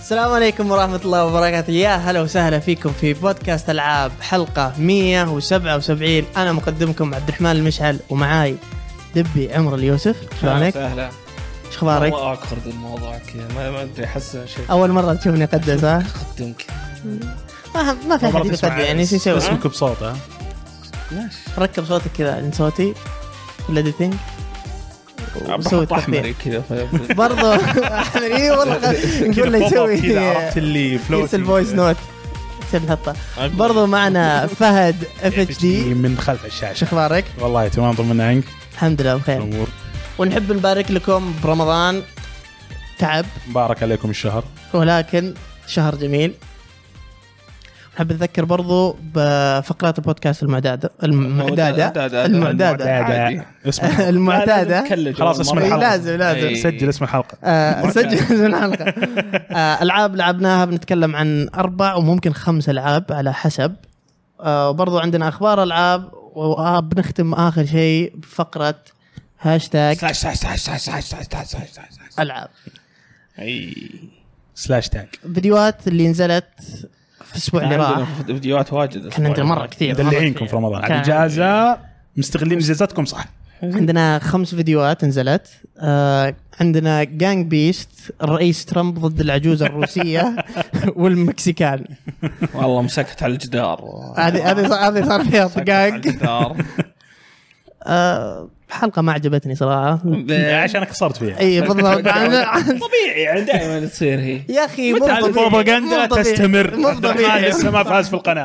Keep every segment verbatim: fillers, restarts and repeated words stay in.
السلام عليكم ورحمة الله وبركاته. يا هلا وسهلا فيكم في بودكاست ألعاب حلقة مية وسبعة وسبعين. أنا مقدمكم عبد الرحمن المشعل ومعاي دبي عمر اليوسف. شلونك؟ سهلا. ايش اخبارك؟ والله اقرد الموضوع كذا ما ما ادري احس شيء. اول مرة تشوفني اقدس ها؟ قدمك ما ما في احد يقدم يعني ايش يسوي؟ اسمك بصوت ها؟ ماشي. ركب صوتك كذا عند صوتي في الاديتنج وسوي احمر كذا برضه احمر. اي والله نقول له يسوي كذا، عرفت اللي فلوت الفويس نوت نحطه. برضو معنا فهد اف اتش دي من خلف الشاشه. شو اخبارك؟ والله تمام طمنا عنك. الحمد لله بخير. الامور ونحب نبارك لكم برمضان. تعب مبارك عليكم الشهر، ولكن شهر جميل. نحب نذكر برضو بفقرات البودكاست المعداده المعداده المعداده اسمها المعتاده. خلاص اسم الحلقه لازم لازم سجل اسم الحلقه. آه سجل اسم الحلقه. آه العاب لعبناها بنتكلم عن اربع وممكن خمس العاب على حسب. آه وبرضو عندنا اخبار العاب، وبنختم اخر شيء بفقره هاشتاج العاب اي سلاش تاج. فيديوهات اللي نزلت في الاسبوع اللي راح. فيديوهات واجد كان عندنا مره كثير مدلعينكم في رمضان على اجازه، مستغلين اجازتكم صح. عندنا خمس فيديوهات نزلت. آه عندنا جانج بيست، الرئيس ترامب ضد العجوزه الروسيه والمكسيكان. والله مسكت على الجدار. هذه هذه هذه صار فيها طقاق. آه حلقه ما عجبتني صراحه عشان كسرت فيها. اي بالضبط. طبيعي يعني دائما تصير هي. يا اخي البروباغندا تستمر. عبد الرحمن لسه ما فاز في القناه.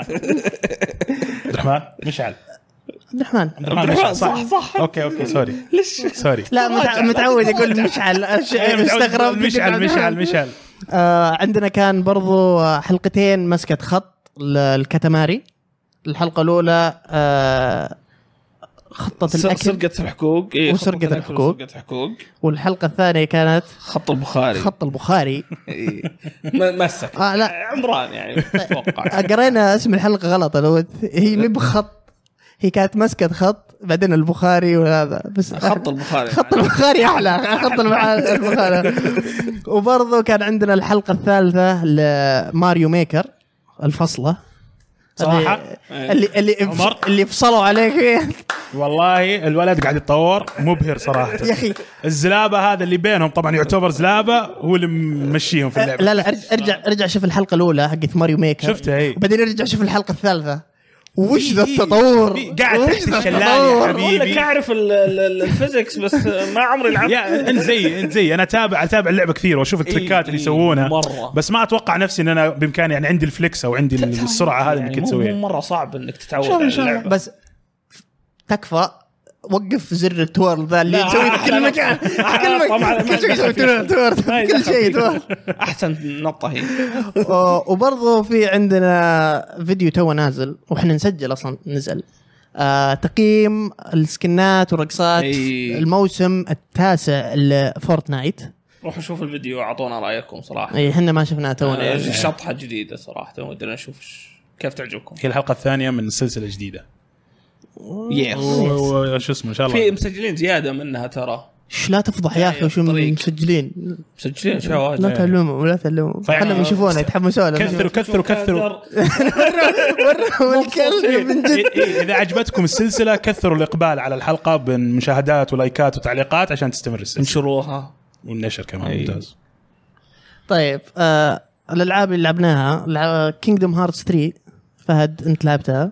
عبد الرحمن مشعل. عبد الرحمن عبد الرحمن مشعل صح صح. اوكي اوكي سوري سوري. لا متعود يقول مشعل. استغرب مشعل مشعل مشعل. آه عندنا كان برضو حلقتين مسكت خط الكتماري. الحلقه الاولى آه خطة الأكل، سرقة الحقوق. إيه وسرقة الحقوق. الحقوق. والحلقة الثانية كانت خط البخاري. خط البخاري. إيه. مسك. آه لا عمران يعني أتوقع. قرينا اسم الحلقة غلط. لو هي مي بخط، هي كانت مسكت خط بعدين البخاري وهذا بس. خط البخاري. خط البخاري أحلى. خط البخاري. وبرضو كان عندنا الحلقة الثالثة لماريو ميكر الفصلة صراحة اللي اللي اللي فصلوا عليك فيه. والله الولد قاعد يتطور مبهر صراحة يا أخي. الزلابة هذا اللي بينهم طبعا يعتبر زلابة، هو اللي ممشيهم في اللعبة. لا لا ارجع ارجع شوف الحلقة الأولى حقت ماريو ميكر شفتها هي، وبعدين ارجع شوف الحلقة الثالثة. وش ذا التطور؟ قاعد تحت الشلال يا حبيبي. لك أعرف الفيزيكس بس ما عمري لعبت. يا انت زي انت زي انا تابع اتابع اللعبة كثير واشوف التريكات اللي يسوونها، بس ما اتوقع نفسي ان انا بامكاني يعني عندي الفليكس او عندي السرعة هذه اللي كنت تسويها. مرة صعب انك تتعود على اللعبة. بس تكفى وقف زر التور ذا اللي تسويه في كل مكان. كل شيء يسوي تور، كل شيء تور. احسن نقطة هي. وبرضه في عندنا فيديو تو نازل واحنا نسجل اصلا نزل. آه تقييم السكنات ورقصات الموسم التاسع لفورتنايت. روحوا شوفوا الفيديو اعطونا رايكم صراحة. اي احنا ما شفناه تونا. آه شطحة جديدة صراحة ودنا نشوف كيف تعجبكم. هي الحلقة الثانية من سلسلة جديدة. يس. وش اسمه ان شاء الله في مسجلين زياده منها ترى. ايش لا تفضح يا اخي. وش مسجلين مسجلين شواهد. لا تعلموا ولا تعلموا. خلهم يشوفونا يتحمسوا لنا. كثروا كثروا كثروا. وروا الكلب من جد. اذا عجبتكم السلسله كثروا الاقبال على الحلقه بمشاهدات ولايكات وتعليقات عشان تستمر السلسله. انشروها والنشر كمان ممتاز. طيب آه الالعاب اللي لعبناها كينجدوم هارتس ثري. فهد انت لعبتها؟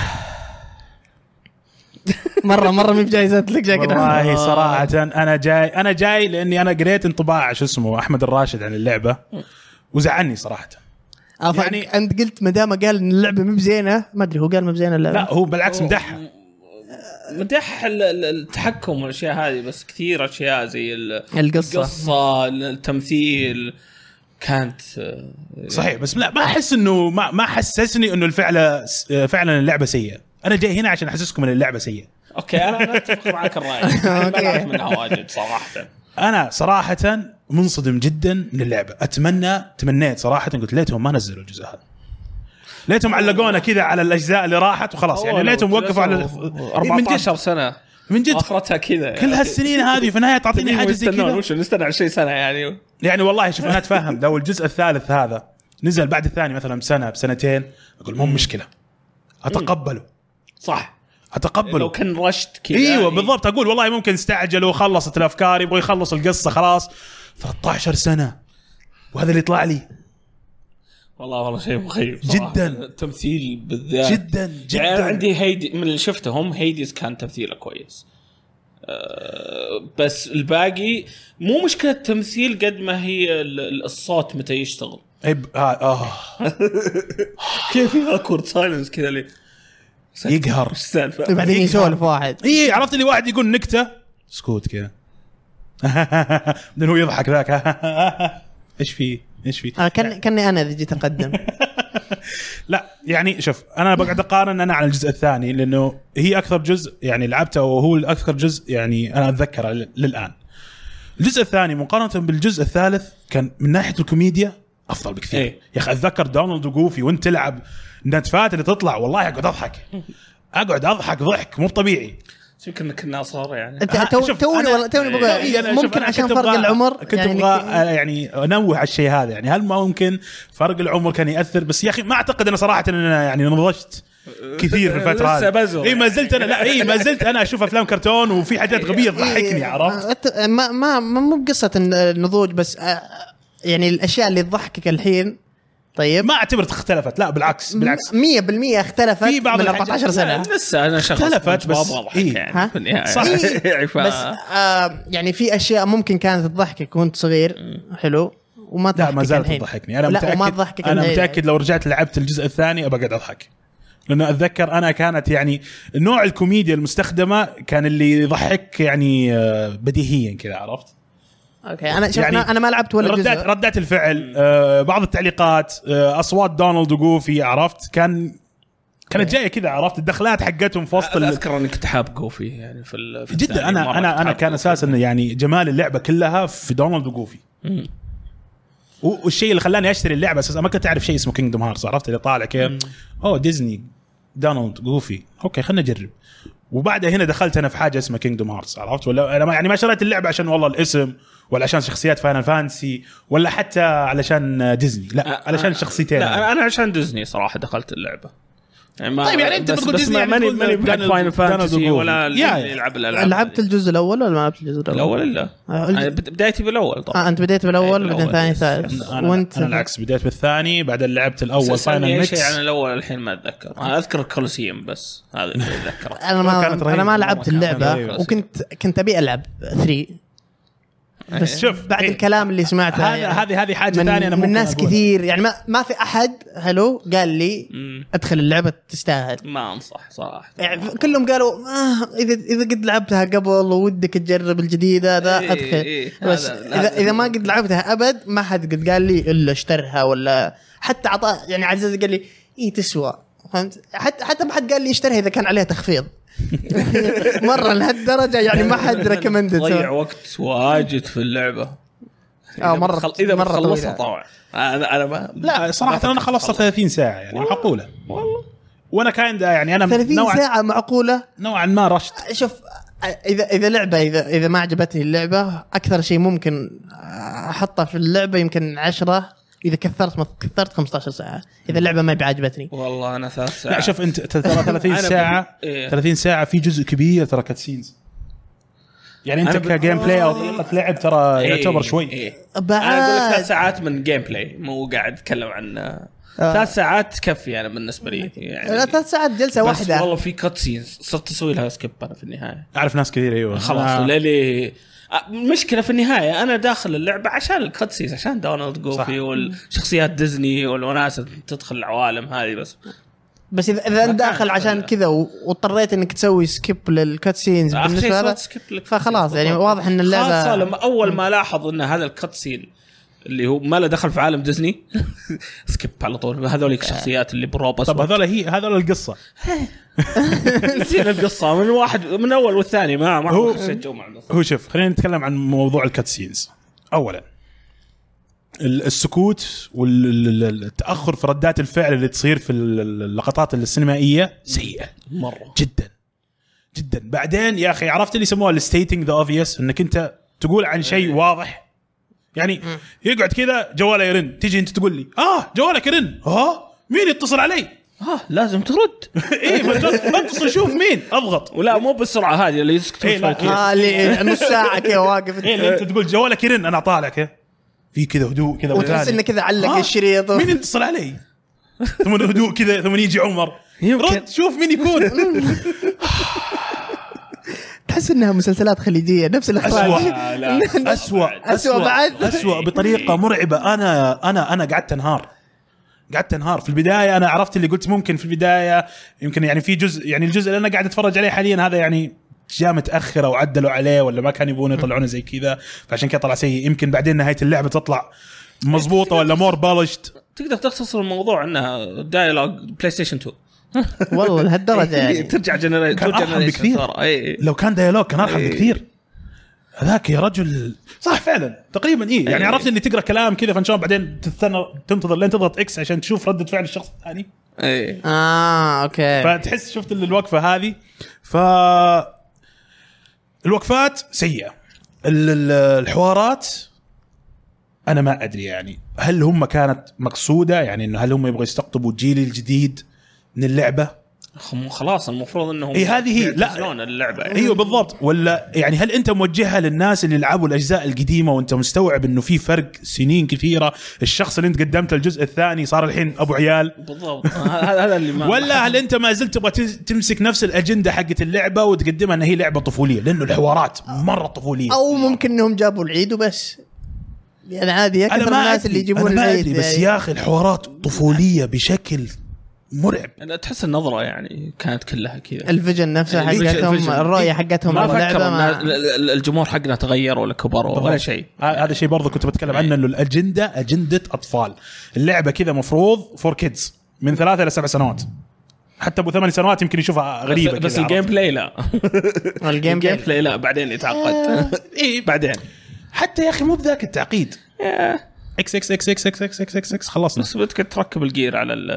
مرة مرة مي بجايزات لك جاي كده. والله صراحة أنا جاي أنا جاي لأني أنا قريت انطباع شو اسمه أحمد الراشد عن اللعبة وزعلني صراحة. يعني أنت قلت مدام قال إن اللعبة مي بزينة، ما أدري هو قال مي بزينة اللعبة. لا هو بالعكس مدحها. مدح التحكم والأشياء هذه، بس كثير أشياء زي القصة القصة التمثيل كانت صحيح، بس لا ما أحس إنه ما ما حسسني إنه الفعل فعلا اللعبة سيئة. أنا جاي هنا عشان أحسسكم إن اللعبة سيئة. أوكي أنا أتفق معك الرأي. أنا منها واجد صراحة. أنا صراحة منصدم جدا من اللعبة. أتمنى تمنيت صراحة قلت ليتهم ما نزلوا الجزء هذا. ليتهم علقونا كذا على الأجزاء اللي راحت وخلاص. يعني ليتهم وقفوا على أربعة عشر سنة من جد اخرتها كذا كل هالسنين هذه في النهايه تعطيني حاجه زي كذا. وش نستنى عشرين سنه يعني يعني والله شوف انا اتفهم لو الجزء الثالث هذا نزل بعد الثاني مثلا بسنه بسنتين اقول مو مشكله اتقبله صح اتقبله لو كان رشت كذا ايوه يعني. بالضبط اقول والله ممكن استعجلوا وخلصت الافكار يبغوا يخلص القصه خلاص ثلاثة عشر سنه وهذا اللي يطلع لي والله والله شيء مخيف جدا. التمثيل بالذات جدا جدا يعني عندي هيدي من اللي شفتهم هيديز كان تمثيله كويس أه بس الباقي مو مشكله التمثيل قد ما هي الصوت متى يشتغل اي اه, آه. كيف اكورد سايلنس كذا لي يقهر السالفه بعدين يسولف واحد اي عرفت اللي واحد يقول نكته سكوت كذا بعدين هو يضحك ذاك ايش في ايش في آه كان كاني انا اذا جيت اقدم لا يعني شوف انا بقعد اقارن انا على الجزء الثاني لانه هي اكثر جزء يعني لعبته وهو الاكثر جزء يعني انا اتذكره للان. الجزء الثاني مقارنه بالجزء الثالث كان من ناحيه الكوميديا افضل بكثير. إيه؟ يا اخي اتذكر دونالد وجوفي وانت تلعب النتفات اللي تطلع والله اقعد اضحك اقعد اضحك ضحك مو طبيعي. يمكن كنا صار يعني انت تو توني والله توني بقول ممكن عشان فرق العمر كنت يعني ابغى يعني انوه على الشيء هذا يعني هل ما ممكن فرق العمر كان ياثر بس يا اخي ما اعتقد انا صراحه ان انا يعني نضجت كثير في الفتره هذه. اي ما زلت انا لا اي ما زلت انا اشوف افلام كرتون وفي حاجات غبيه تضحكني عرفت ما ما مو بقصه النضوج بس يعني الاشياء اللي تضحكك الحين طيب ما اعتبر اختلفت لا بالعكس بالعكس مية بالمية اختلفت في بعض من أربعة عشر سنة لسه انا شخص اختلفت بس إيه؟ يعني ها؟ صح إيه؟ بس آه يعني في اشياء ممكن كانت تضحكك وانت صغير حلو وما تضحكك ما زالت تضحكني انا متاكد انا متاكد لو رجعت لعبت الجزء الثاني ابغى اضحك لانه اتذكر انا كانت يعني نوع الكوميديا المستخدمه كان اللي يضحك يعني بديهيا كذا عرفت. اوكي انا شوف يعني انا ما لعبت ولا ردات جزء ردات الفعل آه بعض التعليقات آه اصوات دونالد وجوفي عرفت كان كانت جايه كذا عرفت الدخلات حقتهم في وسط اذكر اني كنت حاب جوفي يعني في, في جدا انا انا انا كان اساسا يعني جمال اللعبه كلها في دونالد وجوفي والشيء اللي خلاني اشتري اللعبه اساسا ما كنت اعرف شيء اسمه كينجدوم هارتس عرفت اللي طالع كيف اوه ديزني دونالد جوفي اوكي خلنا نجرب وبعدها هنا دخلت انا في حاجه اسمها كينجدوم هارتس عرفت ولا انا يعني ما شريت اللعبه عشان والله الاسم ولا عشان شخصيات فاينل فانتسي ولا حتى علشان ديزني لا علشان الشخصيتين لا انا عشان ديزني صراحه دخلت اللعبه يعني طيب يعني انت بتقول ديزني يعني ماني ماني فاينل فانتسي ولا يلعب الالعاب. لعبت الجزء الاول ولا ما لعبت الجزء الاول؟ الاول لا بدايتي بالاول طبعا. اه انت بديت بالاول بعدين ثاني ثالث وانت انا العكس بديت بالثاني بعدين لعبت الاول فاينل ميكس. شيء عن الاول الحين ما اتذكر انا اذكر الكولوسيوم بس هذا اللي اتذكره. انا ما انا ما لعبت اللعبه وكنت كنت ابي العب ثلاثة بس شوف بعد إيه؟ الكلام اللي سمعته هذه هذه يعني هذه حاجه ثانيه انا من ناس كثير يعني ما ما في احد هلو قال لي مم. ادخل اللعبه تستاهل ما انصح صراحه يعني كلهم قالوا آه اذا اذا قد لعبتها قبل وودك تجرب الجديد هذا إيه ادخل إيه بس اذا اذا ما قد لعبتها ابد ما حد قد قال لي الا اشترها ولا حتى عطى يعني عزيز قال لي اي تسوى فهمت حتى حتى ما حد قال لي اشتريها اذا كان عليها تخفيض مرة لهالدرجة يعني ما حد ريكومندد ضيع وقت واجد في اللعبة اه مرة خل... إذا مرة خلصها طبعا أنا أنا ما لا صراحة أنا خلصت ثلاثين ساعة يعني معقولة والله وأنا كان يعني أنا ثلاثين نوع... ساعة معقولة نوعا ما رشت. شوف إذا إذا لعبة إذا إذا ما عجبتني اللعبة أكثر شيء ممكن أحطه في اللعبة يمكن عشرة إذا كثرت ما كثرت خمسة عشر ساعة إذا اللعبة ما بعجبتني والله أنا ثلاث ساعات. لا شوف أنت ترى ثلاثين ساعة إيه؟ ثلاثين ساعة في جزء كبير ترى كاتسينز يعني أنت كجيم بلاي أو طريقة لعب ترى إيه يعتبر شوي إيه. أنا أقول لك ثلاث ساعات من جيم بلاي مو قاعد أتكلم عن آه. ثلاث ساعات تكفي أنا بالنسبة لي يعني لا ثلاث ساعات جلسة واحدة والله في كاتسينز صرت أسوي لها سكيب أنا في النهاية أعرف ناس كثير أيوة خلاص آه. للي مشكلة في النهاية أنا داخل اللعبة عشان الكاتسينز عشان دونالد جوفي والشخصيات ديزني والوناس تدخل العوالم هذه بس بس إذا إذا أنت داخل عشان كذا واضطريت إنك تسوي سكيب للكاتسينز بالنسبة لك فخلاص يعني واضح إن اللعبة خاصة لما أول ما لاحظ إن هذا الكاتسين اللي هو ما له دخل في عالم ديزني سكيب على طول هذوليك الشخصيات اللي بروبس طب هذول هي هذول القصة نسينا القصة من واحد من أول والثاني ما ما هو خشيت مع هو شوف خلينا نتكلم عن موضوع الكاتسينز. أولا السكوت والتأخر في ردات الفعل اللي تصير في اللقطات السينمائية سيئة مرة جدا جدا. بعدين يا اخي عرفت اللي يسموها الستيتنج ذا اوبفيوس، انك انت تقول عن شيء واضح يعني. يقعد كذا جواله يرن، تيجي انت تقول لي اه جوالك يرن، ها مين يتصل علي؟ اه لازم ترد. ايه ما اتصل شوف مين اضغط. ولا مو بالسرعه هذه اللي يسكتون إيه شوي كذا. اه اللي نص ساعه كذا واقف. ايه اللي انت تقول جوالك يرن انا اطالع كذا في كذا هدوء كذا، وتحس انه كذا علق آه. الشريط. مين يتصل علي؟ ثم هدوء كذا، ثم يجي عمر رد شوف مين يكون. تحس انها مسلسلات خليجيه نفس الاخراج. أسوأ. لا. أسوأ أسوأ بعد. أسوأ بطريقة مرعبة. أنا أنا أنا قعدت أنهار قعدت أنهار في البداية. أنا عرفت اللي قلت ممكن في البداية يمكن يعني في جزء، يعني الجزء اللي أنا قاعد أتفرج عليه حاليا هذا يعني جاء متأخر أو عدلوا عليه ولا ما كان يبون يطلعونه زي كذا، فعشان كذا طلع سيء. يمكن بعدين نهاية اللعبة تطلع مضبوطة ولا مور بولشت. تقدر تختصر الموضوع انها دايلوج بلاي ستيشن تو. والله لهالدرجه يعني. ترجع جنريشن كان أرحم بكثير. أي. لو كان ديالوج كان أرحم أي. بكثير. هذاك يا رجل صح فعلا تقريبا إيه يعني. أي. عرفت إني تقرأ كلام كذا فإن شاء الله بعدين تستنى تنتظر لين تضغط إكس عشان تشوف ردة فعل الشخص الثاني. اي اه اوكي. فتحس شفت الوقفة هذه. ف الوقفات سيئة. ال- ال- الحوارات أنا ما أدري يعني هل هم كانت مقصودة، يعني إنه هل هم يبغوا يستقطبوا الجيل الجديد من اللعبة؟ خلاص المفروض انهم إيه هذه لا يعتزلون اللعبه يعني. ايوه بالضبط. ولا يعني هل انت موجهها للناس اللي لعبوا الاجزاء القديمه وانت مستوعب انه في فرق سنين كثيره؟ الشخص اللي انت قدمت الجزء الثاني صار الحين ابو عيال بالضبط. هذا هذا اللي ما ولا هل انت ما زلت تبغى تمسك نفس الاجنده حقت اللعبه وتقدمها انها هي لعبه طفوليه؟ لانه الحوارات مره طفوليه. او ممكن انهم جابوا العيد وبس يعني عادي. انا اكثر ما الناس أدري. اللي يجيبون أنا ما العيد أدري. بس يعني. يا اخي الحوارات طفوليه بشكل مرعب. أنا تحس النظره يعني كانت كلها كذا. الفيجن نفسها الفيجن- حقتهم، الفيجن. الرؤيه حقتهم ما اللعبه فكروا ما... إن الجمهور حقنا تغير ولا كبر ولا شيء. هذا شيء برضه كنت بتكلم عنه، انه الاجنده اجنده اطفال. اللعبه كذا مفروض فور كيدز من ثلاثة الى سبع سنوات، حتى ابو ثمان سنوات يمكن يشوفها غريبه بس, بس كذا. الجيم بلاي لا. الجيم بلاي بلاي لا بعدين يتعقد. اي بعدين حتى يا اخي مو بذاك التعقيد. يا. اكس اكس اكس اكس اكس اكس اكس اكس اكس خلصنا. بس بدك تركب الجير على ال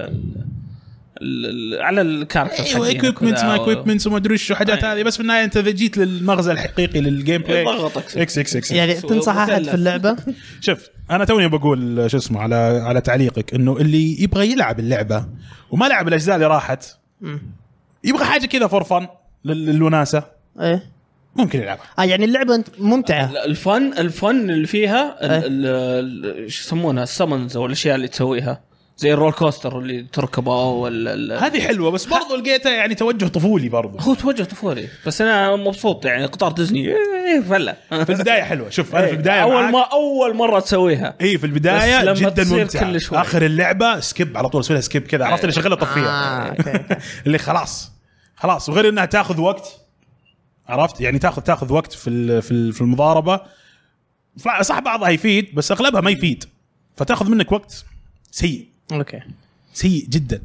ال- على الكاركتر ايوه ايكويبمنتس ما ايكويبمنتس وما ادري ايش وحاجات هذه، بس في النهايه انت اذا جيت للمغزى الحقيقي للجيم بلاي ضغطك اكس اكس اكس. يعني تنصح احد في اللعبه؟ شوف انا توني بقول شو اسمه على على تعليقك، انه اللي يبغى يلعب اللعبه وما لعب الاجزاء اللي راحت يبغى حاجه كذا فور فن للوناسه ايه ممكن يلعبها. اه يعني اللعبه ممتعه. لا، الفن الفن اللي فيها ال- أه. ال- ال- شو يسمونها السمنز والاشياء اللي تسويها زي الرول كوستر اللي تركبه ولا ال- هذه حلوه بس برضو لقيتها يعني توجه طفولي برضو. هو توجه طفولي بس انا مبسوط يعني قطار ديزني إيه فله. في البدايه حلوه. شوف انا في البدايه اول معاك. ما اول مره تسويها اي في البدايه بس لما جدا تصير ممتعه. كل شوي. اخر اللعبه سكيب على طول، اسوي لها سكيب كذا عرفت اللي شغله طفيه. آه، أوكي، أوكي. اللي خلاص خلاص. وغير انها تاخذ وقت عرفت يعني تاخذ تاخذ وقت في ال- في ال- في المضاربه. صح بعضها يفيد بس اغلبها ما يفيد، فتاخذ منك وقت سيء اوكي سيء جدا.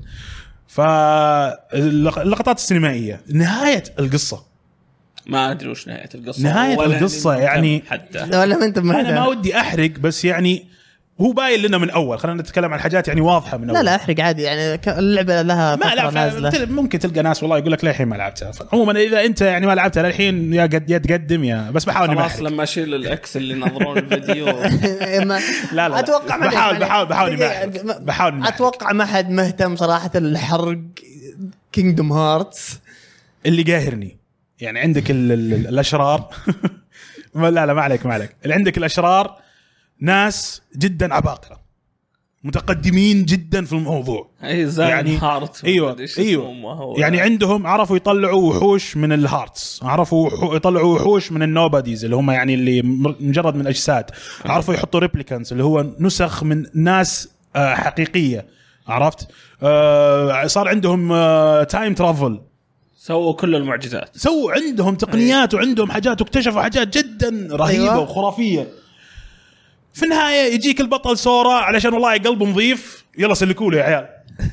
فاللقطات السينمائيه، نهايه القصه ما ادري وش نهايه القصه نهاية ولا القصة أدري يعني- حتى ولا ما انت انا ما مهتم. ودي احرق بس يعني هو باين لنا من اول. خلينا نتكلم عن حاجات يعني واضحه من اول. لا لا احرق عادي يعني ك- اللعبه لها ما فتره لا نازله. ف- ممكن تلقى ناس والله يقول لك للحين ما لعبتها. عموما اذا انت يعني ما لعبتها للحين يا قد يا تقدم يا بس بحاول اني ما خلاص احرق. لما اشيل الاكس اللي ينظرون الفيديو. ما- لا لا اتوقع ما بحاول يعني- بحاول بحاول اني ما دقيقة، احرق. ما- بحاول إني ما أحرق. اتوقع ما حد مهتم صراحه الحرق كينجدوم هارتس. اللي قاهرني يعني عندك ال ال الاشرار. ما- لا لا ما عليك ما عليك. اللي عندك الاشرار ناس جدا عباقرة متقدمين جدا في الموضوع. اي زي يعني هارت ايوه ايوه يعني عندهم عرفوا يطلعوا وحوش من الهارتس، عرفوا وحو- يطلعوا وحوش من النوباديز اللي هم يعني اللي مر- مجرد من اجساد، عرفوا يحطوا ريبليكانس اللي هو نسخ من ناس آه، حقيقيه عرفت. آه، صار عندهم تايم ترافل، سووا كل المعجزات. سووا عندهم تقنيات وعندهم حاجات واكتشفوا حاجات جدا رهيبه أيوة. وخرافيه. في النهايه يجيك البطل سورا علشان والله قلبه نظيف يلا سلكوا له يا عيال.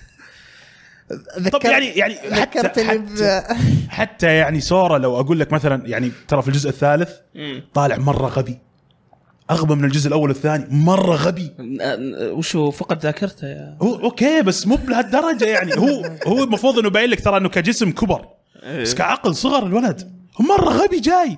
طب يعني يعني حتى, ذكرتني ب... حتى, حتى يعني سورا لو اقول لك مثلا يعني ترى في الجزء الثالث مم. طالع مره غبي، اغبى من الجزء الاول والثاني مره غبي. وشو فقد ذاكرته يا هو اوكي بس مو بهالدرجه يعني. هو هو المفروض انه باين لك ترى انه كجسم كبر بس كعقل صغر الولد مره غبي جاي.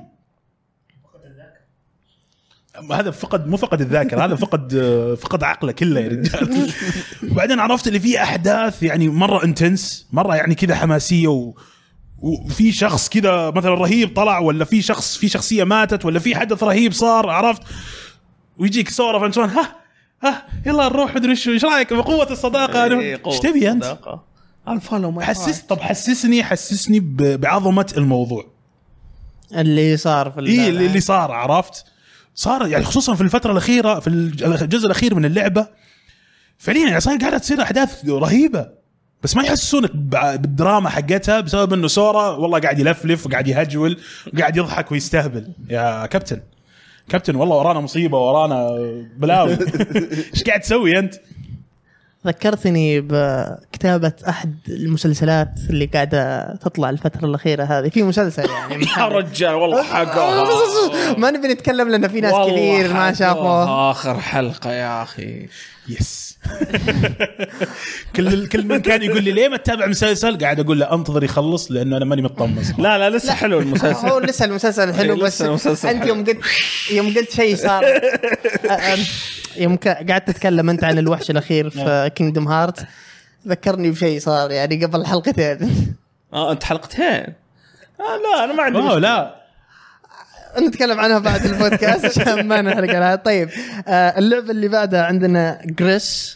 هذا فقد مو فقد الذاكره، هذا فقد فقد عقله كله يا رجال. وبعدين عرفت اللي فيه احداث يعني مره انتنس، مره يعني كذا حماسيه، و وفي شخص كذا مثلا رهيب طلع، ولا في شخص في شخصيه ماتت، ولا في حدث رهيب صار، عرفت؟ ويجيك صوره فانشون ها ها يلا نروح مدري ايش ايش رايك بقوه الصداقه؟ ايش تبي انت؟ الفولو ما حسس طب حسسني حسسني بعظمه الموضوع اللي صار في إيه اللي صار، عرفت؟ صار يعني خصوصا في الفتره الاخيره في الجزء الاخير من اللعبه فعليا يعني صار قاعده تصير احداث رهيبه، بس ما يحسسونك بالدراما حقتها بسبب انه سورا والله قاعد يلفلف وقاعد يهجول وقاعد يضحك ويستهبل. يا كابتن كابتن والله ورانا مصيبه ورانا بلاوي. ايش قاعد تسوي انت؟ ذكرتني بكتابة أحد المسلسلات اللي قاعدة تطلع الفترة الأخيرة هذه، في مسلسل يعني يا رجال والله حقها ما نبي نتكلم لأن في ناس كثير ما شافوه آخر حلقة يا أخي. يس. كل كل من كان يقول لي ليه ما تتابع مسلسل، قاعد أقول له أنتظر يخلص لأنه أنا ماني مطمس. لا لا لسه حلو المسلسل، هو لسه المسلسل حلو، بس أنت يوم قلت يوم قلت شيء صار يوم قاعد تتكلم أنت عن الوحش الأخير في كينغدوم هارت ذكرني بشيء صار يعني قبل حلقتين. آه أنت حلقتين؟ آه لا أنا ما عندي أوه لا نتكلم عنها بعد البودكاست عشان ما نحرق عليها. طيب آه اللعبة اللي بعدها عندنا جريس.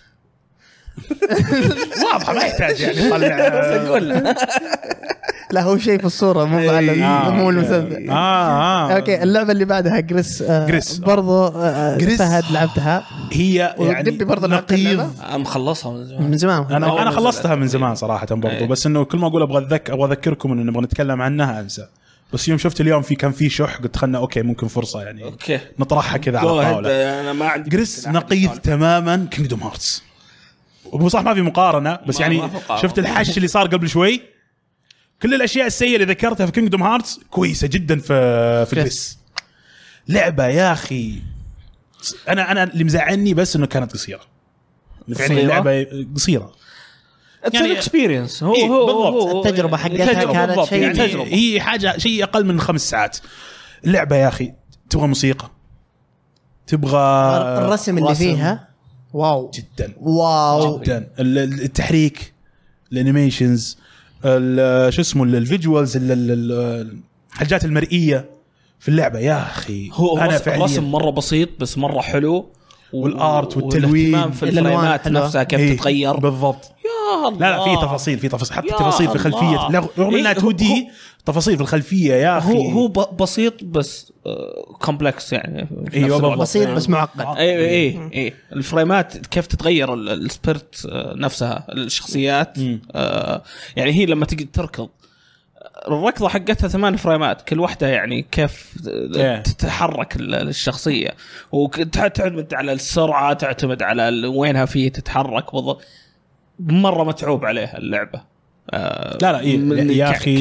واضحة ما يحتاج يعني طلع. لا هو شيء في الصورة مو على مو المسلسل. آه آه. أوكي اللعبة اللي بعدها جريس. آه جريس برضو آه فهد لعبتها هي يعني نقيض. مخلصها من زمان. من زمان أنا أنا خلصتها من زمان صراحة برضو، بس إنه كل ما أقول أبغى أذكر أبغى أذكركم إنه نبغى نتكلم عنها أنسى. بس يوم شفت اليوم في كان في شح قلت خلنا اوكي ممكن فرصه يعني أوكي. نطرحها كذا على الطاوله. انا ما عندي جريس نقيض تماما كينغدوم هارتس، وصح ما في مقارنه بس يعني شفت الحش اللي صار قبل شوي، كل الاشياء السيئه اللي ذكرتها في كينغدوم هارتس كويسه جدا في في جريس. لعبه يا اخي انا انا اللي مزعلني بس انه كانت قصيره، يعني اللعبه قصيره يعني اكسبيرينس هو إيه هو, هو التجربة حقتها كانت شيء يعني تجربة. هي حاجه شيء اقل من خمس ساعات. اللعبه يا اخي تبغى موسيقى، تبغى الرسم اللي فيها واو جدا واو جدا، التحريك، الانيميشنز، شو اسمه الفيجوالز، الحاجات المرئيه في اللعبه يا اخي. هو انا الرسم مره بسيط بس مره حلو، والارت والتلوين في الفريمات نفسها كيف ايه تتغير بالضبط. يا الله لا لا في تفاصيل في تفاصيل حتى تفاصيل في الخلفيه رغم انها تو دي، تفاصيل في الخلفيه يا اخي. هو هو بسيط بس كومبلكس يعني. ايوه بسيط بس معقد. اي اي اي الفريمات كيف تتغير السبيرت نفسها، الشخصيات آه يعني هي لما تجي تركض الركضه حقتها ثمان فريمات كل واحده، يعني كيف تتحرك الشخصيه، وتعتمد على السرعه، تعتمد على وينها فيه تتحرك بالضبط. مره متعوب عليها اللعبه. آه لا لا إيه يا اخي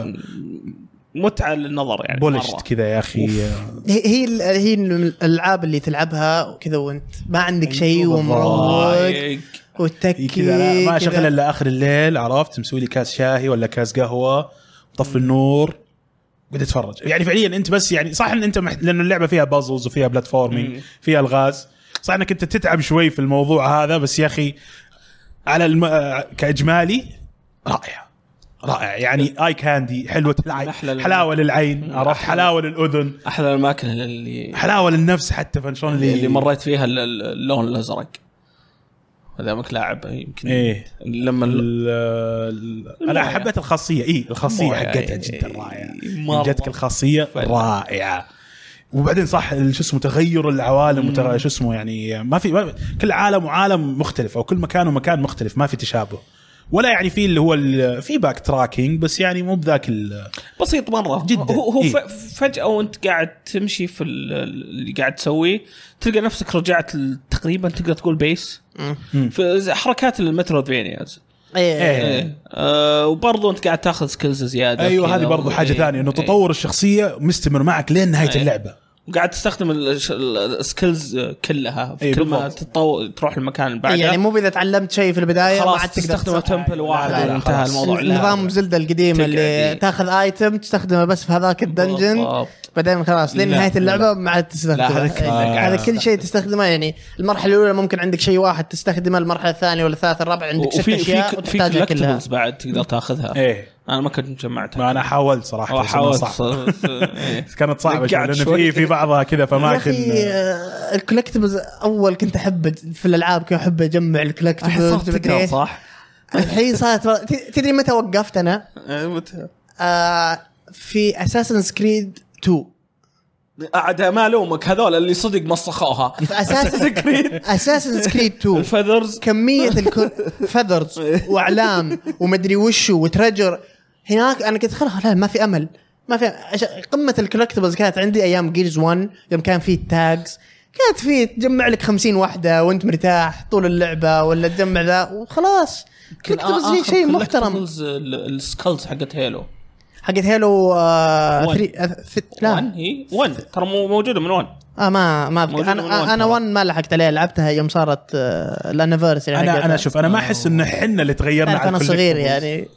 متعه للنظر يعني بولشت كذا يا اخي. هي هي الالعاب اللي تلعبها وكذا وانت ما عندك شيء ومروق وتكي كذا ما شغل الا اخر الليل، عرفت، مسوي لي كاس شاهي ولا كاس قهوه، طفي النور بدي اتفرج. يعني فعليا انت بس يعني صح ان انت محت... لانه اللعبه فيها بازلز وفيها بلاتفورمينج فيها الغاز، صح انك انت تتعب شوي في الموضوع هذا، بس يا اخي على الم... كاجمالي رائع رائع يعني. اي كاندي حلوه العين، حلاوه للعين، عرفت، حلاوه للاذن، احلى الاماكن اللي حلاوه للنفس حتى فنشون اللي اللي مريت فيها اللون الازرق هذا مك لاعب يمكن إيه. لما ال ال انا حبيت الخاصيه ايه الخاصيه حقتها جدا رائعه، جتك الخاصيه رائعه. وبعدين صح شو اسمه تغير العوالم وترى شو اسمه يعني ما في ما كل عالم وعالم مختلف، او كل مكان ومكان مختلف، ما في تشابه ولا يعني في اللي هو في باك تراكينج، بس يعني مو بذاك بسيط مره جدا. هو, هو إيه؟ فجاه وانت قاعد تمشي في اللي قاعد تسويه تلقى نفسك رجعت تقريبا تقدر تقول بيس في حركات المتروفينياز. ايه, إيه. آه وبرضه انت قاعد تاخذ سكيلز زياده. ايوه هذه برضه حاجه إيه. ثانيه انه تطور الشخصيه مستمر معك لين نهايه إيه. اللعبه. وقاعد تستخدم السكيلز كلها في إيه كل ما بالضبط. تطو... تروح المكان اللي بعده. يعني مو اذا تعلمت شيء في البدايه ما عاد تقدر تستخدم تمبل واحد لا، لا، انتهى خلاص. الموضوع. نظام زلدة القديم اللي تقعد. تاخذ ايتم تستخدمه بس في هذاك الدنجن بالضبط. بعدين خلاص لين لا، نهايه اللعبه ما عاد لا، تستخدمه. هذا كله إيه. قاعد هذا كل شيء تستخدمه. يعني المرحله الاولى ممكن عندك شيء واحد تستخدمه، المرحله الثانيه ولا الثالثه الرابعه عندك ست وفي اشياء في في وتحتاجها كلها. كولكتبلز بعد تقدر تاخذها. ايه انا ما كنت مجمعتها. ما انا حاولت صراحه بس إنه حاولت صعب. إيه. كانت صعبه شوي رجعت لان شوي. في في بعضها كذا في يا اماكن. اخي آه، الكولكتبلز اول كنت احب في الالعاب كنت احب اجمع الحين الكولكتبلز. صرت تقرا صح؟ الحين صارت تدري متى وقفت انا؟ إيه، متى؟ آه في اساسن كريد تو. قاعد ما الومك هذول اللي صدق مسخوها. في اساسن كريد اساسن كريد تو الفذرز كميه الفذرز واعلام ومدري وشو وترجر هناك. انا كنت خلاص لا ما في امل ما في عشان قمه الكولكتبلز كانت عندي ايام جيرز واحد يوم كان في التاجز. كانت في تجمع لك خمسين وحده وانت مرتاح طول اللعبه ولا تجمع ذا وخلاص. كولكتبلز شيء شيء محترم. السكالز حقت هيلو حقت هيلو آه One. ثري آه لا واحد هي واحد ترى مو موجوده من واحد. اه ما ما أذكر. موجودة من انا وين انا ترى؟ ون ما لحقت عليها لعبتها يوم صارت آه الانيفرساري. انا انا شوف انا ما احس ان احنا اللي تغيرنا على انا صغير الcollectibles. يعني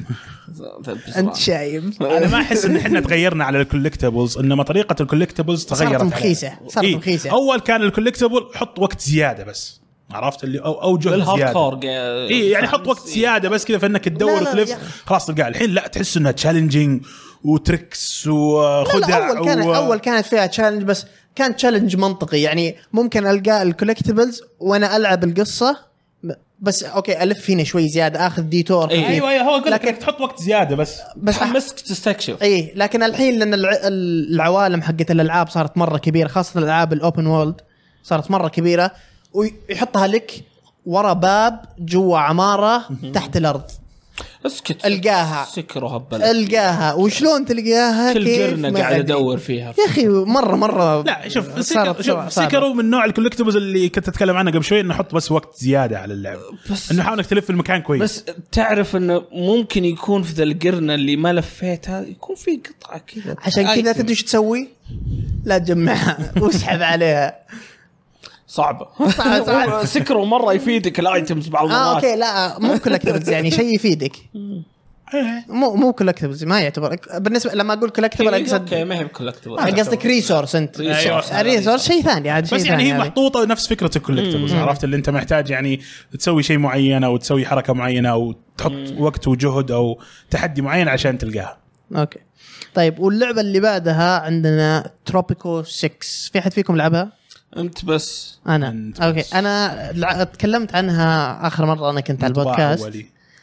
انت شايب انا ما احس ان احنا تغيرنا على الكولكتبلز، انما طريقه الكولكتبلز تغيرت. صارت مخيسه صارت إيه؟ مخيسه. اول كان الكولكتبل حط وقت زياده بس، عرفت اللي او او جهد الهارد زياده. كور اي يعني حط وقت زياده بس كذا فانك تدور لا، لا، وتلف يا- خلاص تلقاه. الحين لا تحس انها تشالنجينج وتريكس لا وخدع. لا اول كان و... اول كانت فيها تشالنج بس كان تشالنج منطقي. يعني ممكن القى الكولكتبلز وانا العب القصه بس اوكي الف هنا شوي زياده اخذ ديتور. إيه. ايوه ايوه هو قلت لك لكن- إنك تحط وقت زياده بس. بس أح- حمسك تستكشف. اي لكن الحين لان الع... العوالم حقت الالعاب صارت مره كبيره خاصه الالعاب الاوبن وورلد صارت مره كبيره ويحطها لك ورا باب جوا عماره تحت الارض. اسكت القاها. سكروا هبل. القاها وشلون تلقاها كل كيف قرنه ما قاعد أدري. ادور فيها. يا اخي مره مره لا شوف صارت- سيكر شوف صارت- سيكروا من نوع الكولكتبلز اللي كنت اتكلم عنه قبل شوي، انه حط بس وقت زياده على اللعبه، بس انه حاول انك تلف المكان كويس. بس تعرف انه ممكن يكون في ذا القرنه اللي ما لفيتها يكون في قطعه كذا عشان كذا آيتم. تدري ايش تسوي؟ لا تجمعها واسحب عليها. صعبه. صعب- صعب. سكروا مره يفيدك الايتمز بعض اه المرات. اوكي لا مو كولكتبلز يعني شيء يفيدك إيه. مو مو كولكتبلز ما يعتبر بالنسبه لما اقول كولكتبل اوكي اقصد ما هي بكولكتبل. قصدك ريسورس انت ريسورس. الريسورس شيء ثاني عاد شيء بس يعني هي ثاني. محطوطه نفس فكره الكولكتبلز، عرفت اللي انت محتاج يعني تسوي شيء معين او تسوي حركه معينه او تحط وقت وجهد او تحدي معين عشان تلقاها. اوكي طيب واللعبه اللي بعدها عندنا تروبيكو ستة. في حد فيكم لعبها؟ انت بس انا أنت اوكي بس. انا لع- تكلمت عنها اخر مره انا كنت على انطباع البودكاست أولي.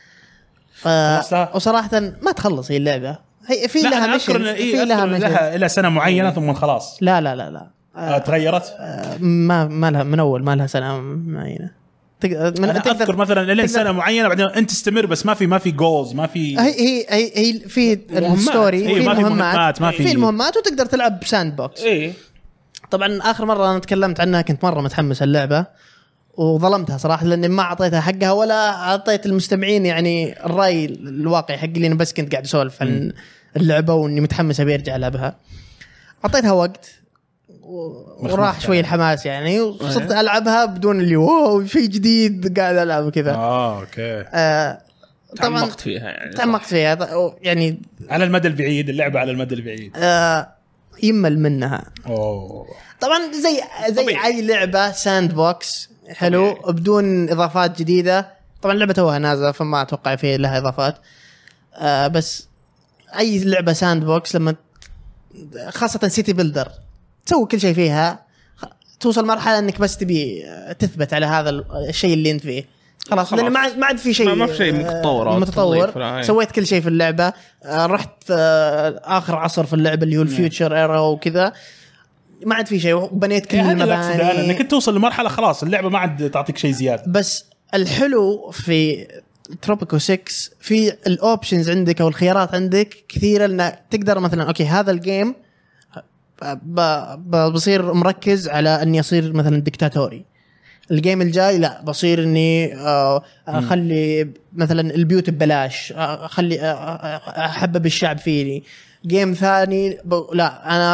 آه خلصتها؟ وصراحه ما تخلص هي اللعبه. هي في لا لها أنا أذكر ميشن إن- إيه، في لها أذكر ميشن لها الى سنه معينه ثم خلاص لا لا لا لا آه تغيرت. آه ما ما لها من اول ما لها سنه معينه تق- من انا تقدر- اذكر مثلا لين تقدر- سنه معينه بعدين انت تستمر بس ما في ما في جولز ما في. هي هي هي, هي في مهمات. الستوري إيه، في ما في المهمات مهمات، ما في- في المهمات وتقدر تلعب بساند بوكس. ايه طبعا اخر مره انا تكلمت عنها كنت مره متحمس اللعبه وظلمتها صراحه لاني ما اعطيتها حقها ولا اعطيت المستمعين يعني الراي الواقعي حقي لي. انا بس كنت قاعد اسولف عن اللعبه واني متحمس ابي ارجع العبها. اعطيتها وقت و- وراح شوي الحماس يعني وصرت العبها بدون اللي واو شيء جديد قاعد العب كذا. اه اوكي. آه طبعا تعمقت فيها يعني. تعمقت فيها ط- يعني على المدى البعيد اللعبه على المدى البعيد. آه يمل منها اوه طبعا زي زي طبيعي. اي لعبه ساند بوكس حلو طبيعي. بدون اضافات جديده. طبعا اللعبه توها نازله فما اتوقع فيه لها اضافات. آه بس اي لعبه ساند بوكس لما خاصه سيتي بيلدر تسوي كل شيء فيها توصل مرحله انك بس تبي تثبت على هذا الشيء اللي انت فيه خلاص, خلاص. لان ما عاد ما عاد في شيء ما- ما في شيء متطور أو متطور تضيف له، أي. سويت كل شيء في اللعبه. آه رحت آه اخر عصر في اللعبه اللي هو الفيوتشر ايرا وكذا ما عاد في شيء وبنيت كل هذا اللي أقصده أنا، المباني. انك توصل لمرحله خلاص اللعبه ما عاد تعطيك شيء زياده. بس الحلو في تروبيكو ستة في الاوبشنز عندك او الخيارات عندك كثيره انك تقدر مثلا اوكي هذا الجيم ب- ب- بصير مركز على اني اصير مثلا ديكتاتوري. الجيم الجاي لا بصير اني آه، اخلي مثلا البيوت ببلاش اخلي آه، احبب الشعب فيني. جيم ثاني ب... لا انا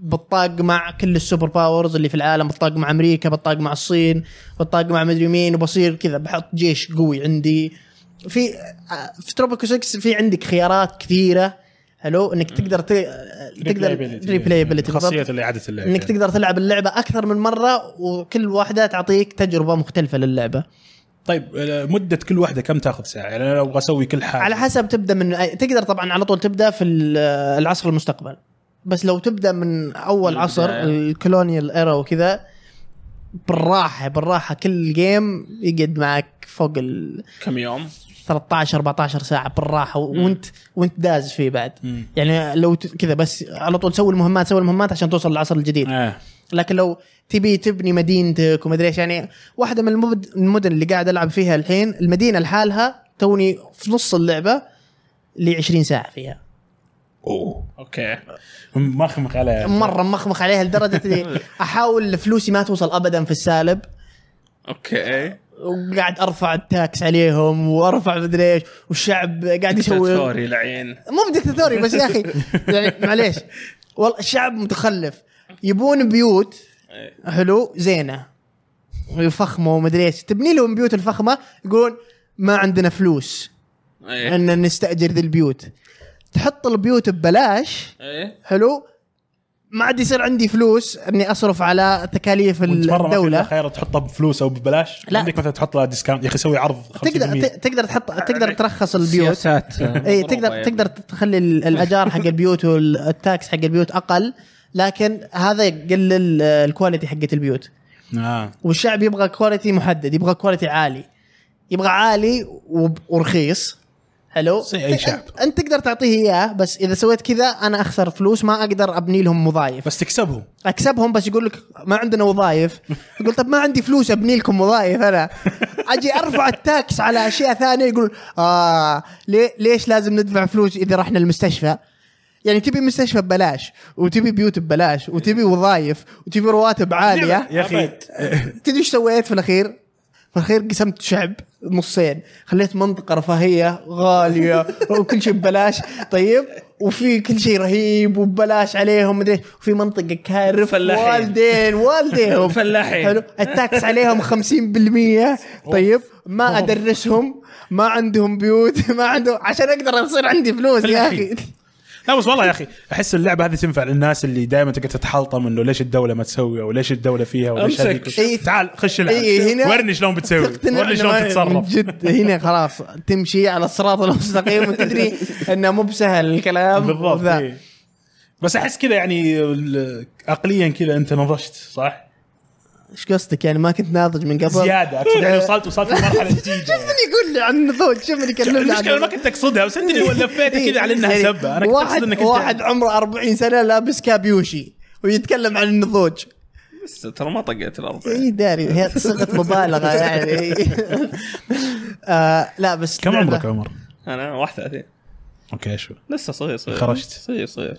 بتطاق مع كل السوبر باورز اللي في العالم، بتطاق مع امريكا، بتطاق مع الصين، بتطاق مع مدري مين، وبصير كذا بحط جيش قوي عندي. في في تروبيكو ستة في عندك خيارات كثيره حلو انك تقدر ت... تقدر ريبلايبيليتي، خاصيه اللي اعاده اللعب، انك تقدر تلعب اللعبه اكثر من مره وكل واحده تعطيك تجربه مختلفه للعبه. طيب مده كل واحده كم تاخذ ساعه؟ يعني انا ابغى اسوي كل حاجه على حسب، تبدا من تقدر طبعا على طول تبدا في العصر المستقبل، بس لو تبدا من اول عصر الكولونيال ايرا وكذا بالراحه بالراحه كل جيم يقعد معك فوق ال كم يوم، ثلاثة عشر أربعة عشر ساعه بالراحه، وانت وانت داز فيه بعد. مم. يعني لو كذا بس على طول سوي المهمات سوي المهمات عشان توصل للعصر الجديد. آه. لكن لو تبي تبني مدينتك وما ادري ايش، يعني واحده من المدن اللي قاعد العب فيها الحين المدينه لحالها توني في نص اللعبه لي عشرين ساعه فيها. اوه اوكي مخمخ عليها مره مخمخ عليها لدرجه اني احاول فلوسي ما توصل ابدا في السالب. اوكي وقاعد ارفع التاكس عليهم وارفع مدري ايش، والشعب قاعد يسوي دكتاتوري لعين، مو دكتاتوري بس يا اخي يعني معليش والله الشعب متخلف، يبون بيوت حلو زينه ويفخموا ومدري ايش، تبني لهم بيوت الفخمه يقولون ما عندنا فلوس أيه. ان نستاجر ذي البيوت، تحط البيوت ببلاش أيه. حلو ما عاد يصير عندي فلوس اني اصرف على تكاليف الدوله. خير تحطها بفلوس او ببلاش، عندك مثلا تحط لها ديسكاونت يا اخي سوي عرض خمسين بالمية. تقدر تقدر تحط تقدر ترخص البيوت اي تقدر يعني. تقدر تخلي الاجار حق البيوت والتاكس حق البيوت اقل، لكن هذا يقلل الكواليتي حقه البيوت. آه. والشعب يبغى كواليتي محدد، يبغى كواليتي عالي، يبغى عالي ورخيص حلو. اي شعب انت تقدر تعطيه اياه، بس اذا سويت كذا انا اخسر فلوس، ما اقدر ابني لهم وظائف. بس تكسبهم اكسبهم بس يقول لك ما عندنا وظائف، يقول طب ما عندي فلوس ابني لكم وظائف، انا اجي ارفع التاكس على اشياء ثانيه يقول اه ليه ليش لازم ندفع فلوس اذا رحنا المستشفى؟ يعني تبي مستشفى ببلاش وتبي بيوت ببلاش وتبي وظائف وتبي رواتب عاليه يا اخي. تدري ايش سويت في الاخير؟ في الأخير قسمت شعب نصين، خليت منطقة رفاهية غالية وكل شيء ببلاش طيب، وفي كل شيء رهيب وببلاش عليهم مدري، وفي منطقة كارف والدين والديهم فلاحين حلو التاكس عليهم خمسين بالمية طيب، ما أدرسهم، ما عندهم بيوت، ما عندهم عشان أقدر أصير عندي فلوس يا أخي. لا بس والله يا أخي أحس اللعبة هذه تنفع للناس اللي دائما تقعد تتحلطم إنه ليش الدولة ما تسوي وليش الدولة فيها وليش هذه. إيه تعال خش العب إيه ورني شلون بتسوي ورني شلون تتصرف. جد هنا خلاص تمشي على الصراط المستقيم وتدري إنه مو بسهل الكلام بالضبط. إيه. بس أحس كذا يعني عقليا كذا أنت نضجت صح؟ إيش قصدك يعني ما كنت ناضج من قبل؟ زيادة أقصد يعني وصلت وصلت لمرحلة جديدة. شو من يقول لي عن النضوج؟ شو من يكلمني عن؟ المشكلة ما كنت أقصدها بس أنت ولا لفيت كذا على إنها سبة. أنا كنت أقصد إنك واحد عمره أربعين سنة لابس كابيوشي ويتكلم عن النضوج. بس ترى ما طقيت الأرض. إيه داري هي صيغة مبالغة يعني. آه لا بس. كم عمرك عمر؟ أنا واحد وثلاثين. اوكي شو لسه صغير صغير خرجت صغير صغير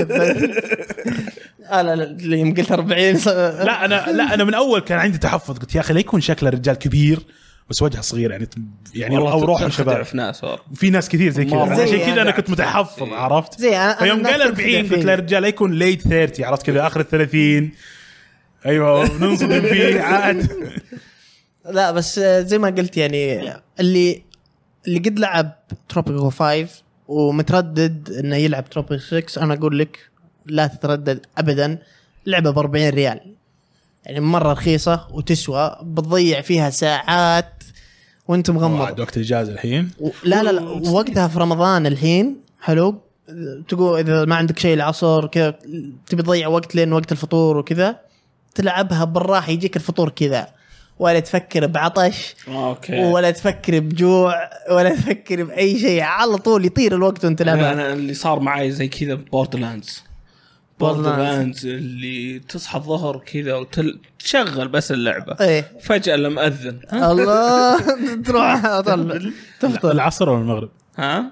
انا اللي يوم قلت أربعين لا انا لا انا من اول كان عندي تحفظ، قلت يا اخي لا يكون شكله رجال كبير بس وجهه صغير يعني يعني او روح الشباب في ناس في ناس كثير زي كذا عشان كذا انا كنت متحفظ عرفت. فيوم قال أربعين قلت له رجال يكون ليت ثلاثين عرفت كذا اخر الثلاثين ايوه ننصدم فيه عاد. لا بس زي ما قلت يعني اللي اللي قد لعب تروبيكو خمسة ومتردد انه يلعب تروبيكو ستة، انا اقول لك لا تتردد ابدا، لعبه ب أربعين ريال يعني مره رخيصه وتسوى، بتضيع فيها ساعات وانت مغمض. وقت الاجازه الحين و... لا لا لا وقتها في رمضان الحين حلو، تقول اذا ما عندك شيء العصر كذا تبي تضيع وقت لين وقت الفطور وكذا تلعبها بالراحه، يجيك الفطور كذا ولا تفكر بعطش أوكي. ولا تفكر بجوع ولا تفكر بأي شيء، على طول يطير الوقت وانت تلعبها. أنا اللي صار معي زي كذا بوردرلاندز بوردرلاندز اللي تصحى الظهر كذا وتشغل بس اللعبة ايه فجأة لما أذن الله تروح أطلع تفطر العصر ولا المغرب ها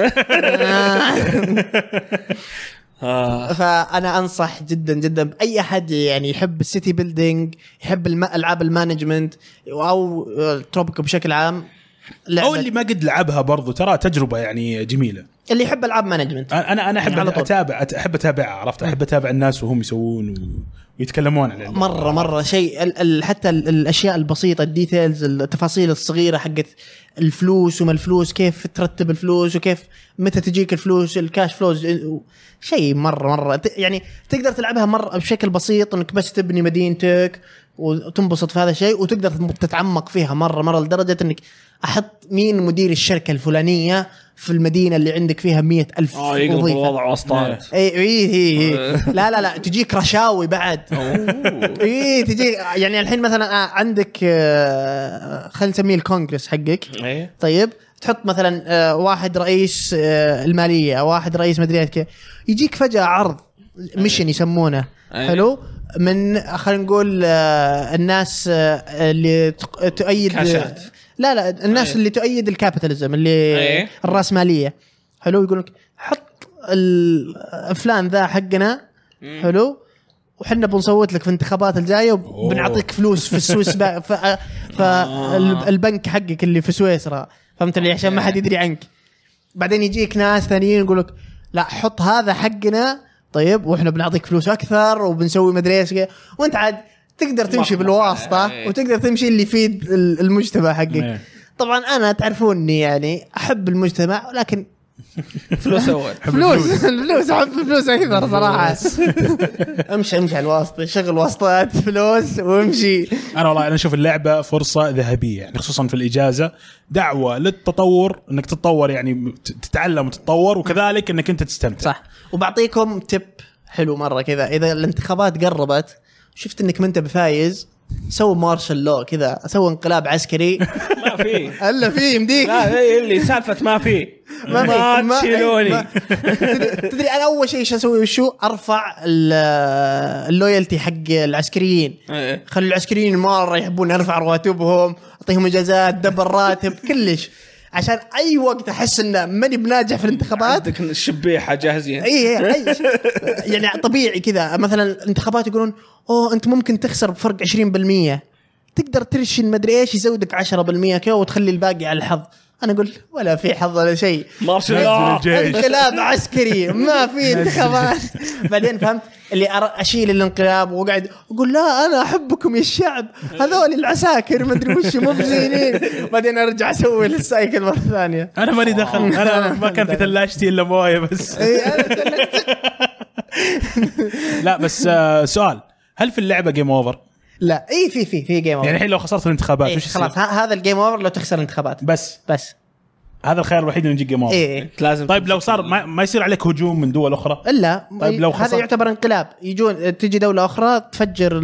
آه. فأنا أنصح جدا جدا بأي أحد يعني يحب السيتي بيلدينج، يحب الألعاب المانجمنت أو تروبيكو بشكل عام، او اللي ما قد لعبها برضو ترى تجربه يعني جميله. اللي يحب العاب مانجمنت انا انا احب يعني اتابع احب اتابعها عرفت احب اتابع الناس وهم يسوون و... ويتكلمون عن مره مره شيء ال ال حتى ال الاشياء البسيطه الديتيلز التفاصيل الصغيره حقت الفلوس وما الفلوس كيف ترتب الفلوس وكيف متى تجيك الفلوس الكاش فلوز شيء مره مره يعني تقدر تلعبها مره بشكل بسيط انك بس تبني مدينتك وتنبسط في هذا الشيء وتقدر تتعمق فيها مره مره لدرجه انك احط مين مدير الشركه الفلانيه في المدينه اللي عندك فيها مية ألف اه يقلب الوضع وسطات. اي اي اي لا لا لا تجيك رشاوي بعد. اي تجي يعني الحين مثلا عندك خلينا نسميه الكونغرس حقك. طيب تحط مثلا واحد رئيس الماليه واحد رئيس مدريات كذا يجيك فجاه عرض ميشن يسمونه حلو من خلينا نقول الناس اللي تؤيد كاشات. لا لا الناس أيه. اللي تؤيد الكابيتاليزم اللي أيه. الرأسمالية حلو يقولك حط الفلان ذا حقنا حلو وحنا بنصوت لك في انتخابات الجاية وبنعطيك فلوس في السويس فالبنك حقك اللي في سويسرا فهمت لي عشان ما حد يدري عنك. بعدين يجيك ناس ثانيين يقولك لا حط هذا حقنا طيب واحنا بنعطيك فلوس أكثر وبنسوي مدري ايش وانت عاد تقدر تمشي بالواسطة وتقدر تمشي اللي يفيد المجتمع حقك. طبعا أنا تعرفوني يعني أحب المجتمع ولكن فلوس أول فلوس الفلوس أحب الفلوس أكثر صراحة. أمشي أمشي على الواسطة شغل واسطات فلوس وامشي. أنا والله أنا أشوف اللعبة فرصة ذهبية يعني خصوصا في الإجازة دعوة للتطور إنك تتطور يعني تتعلم وتتطور وكذلك إنك أنت تستمتع. صح. وبعطيكم تip حلو مرة كذا إذا الانتخابات قربت شفت انك ما انت بفايز سوي مارشال لو كذا سوي انقلاب عسكري. ما في الا في يمديك لا هي اللي سالفه ما في ما, ما تشيلوني. تدري انا اول شيء ايش اسوي وشو ارفع اللويالتي حق العسكريين. خلي العسكريين مره يحبون ارفع رواتبهم اعطيهم اجازات دبر راتب كلش عشان اي وقت احس ان ماني بناجح في الانتخابات عندك الشبيحه جاهزين. اي اي يعني طبيعي كذا مثلا الانتخابات يقولون اوه انت ممكن تخسر بفرق عشرين بالمية تقدر ترشن مدري ايش يزودك عشرة بالمية كذا وتخلي الباقي على الحظ. انا اقول ولا في حظ ولا شيء انقلاب عسكري ما في انتخابات. بعدين فهمت اللي اشيل الانقلاب وقاعد اقول لا انا احبكم يا الشعب هذول العساكر ما ادري وش مو بزينين. بعدين ارجع اسوي السايكل مره ثانيه. انا ماني دخل انا ما كان في ثلاجتي الا مويه بس. لا بس سؤال هل في اللعبه جيم اوفر؟ لا اي في في في جيم اوفر يعني الحين لو خسرت الانتخابات إيه وش خلاص هذا الجيم اوفر لو تخسر الانتخابات بس بس هذا الخيار الوحيد انه يجي جيم اوفر. إيه. لازم طيب لو صار ما, ما يصير عليك هجوم من دول اخرى الا طيب لو هذا يعتبر انقلاب يجون تجي دوله اخرى تفجر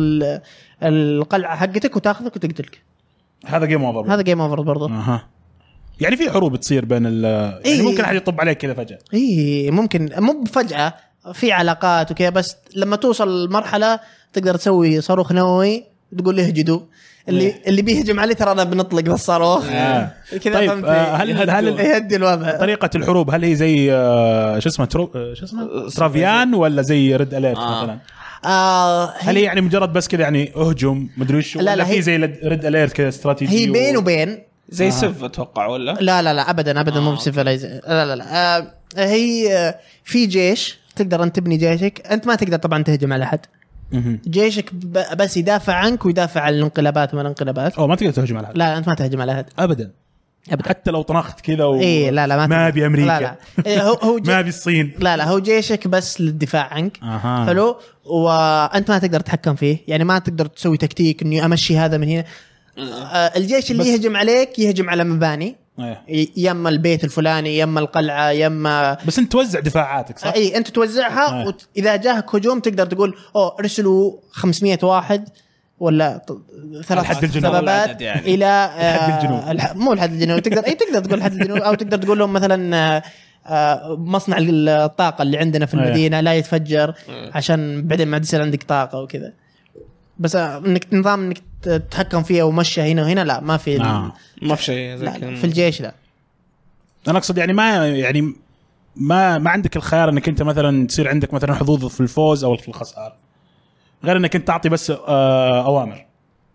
القلعه حقتك وتاخذك وتقتلك. هذا جيم اوفر هذا جيم اوفر برضه. اها يعني في حروب تصير بين ال إيه. يعني ممكن احد يطب عليك كذا فجاه. اي ممكن مو بفجاه في علاقات وكذا بس لما توصل المرحله تقدر تسوي صاروخ نووي تقول له اهجدوا اللي إيه. اللي بيهجم عليه ترى انا بنطلق بالصاروخ آه. كذا. طيب آه هل هل يهدي الوضع. طريقه الحروب هل هي زي آه شو اسمه ترو آه شو اسمه ترافيان ولا زي ريد اليرت آه. مثلا آه هل هي يعني مجرد بس كذا يعني اهجم مدري وش ولا في زي ريد اليرت كذا استراتيجي هي بين و... وبين زي آه. سيف اتوقع ولا لا لا لا ابدا ابدا آه. مو بسيف لا لا لا آه هي في جيش تقدر انت تبني جيشك انت ما تقدر طبعا تهجم على احد. جيشك بس يدافع عنك ويدافع عن الانقلابات وما الانقلابات. أو ما تقدر تهجم على أحد. لا أنت ما تهجم على أحد أبدا. أبدا حتى لو طنخت كذا و... إيه لا لا ما, ما بي أمريكا لا لا. إيه هو هو ما بي الصين لا لا هو جيشك بس للدفاع عنك. أها. حلو وأنت ما تقدر تتحكم فيه يعني ما تقدر تسوي تكتيك إني أمشي هذا من هنا. آه الجيش اللي يهجم عليك يهجم على مباني يما البيت الفلاني يما القلعة يما بس انت توزع دفاعاتك صح؟ اي انت توزعها واذا جاءك هجوم تقدر تقول اوه ارسلوا خمسمية واحد ولا ثلاث حد دبابات يعني. الى الحد الجنوب الح... مو الحد الجنوب تقدر اي تقدر تقول الحد الجنوب او تقدر تقول لهم مثلا مصنع الطاقة اللي عندنا في المدينة لا يتفجر عشان بعدين ما يصير عندك طاقة وكذا. بس انك نظام انك تتحكم فيها ومشي هنا وهنا لا ما في آه. ما في شيء زي كذا في الجيش. لا انا اقصد يعني ما يعني ما ما عندك الخيار انك انت مثلا تصير عندك مثلا حظوظ في الفوز او في الخساره غير انك انت تعطي بس آه اوامر.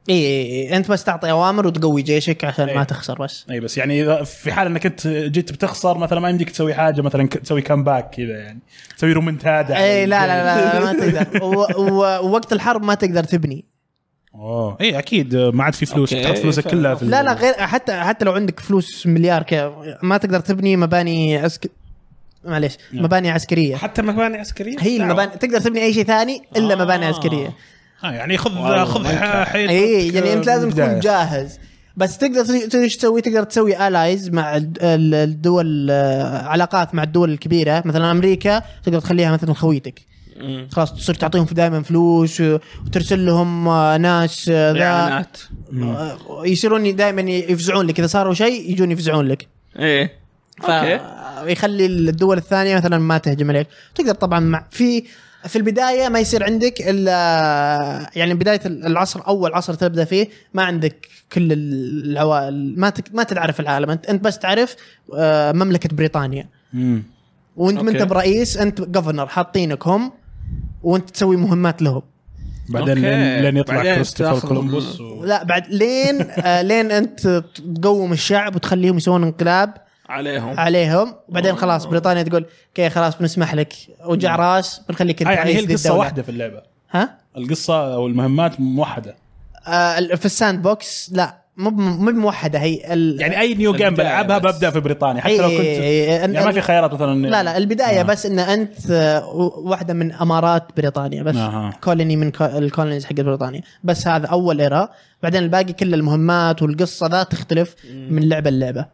اي انت بس تعطي اوامر وتقوي جيشك عشان إيه. ما تخسر بس. اي بس يعني اذا في حال انك انت جيت بتخسر مثلا ما يمديك تسوي حاجه مثلا تسوي كامباك كذا يعني تسوي رومنتادا. اي لا لا لا, لا ما تقدر. ووقت الحرب ما تقدر تبني. اوه اي اكيد ما عاد في فلوس تحط فلوسك كلها في لا لا غير حتى حتى لو عندك فلوس مليار كذا ما تقدر تبني مباني عسك... معليش مباني عسكريه. حتى مباني عسكريه هي المباني تقدر تبني اي شيء ثاني الا آه. مباني عسكريه. اه يعني خذ خذ حيل. اي يعني انت لازم تكون جاهز بس تقدر ايش تسوي. تقدر تسوي الايز مع الدول علاقات مع الدول الكبيره مثلا امريكا تقدر تخليها مثلا خويتك خلاص تصير تعطيهم دائما فلوس وترسل لهم ناس ذا يصيرون دائما يفزعون لك اذا صاروا شيء يجون يفزعون لك. ايه اوكي يخلي الدول الثانيه مثلا ما تهجم عليك. تقدر طبعا مع في في البدايه ما يصير عندك الا يعني بدايه العصر اول عصر تبدا فيه ما عندك كل العوائل ما تك ما تعرف العالم انت انت بس تعرف مملكه بريطانيا امم وانت ما انت برئيس انت جوفرنر حاطينك هم وانت تسوي مهمات لهم. بعدين لين, لين يطلع كريستوفر كولومبوس و... لا بعد لين آه لين انت تقوم الشعب وتخليهم يسوون انقلاب عليهم عليهم وبعدين خلاص بريطانيا تقول كي خلاص بنسمح لك وجع راس بنخليك انت آه يعني هي القصه الدولة. واحده في اللعبه ها القصه او المهمات موحده آه في الساند بوكس لا مو مو موحده هي ال... يعني اي نيو جيم بلعبها ببدا في بريطانيا حتى لو كنت يعني ما في خيارات مثلا. لا لا البدايه آه. بس ان انت واحده من امارات بريطانيا بس آه. كولوني من الكولونيز حق بريطانيا بس هذا اول ايرا. بعدين الباقي كل المهمات والقصه ذا تختلف من لعبه للعبه.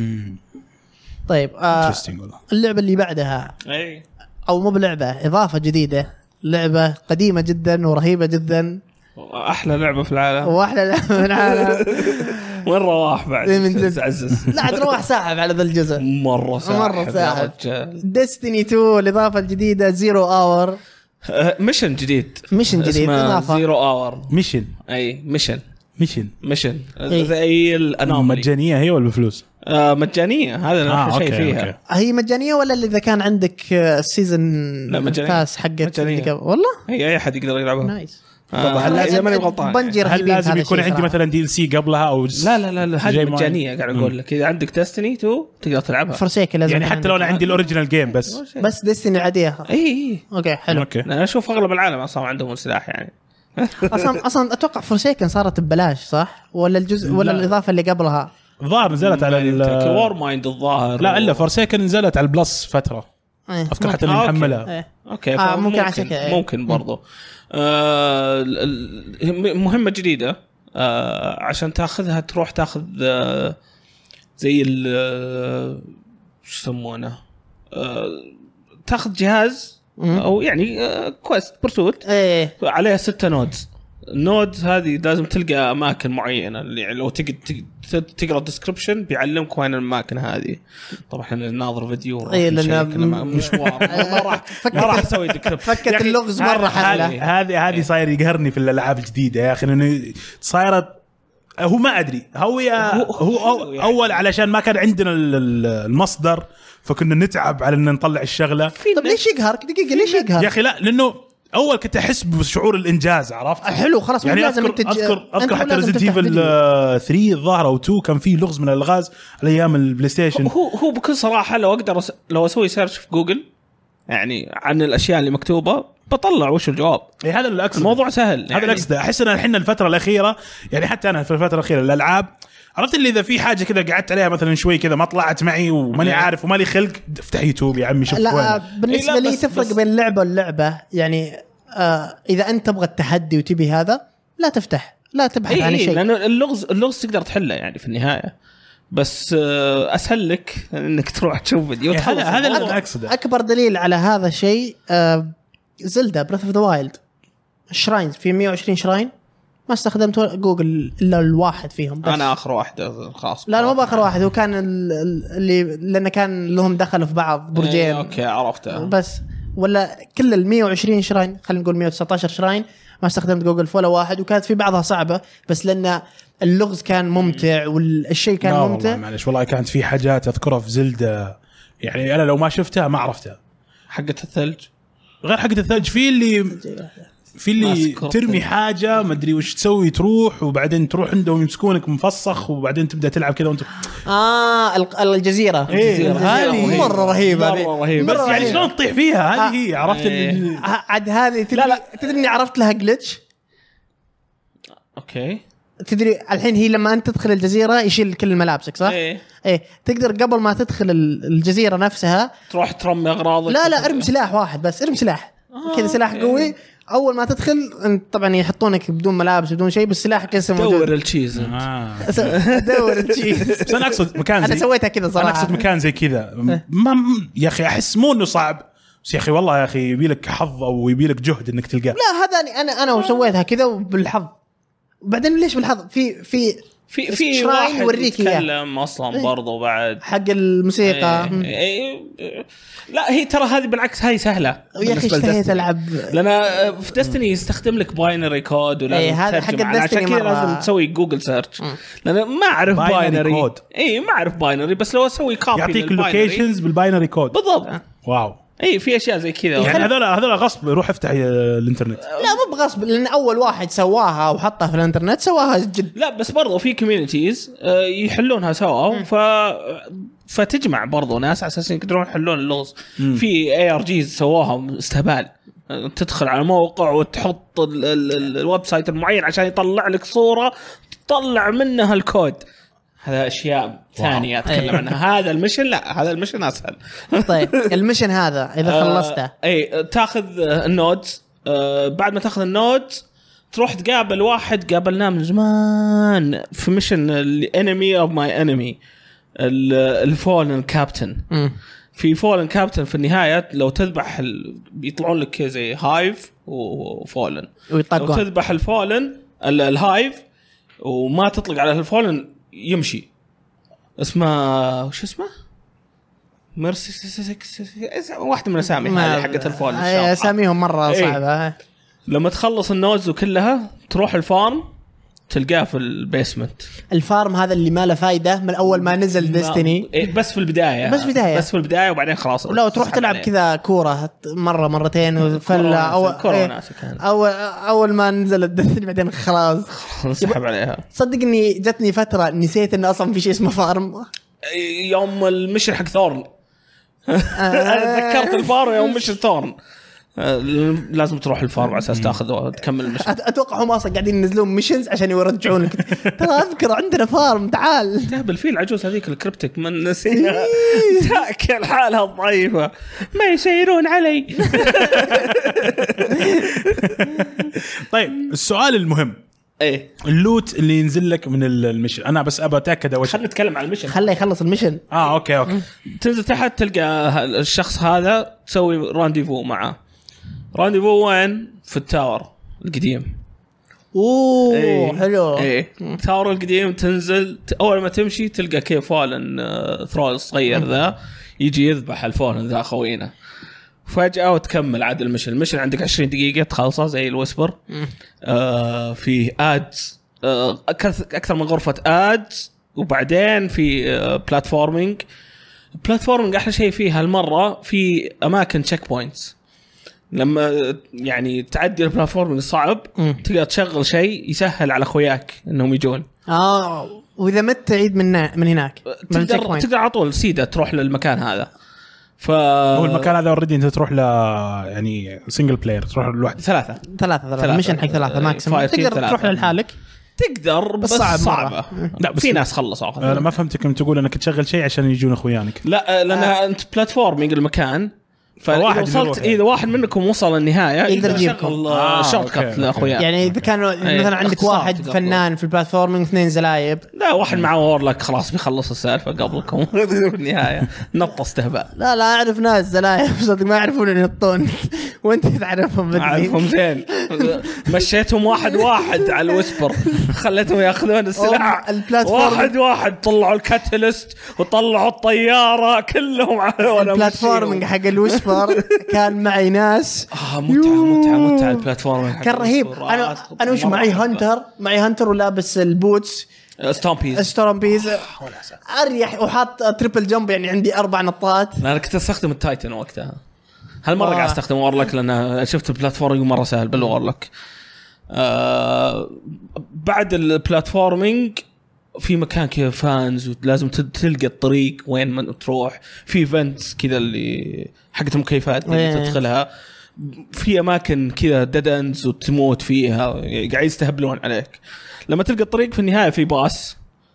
طيب آه اللعبه اللي بعدها أي. او مو بلعبه اضافه جديده لعبه قديمه جدا ورهيبه جدا احلى لعبه في العالم واحلى لعبه في العالم. وين رواح بعد من عزز لا عاد رواح ساحب على ذا الجزء مره ساحب مره ساحب. ديستني تو الاضافه الجديده زيرو اور ميشن جديد ميشن جديد اضافه زيرو اور ميشن اي ميشن ميشن ميشن زي الانام مجانيه هي ولا بفلوس؟ آه مجانيه هذا آه اخر شيء فيها. أوكي. هي مجانيه ولا اللي اذا كان عندك السيزون باس حقت والله هي اي احد يقدر يلعبها نايس. آه هل لازم ماني غلطان هل لازم يكون عندي مثلا دي ال سي قبلها او لا لا لا, لا هذه مجانيه قاعد اقول لك اذا عندك ديستني تو تقدر تلعبها فرسيك لازم يعني حتى لو انا عندي الاوريجينال جيم بس بس ديستني العاديه اي اي اوكي حلو. أوكي. انا اشوف اغلب العالم اصلا عندهم السلاح يعني اصلا اصلا اتوقع فرسيكن صارت ببلاش صح ولا الجزء ولا لا. الاضافه اللي قبلها الظاهر نزلت على الوار مايند الظاهر لا الا فرسيكن نزلت على البلس فتره ايه. اذكر حتى اني محملها ايه. اوكي آه ممكن عشان كذا ممكن برضو آه مهمه جديده آه عشان تاخذها تروح تاخذ آه زي ال شو يسمونه آه تاخذ جهاز او يعني آه كويست برسوت ايه. عليها ستة نودز. النودز هذه لازم تلقى اماكن معينه يعني لو تقدر تقرا الديسكربشن بيعلمك وين الاماكن هذه. طبعا احنا نناظر فيديو اي لان مشوار ما راح ما راح اسوي ديكريبت فكت اللغز مره حلوه. هذه هذه صاير يقهرني في الالعاب الجديده يا اخي انه صايرت هو ما ادري هو هو اول علشان ما كان عندنا المصدر فكنا نتعب على ان نطلع الشغله. طب ليش يقهرك دقيقه ليش يقهر يا اخي؟ لا لانه اول كنت احس بشعور الانجاز عرفت حلو خلاص يعني لازم أذكر, انت اذكر اذكر حتى ريزيدنت ايفل ثلاثة الظاهر او اثنين كان فيه لغز من الالغاز على ايام البلاي ستيشن. هو هو بكل صراحه لو اقدر أس... لو اسوي سيرش في جوجل يعني عن الاشياء اللي مكتوبه بطلع وش الجواب. إيه هذا الاكس الموضوع سهل يعني. هذا الاكس احس ان الحين الفتره الاخيره يعني حتى انا في الفتره الاخيره الالعاب عرفت اللي اذا في حاجه كذا قعدت عليها مثلا شوي كذا ما طلعت معي وماني عارف ومالي خلق افتح يوتيوب يا عمي شوف لا وين. بالنسبه إيه لي بس تفرق بس بين اللعبه واللعبه يعني آه اذا انت تبغى التحدي وتبي هذا لا تفتح لا تبحث إيه عن شيء لانه اللغز اللغز تقدر تحله يعني في النهايه بس آه اسهل لك انك تروح تشوف فيديو. إيه هذا هذا اللي اقصده. اكبر دليل على هذا الشيء آه زلدا بريث اوف ذا وايلد شراينز في مية وعشرين شراين ما استخدمت جوجل الا الواحد فيهم بس. انا اخر واحده خلاص لا مو باخر واحد هو كان اللي لانه كان لهم دخلوا في بعض برجين. ايه اوكي عرفته بس ولا كل ال مية وعشرين شراين خلينا نقول مية وتسعة عشر شراين ما استخدمت جوجل ولا واحد وكانت في بعضها صعبه بس لان اللغز كان ممتع والشيء كان لا ممتع. والله معلش والله كانت في حاجات اذكرها في زلدا يعني انا لو ما شفتها ما عرفتها. حقه الثلج غير حقه الثلج في اللي في اللي ترمي حاجه ما ادري وش تسوي تروح وبعدين تروح عندهم يمسكونك مفسخ وبعدين تبدا تلعب كذا وانت اه الجزيره الجزيره هذه مره رهيبه مره رهيبه بس يعني شلون تطيح فيها هذه هي عرفت ال... عاد هذه تدري لا لا تدري اني عرفت لها جلتش. اوكي تدري الحين هي لما انت تدخل الجزيره يشيل كل ملابسك صح؟ ايه ايه تقدر قبل ما تدخل الجزيره نفسها تروح ترمي اغراضك. لا لا ارمي سلاح واحد بس ارمي سلاح آه كذا سلاح قوي إيه. اول ما تدخل طبعا يحطونك بدون ملابس بدون شيء بس سلاحك لسه موجود. دور التشيز آه. دور التشيز. بس انا اقصد مكان زي انا سويتها كذا صراحه. انا اقصد مكان زي كذا ما يا اخي احس مو انه صعب بس يا اخي والله يا اخي يبي لك حظ او يبي لك جهد انك تلقاه. لا هذا انا انا وسويتها كذا بالحظ. وبعدين ليش بالحظ في في في في واحد يوريك يتكلم اصلا برضو بعد حق الموسيقى. ايه ايه ايه لا هي ترى هذه بالعكس هاي سهله يا اخي اشتهيت العب لان في دستني يستخدم لك باينري كود ولا ايه هذا حق دستني مرة لازم تسوي جوجل سيرش لان ما اعرف باينري اي ما اعرف باينري بس لو اسوي كوبي يعطيك اللوكيشنز بالباينري كود بالضبط. واو اي في اشياء زي كذا يعني هذول هذول غصب يروح يفتح الانترنت. لا مو بغصب لان اول واحد سواها وحطها في الانترنت سواها جد. لا بس برضو في كوميونيتيز يحلونها سوا ف فتجمع برضو ناس على اساس يقدرون يحلون اللغز. في اي ار جيز سواها استهبال تدخل على موقع وتحط الويب سايت المعين عشان يطلع لك صورة تطلع منها الكود. هذا أشياء ثانية أتكلم عنها. هذا المشن لا هذا المشن أسهل. طيب المشن هذا إذا خلصته آه أي تأخذ النودز. آه بعد ما تأخذ النودز تروح تقابل واحد قابلناه من زمان في مشن الانمي of my enemy الفولن كابتن. في فولن كابتن في النهاية لو تذبح ال... بيطلعون لك زي هايف وفولن لو تذبح الفولن ال... الهايف وما تطلق على الفولن يمشي اسمه وش اسمه مرسي واحدة من الأسامي هذه حقت الفولن أساميهم مرة صعبة. ايه. لما تخلص النوز وكلها تروح الفارم تلقاه في البيسمنت. الفارم هذا اللي ما له فايدة من أول ما نزل ديستني إيه بس في البداية بس بداية بس في البداية وبعدين خلاص ولو تروح تلعب كذا كورة مرة مرتين وفلا أو إيه أول أول ما نزل الديستني بعدين خلاص سحب عليها. صدق إني جتني فترة نسيت إنه أصلا في شيء اسمه فارم يوم المشي حق ثورن. أنا تذكرت الفارم يوم مش ثورن لازم تروح الفارم على اساس تاخذ وتكمل المشن. اتوقع هم اصلا قاعدين ينزلون ميشنز عشان يرجعونك. ترى اذكر عندنا فارم تعال تهبل فيه العجوز هذيك الكريبتك من نسيها تاكل حالها ضعيفه ما يسيرون علي. طيب السؤال المهم ايه اللوت اللي ينزل لك من المشن انا بس ابى اتاكد اول خلينا نتكلم عن المشن. خليه يخلص المشن. اه اوكي اوكي تنزل تحت تلقى الشخص هذا تسوي رانديفو معه. رانديفو وين في التاور القديم. اوه ايه. حلو. ايه التاور القديم تنزل اول ما تمشي تلقى كيف فالن ثرول صغير ذا يجي يذبح الفالن ذا خوينا فجأة وتكمل عاد المشن. المشن عندك عشرين دقيقة تخلصها زي الويسبر. آه في ادز آه اكثر من غرفة ادز وبعدين في آه بلاتفورمينج. بلاتفورمينج احلى شيء فيها المرة في اماكن تشيك بوينتس لما يعني تعدي البلاتفورمينج صعب تقدر تشغل شيء يسهل على اخوياك انهم يجون. اه واذا مت تعيد من من هناك تقدر تقدر على طول سيده تروح للمكان هذا. ف هو المكان هذا اوريدي انت تروح ل يعني سنجل بلاير تروح لوحدك. ثلاثه ثلاثه ثلاثه مشن حق ثلاثه ماكسيموم تقدر تروح للحالك تقدر بس صعب صعبه. لا بس في ناس خلصوا. انا ما فهمتكم تقول انك تشغل شيء عشان يجون اخوانك. لا لان آه. انت بلاتفورمينج المكان فإذا وصلت إذا واحد منكم وصل النهاية يقدر يجيبكم آه شورت كات لأخويا. يعني إذا كانوا مثلا عندك واحد فنان في البلاتفورمينج اثنين زلايب لا واحد معه وورلك خلاص بيخلص السالفة قبلكم في النهاية نط استهباء. لا لا أعرف ناس زلايب صدق ما يعرفون ينطون وأنت تعرفهم بدري. أعرفهم زين مشيتهم واحد واحد على الويسبر خلتهم يأخذون السلاح واحد واحد طلعوا الكاتاليست وطلعوا الطيارة كلهم على البلاتفورمينج حق الويسبر. كان معي ناس اه متعه متعه متعه البلاتفورم كان رهيب. انا انا وش معي هانتر معي هانتر ولابس البوتس ستومبيز ستومبيز اريح وحاط تريبل جمب يعني عندي اربع نطات. انا كنت استخدم التايتن وقتها هالمره قاعد استخدم وورلك لان شفت البلاتفورمينج مره سهل بالوورلك. آه بعد البلاتفورمينج في مكان كذا فانز ولازم تلقى الطريق وين ما تروح. في ايفنتس كذا اللي حقت المكيفات اللي تدخلها في اماكن كذا ديدنز وتموت فيها قاعد يستهبلون عليك. لما تلقى الطريق في النهايه في باص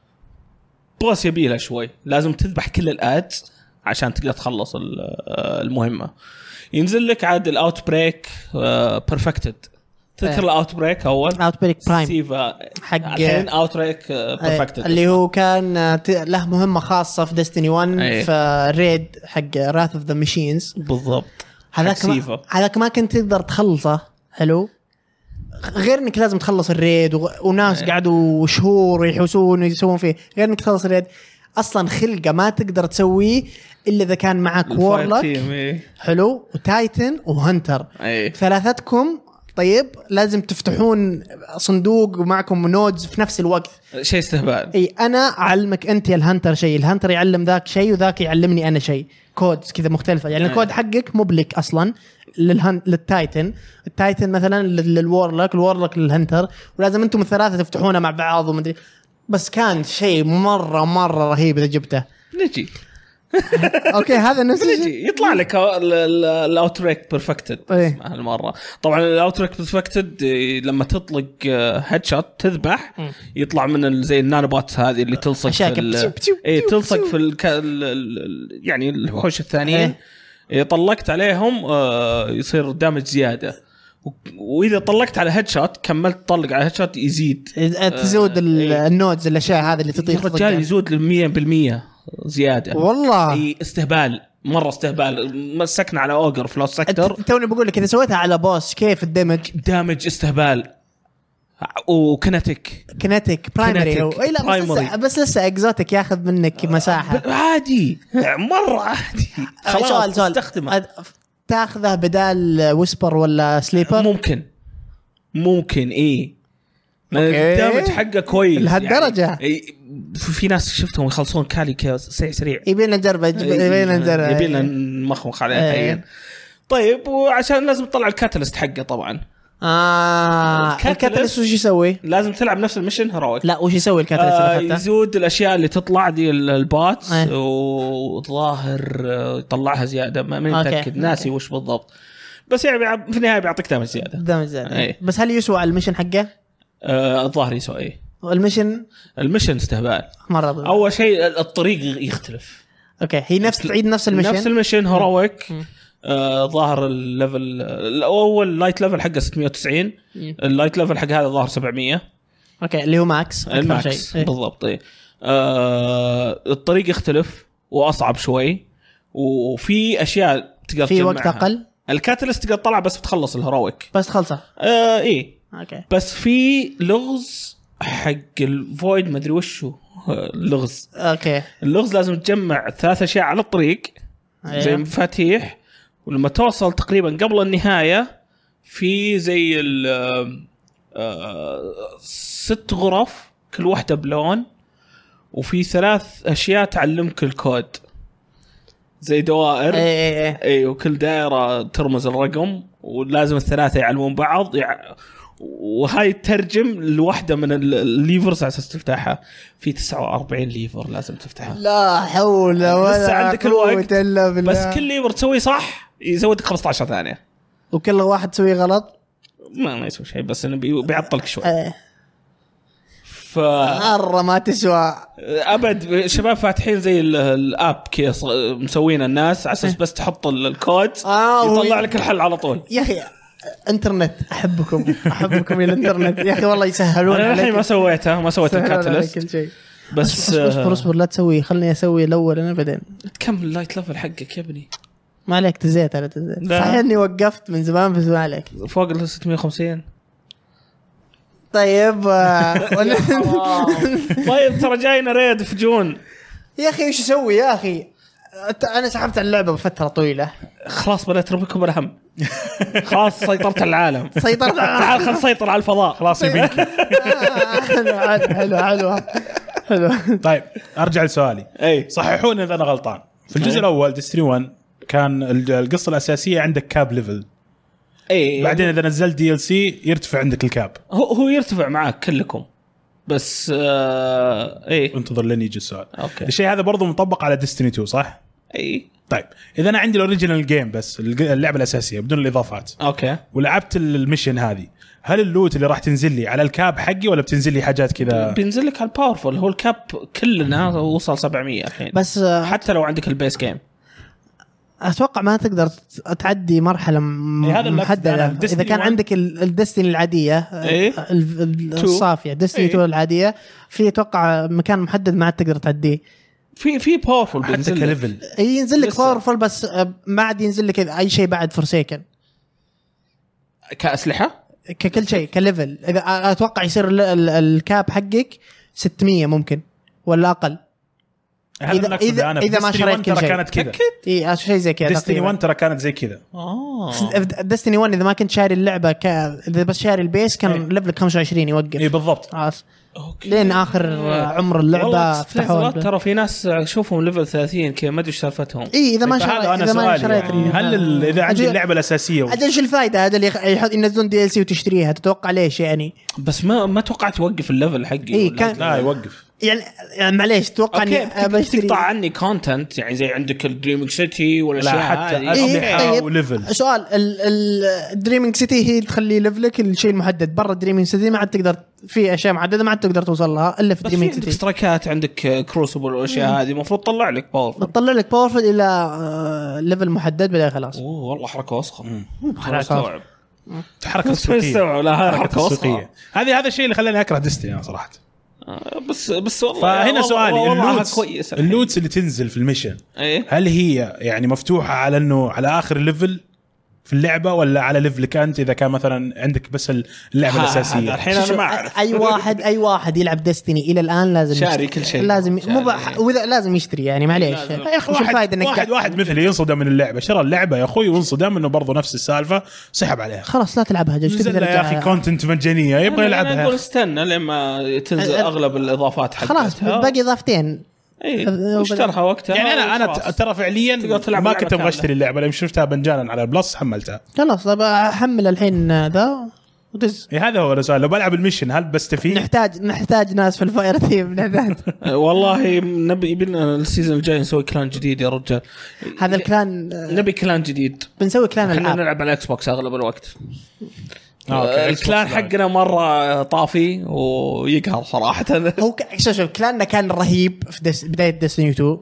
باص يبيله شوي لازم تذبح كل الادز عشان تقدر تخلص المهمه. ينزل لك عاد الاوت بريك بيرفكتد. تذكر الاوت بريك اول اوت بريك برايم سيفا حق الحين اوت بريك بيرفكتد اللي هو كان له مهمه خاصه في ديستني واحد أيه. في ريد حق راث اوف ذا ماشينز بالضبط. هذاك ما هذاك ما كنت تقدر تخلصه. حلو غير انك لازم تخلص الريد و... وناس أيه. قعدوا شهور يحوسون ويسوون فيه. غير انك تخلص الريد اصلا خلقه ما تقدر تسويه الا اذا كان معك وورلك إيه. حلو وتايتن وهنتر أيه. ثلاثتكم. طيب لازم تفتحون صندوق ومعكم نودز في نفس الوقت. شيء استهبال. اي انا اعلمك انت يا الهنتر شيء الهنتر يعلم ذاك شيء وذاك يعلمني انا شيء. كودز كذا مختلفه يعني. الكود حقك مبلك اصلا للهن... للتايتن التايتن مثلا للوورلك الوورلك للهنتر ولازم انتم الثلاثه تفتحونها مع بعض ومدري. بس كان شيء مره مره رهيب اذا جبته. نجي اوكي هذا نفس الشيء يطلع لك الاوتريك بيرفكتد هالمره. طبعا الاوتريك بيرفكتد لما تطلق هيد شوت تذبح يطلع من زي النانوبوتس هذه اللي تلصق في اي تلصق في ال يعني الوحوش الثانيين. طلقت عليهم يصير دامج زياده. واذا طلقت على هيد شوت كملت تطلق على هيد شوت يزيد تزود النودز الاشياء هذه اللي تطير. الرجال يزود ل مية بالمية زياده والله. اي استهبال مره استهبال. مسكنا على اوجر في لوست سيكتور. توني بقول لك اذا سويتها على بوس كيف الدمج دامج استهبال وكنتيك كنتيك برايمري. اي لا بس لسه بس لسه اكزوتيك ياخذ منك مساحه عادي مره عادي. خلاص تستخدمه تاخذه بدال ويسبر ولا سليبر. ممكن ممكن ايه الدمج حقه كويس لهالدرجه يعني. في ناس شفتهم يخلصون كالي كذا سريع سريع. يبينا نجرب يبينا نجرب يبينا نمخمخ عليه الحين. طيب وعشان لازم تطلع الكاتاليست حقه طبعا. اه الكاتاليست وش يسوي؟ لازم تلعب نفس الميشن هرويك. لا وش يسوي الكاتاليست؟ آه يزود الاشياء اللي تطلع دي البوتس آه. وظاهر يطلعها زياده ما متاكد ناسي وش بالضبط. بس يعني في النهايه بيعطيك دامج زياده دامج زياده. بس هل يسوى الميشن حقه؟ آه الظاهر يسوى ايه. والميشن الميشن استهبال مره ضبط. اول شيء الطريق يختلف. اوكي هي نفس تعيد نفس الميشن نفس الميشن هرويك. آه ظاهر الليفل الاول لايت ليفل حقه ستمية وتسعين. اللايت ليفل حق هذا ظاهر سبعمية. اوكي اللي هو ماكس الماكس إيه؟ بالضبط ايه. آه الطريق يختلف واصعب شوي وفي اشياء تقدر في وقت اقل. الكاتاليست تقدر تطلع بس بتخلص الهرويك بس تخلصه. آه ايه اوكي بس في لغز حق الفويد ما ادري وش هو اللغز. اوكي اللغز لازم تجمع ثلاث اشياء على الطريق أيوه. زي مفاتيح ولما توصل تقريبا قبل النهايه في زي ال ست غرف كل واحده بلون وفي ثلاث اشياء تعلمك الكود زي دوائر. اي اي اي, أي وكل دائره ترمز الرقم ولازم الثلاثه يعلمون بعض يع... وهاي تترجم لوحده من الليفرز على اساس تفتحها. في تسعة وأربعين ليفر لازم تفتحها. لا حول ولا قوة الا بالله. بس كل ليفر تسوي صح يزودك خمسة عشر ثانيه وكل واحد تسوي غلط ما ما يسوي شيء بس انه بيعطلك شوي. أه. ف مره ما تسوى ابد. الشباب فاتحين زي الاب كذا مسوين الناس على اساس بس تحط الكود آه يطلع لك الحل على طول. يا اخي انترنت احبكم احبكم الى الانترنت يا اخي والله يسهلون عليك. انا الحين ما سويتها ما سويت الكاتاليست بس اصبر اصبر لا تسوي خلني اسوي الاول انا بعدين تكمل اللايت ليفل حقك يا ابني. ما عليك تزيت على تزيت صحيح اني وقفت من زمان بس ما عليك فوق ال ستمية وخمسين. طيب طيب ترى جاينا ريد في جون يا اخي ايش اسوي يا اخي؟ انا سحبت على اللعبه بفتره طويله خلاص بدأت ربكم الهم. خلاص سيطرت على العالم سيطرت تعال خل نسيطر على الفضاء خلاص يبيك. حلو حلو حلو حلو. طيب ارجع لسؤالي. اي صححوني اذا انا غلطان. في الجزء الاول ديستري واحد كان القصه الاساسيه عندك كاب ليفل، اي بعدين اذا نزلت دي ال سي يرتفع عندك الكاب. هو هو يرتفع معك كلكم بس آه ايه انتظر لين يجي السؤال. اوكي الشيء هذا برضو مطبق على ديستني تو صح؟ اي طيب اذا انا عندي الاوريجينال جيم بس اللعبه الاساسيه بدون الاضافات اوكي ولعبت الميشن هذه، هل اللوت اللي راح تنزل لي على الكاب حقي ولا بتنزل لي حاجات كذا؟ بينزل لك على الباورفول. هو الكاب كلنا وصل سبعمية الحين بس حتى لو عندك البيس جيم اتوقع ما تقدر تعدي مرحله محدده اذا كان عندك الدستني العاديه إيه؟ الصافيه دستني تو العاديه في اتوقع مكان محدد ما تقدر تعديه. في في باورفول حتى كليفل ينزل لك باورفول بس ما عاد ينزل لك اي شيء بعد فورسيكن كاسلحه ككل شيء كليفل. اذا اتوقع يصير الكاب حقك ستمية ممكن ولا اقل إذا إذا, أنا إذا ما شريت كل شيء كانت كذا. إيه شيء زي كذا. ديستني واحد ترى كانت زي كذا. آه. ديستني واحد إذا ما كنت شاري اللعبة ك... إذا بس شاري البيس كان إيه. ليفلك خمسة وعشرين يوقف. إيه بالضبط. عاص. لين آخر عمر اللعبة فتحوا. ترى في ناس أشوفهم ليفل ثلاثين كذا ما أدري شرفتهم. إيه إذا ما شريت إذا ما شريت يعني هل ال... إذا عندي اللعبة الأساسية. أجل شو الفائدة هذا اللي يحط ينزلون دي إل سي وتشتريها تتوقع ليش يعني؟ بس ما ما توقعت توقف الليفل حقي. إيه كان... لا يوقف. يعني يعني معليش توقع اني بشتري تقطع عني كونتنت يعني زي عندك الدريمينج سيتي ولا شيء حتى اسلحه إيه طيب. وليفل. سؤال الدريمينج سيتي هي تخلي ليفلك الشيء المحدد، برا الدريمينج سيتي ما عاد تقدر في اشياء محدده ما عاد تقدر توصل لها الا في دريمينج سيتي. عندك اشتراكات عندك كروسبل والاشياء هذه المفروض تطلع لك باورفل تطلع لك باورفل الى ليفل محدد بعدين خلاص. اوه والله حركه وسخه حركه حركه تسويقيه. لا حركه وسخه هذه هذا الشيء اللي خلاني اكره ديستني انا صراحه. بس بس والله فهنا سؤالي اللوتس, كويس اللوتس اللي تنزل في الميشن إيه؟ هل هي يعني مفتوحة على انه على اخر ليفل في اللعبة ولا على ليفلك انت اذا كان مثلا عندك بس اللعبة الاساسية؟ الحين انا ما اعرف. اي واحد اي واحد يلعب ديستني الى الان لازم شاري كل شيء لازم مو بح... وذا لازم يشتري يعني معليش يا اخي واحد انك واحد, واحد مثلي ينصدم من اللعبة شرى اللعبة يا اخوي وانصدم انه برضه نفس السالفة سحب عليها خلاص لا تلعبها نزل يا اخي كونتنت مجانية يبغى يلعبها. انا اقول استنى لما تنزل اغلب الاضافات حقتها خلاص باقي اضافتين ايه واشترها وقتها يعني انا انا ترى فعليا ما كنت ابغى اشتري اللعبه لما شفتها مجانا على البلس حملتها خلاص طب احمل الحين ذا ودز. إيه هذا هو السؤال لو بلعب الميشن هل بستفيد؟ نحتاج نحتاج ناس في الفاير تيم نبات. والله نبي يبينا السيزون الجاي نسوي كلان جديد يا رجال. هذا الكلان نبي كلان جديد بنسوي كلان العاب نلعب على الاكس بوكس اغلب الوقت. آه الكلان حقنا مرة طافي ويقهر صراحة. هو شوف شوف كلاننا كان رهيب في دس بداية ديستني اثنين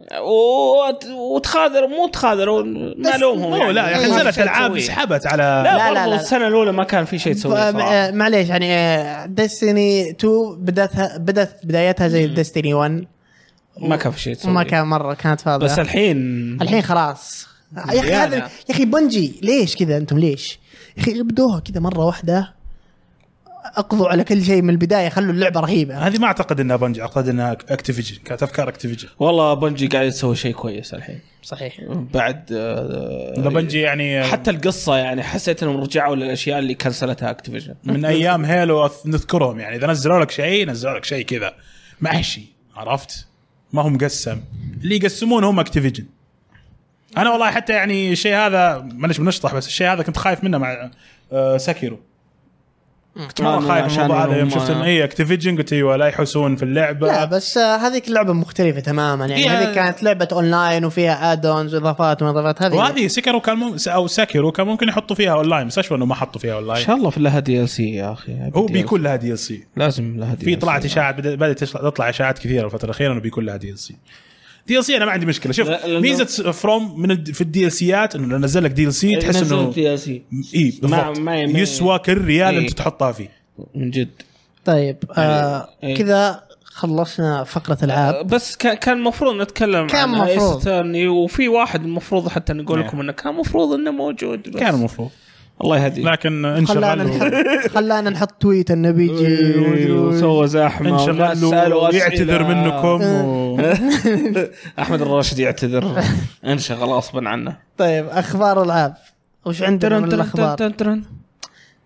وتخاذر مو تخاذر نالومهم يعني. لا يا اخي نزلت العاب سحبت على لا, لا, لا, لا السنة الأولى ما كان في شيء تسويه صراحة. معليش يعني ديستني اثنين بدأتها بدأت بدايتها زي ديستني واحد ما كان في شيء تسويه ما كان مرة كانت فاضية بس الحين الحين خلاص يا اخي هذا يا اخي بنجي ليش كذا انتم ليش يا اخي ابدوها كذا مرة واحدة اقضوا على كل شيء من البدايه خلوا اللعبه رهيبه. هذه ما اعتقد انها بنجي اعتقد انها اكتيفيجن كانت افكار اكتيفيجن. والله بنجي قاعد يسوي شيء كويس الحين صحيح بعد آه بنجي يعني حتى القصه يعني حسيت انهم رجعوا للاشياء اللي كنسلتها اكتيفيجن من ايام هيلو نذكرهم يعني اذا نزلوا لك شيء نزلوا لك شيء كذا ماشي عرفت ما هم مقسم اللي يقسمون هم اكتيفيجن. انا والله حتى يعني الشيء هذا معلش بنشطح بس الشيء هذا كنت خايف منه مع آه ساكيرو كنت مرة خايف من الموضوع هذا يوم شفت إن إيه أكتيفيجن قلت إيه ولا يحسون في اللعبة. لا بس هذيك اللعبة مختلفة تماما يعني هذه كانت لعبة أونلاين وفيها آدونز وإضافات وإضافات هذه. وهذه سكروا كان مم... أو ساكيرو كان ممكن يحطوا فيها أونلاين بس أشوف إنه ما حطوا فيها أونلاين. إن شاء الله في لها دي إل سي يا أخي. هو بيكون لها دي إل سي لازم لها دي إل سي. في طلعت إشاعات بدأت تطلع إشاعات كثيرة الفترة الأخيرة إنه بيكون لها دي إل سي. دي إل سي أنا ما عندي مشكلة شوف ميزة فروم من في الدي إل سيات إنه نزل لك دي إل سي تحس إنه إيه بالضبط يسوى كل ريال أنت تحطها فيه من جد. طيب آه إيه. كذا خلصنا فقرة العاب آه بس كان المفروض نتكلم كان عن مفروض. وفي واحد المفروض حتى نقول لكم انه كان المفروض انه موجود بس كان المفروض الله يهديه لكن انشغل خلانا نحط تويت النبي يجي وسوى زحمه انشغل يعتذر منكم و... احمد الراشد يعتذر انشغل غصبا عنه. طيب اخبار العاب وش عندنا من الاخبار؟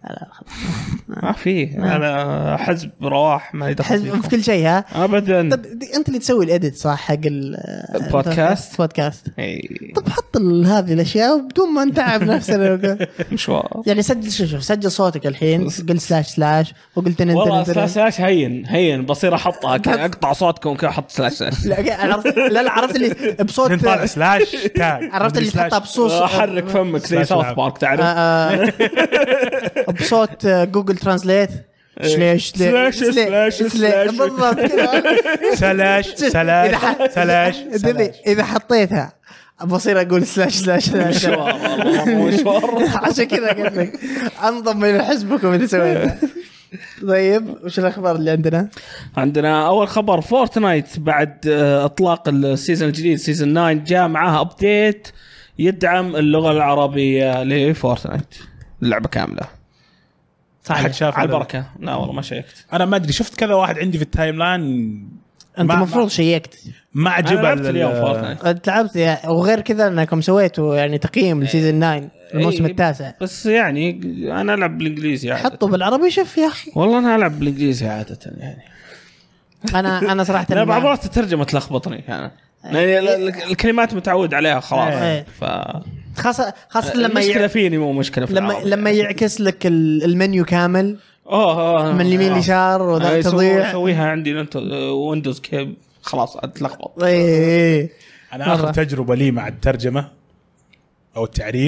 ما في انا حزب رواح ما يدخل حزب في كل شيء ها ابدا. طب انت اللي تسوي الاديت صح حق البودكاست بودكاست اي طب حط هذه الاشياء بدون ما نتعب نفسنا مشوار يعني سجل شوف سجل صوتك الحين قل سلاش سلاش وقلت انت والله سلاش سلاش هين هين بصير احطها اقطع صوتكم كذا احط سلاش سلاش لا عرفت لا لا عرفت اللي بصوت نطلع سلاش تاج عرفت اللي تحطها بصوت احرك فمك زي ساوث بارك تعرف بصوت جوجل ترانسليت سلاش سلاش سلاش سلاش بالضبط كذا سلاش سلاش سلاش اذا حطيتها بصير اقول سلاش سلاش مشوار والله مشوار عشان كذا قلت لك انضم الى حزبكم اذا سويتها. طيب وش الاخبار اللي عندنا؟ عندنا اول خبر فورتنايت بعد اطلاق السيزون الجديد سيزون تسعة جاء معها ابديت يدعم اللغه العربيه لفورتنايت اللعبه كامله. احد شاف على البركه؟ لا والله ما شيكت. انا ما ادري شفت كذا واحد عندي في التايم لاين. انت المفروض شيكت ما عجب اليوم فورتنايت لعبت يعني وغير كذا انكم سويتوا يعني تقييم لسيزون تسعة الموسم التاسع بس يعني انا العب بالانجليزي عادة. حطوا بالعربي شوف يا اخي والله انا العب بالانجليزي عاده يعني. انا انا صراحه انا بعض الترجمه تلخبطني يعني الكلمات متعود عليها خلاص. ف خاصه خاصه لما مشكله ي... فيني مو مشكله في لما العربي. لما يعكس لك المنيو كامل اه من اليمين لليسار وذا تضيع اسويها عندي انت ويندوز كيب خلاص اتلخبط. ايه انا اخر تجربه لي مع الترجمه او التعريب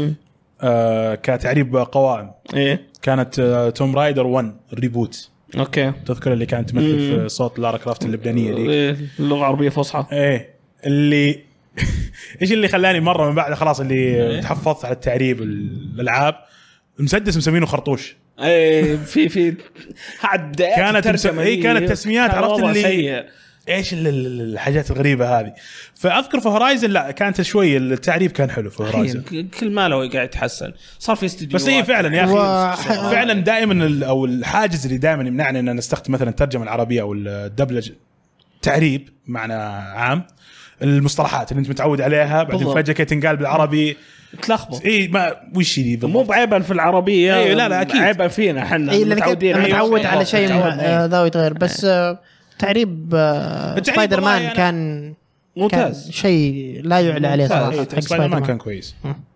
آه كتعريب قوائم ايه كانت آه توم رايدر واحد الريبوت. اوكي تذكر اللي كانت تمثل في صوت لارا كرافت اللبنانيه دي إيه اللغه العربيه فصحى. ايه اللي ايش اللي خلاني مره من بعد خلاص اللي إيه؟ تحفظت على التعريب الالعاب المسدس مسمينه خرطوش. ايه في في حد كانت مسم... هي كانت تسميات عرفت اللي سيء. ايش الحاجات الغريبه هذه. فاذكر في هورايزن لا كانت شوي التعريب كان حلو في هورايزن كل ما له قاعد يتحسن صار في استديوهات. بس هي فعلا يا اخي و... فعلا دائما او الحاجز اللي دائما يمنعني ان نستخدم مثلا الترجمه العربيه او الدبلجه تعريب معنى عام المصطلحات اللي انت متعود عليها بعدين فجاه كي تنقال بالعربي تلخبط. اي ما وش دي مو بعيبا في العربيه. اي لا لا اكيد عيبا فينا احنا إيه متعودين أيوة متعود على شيء ذا يتغير. بس تعريب سبايدر مان كان ممتاز شيء لا يعلى عليه صراحه. سبايدر مان كان كويس.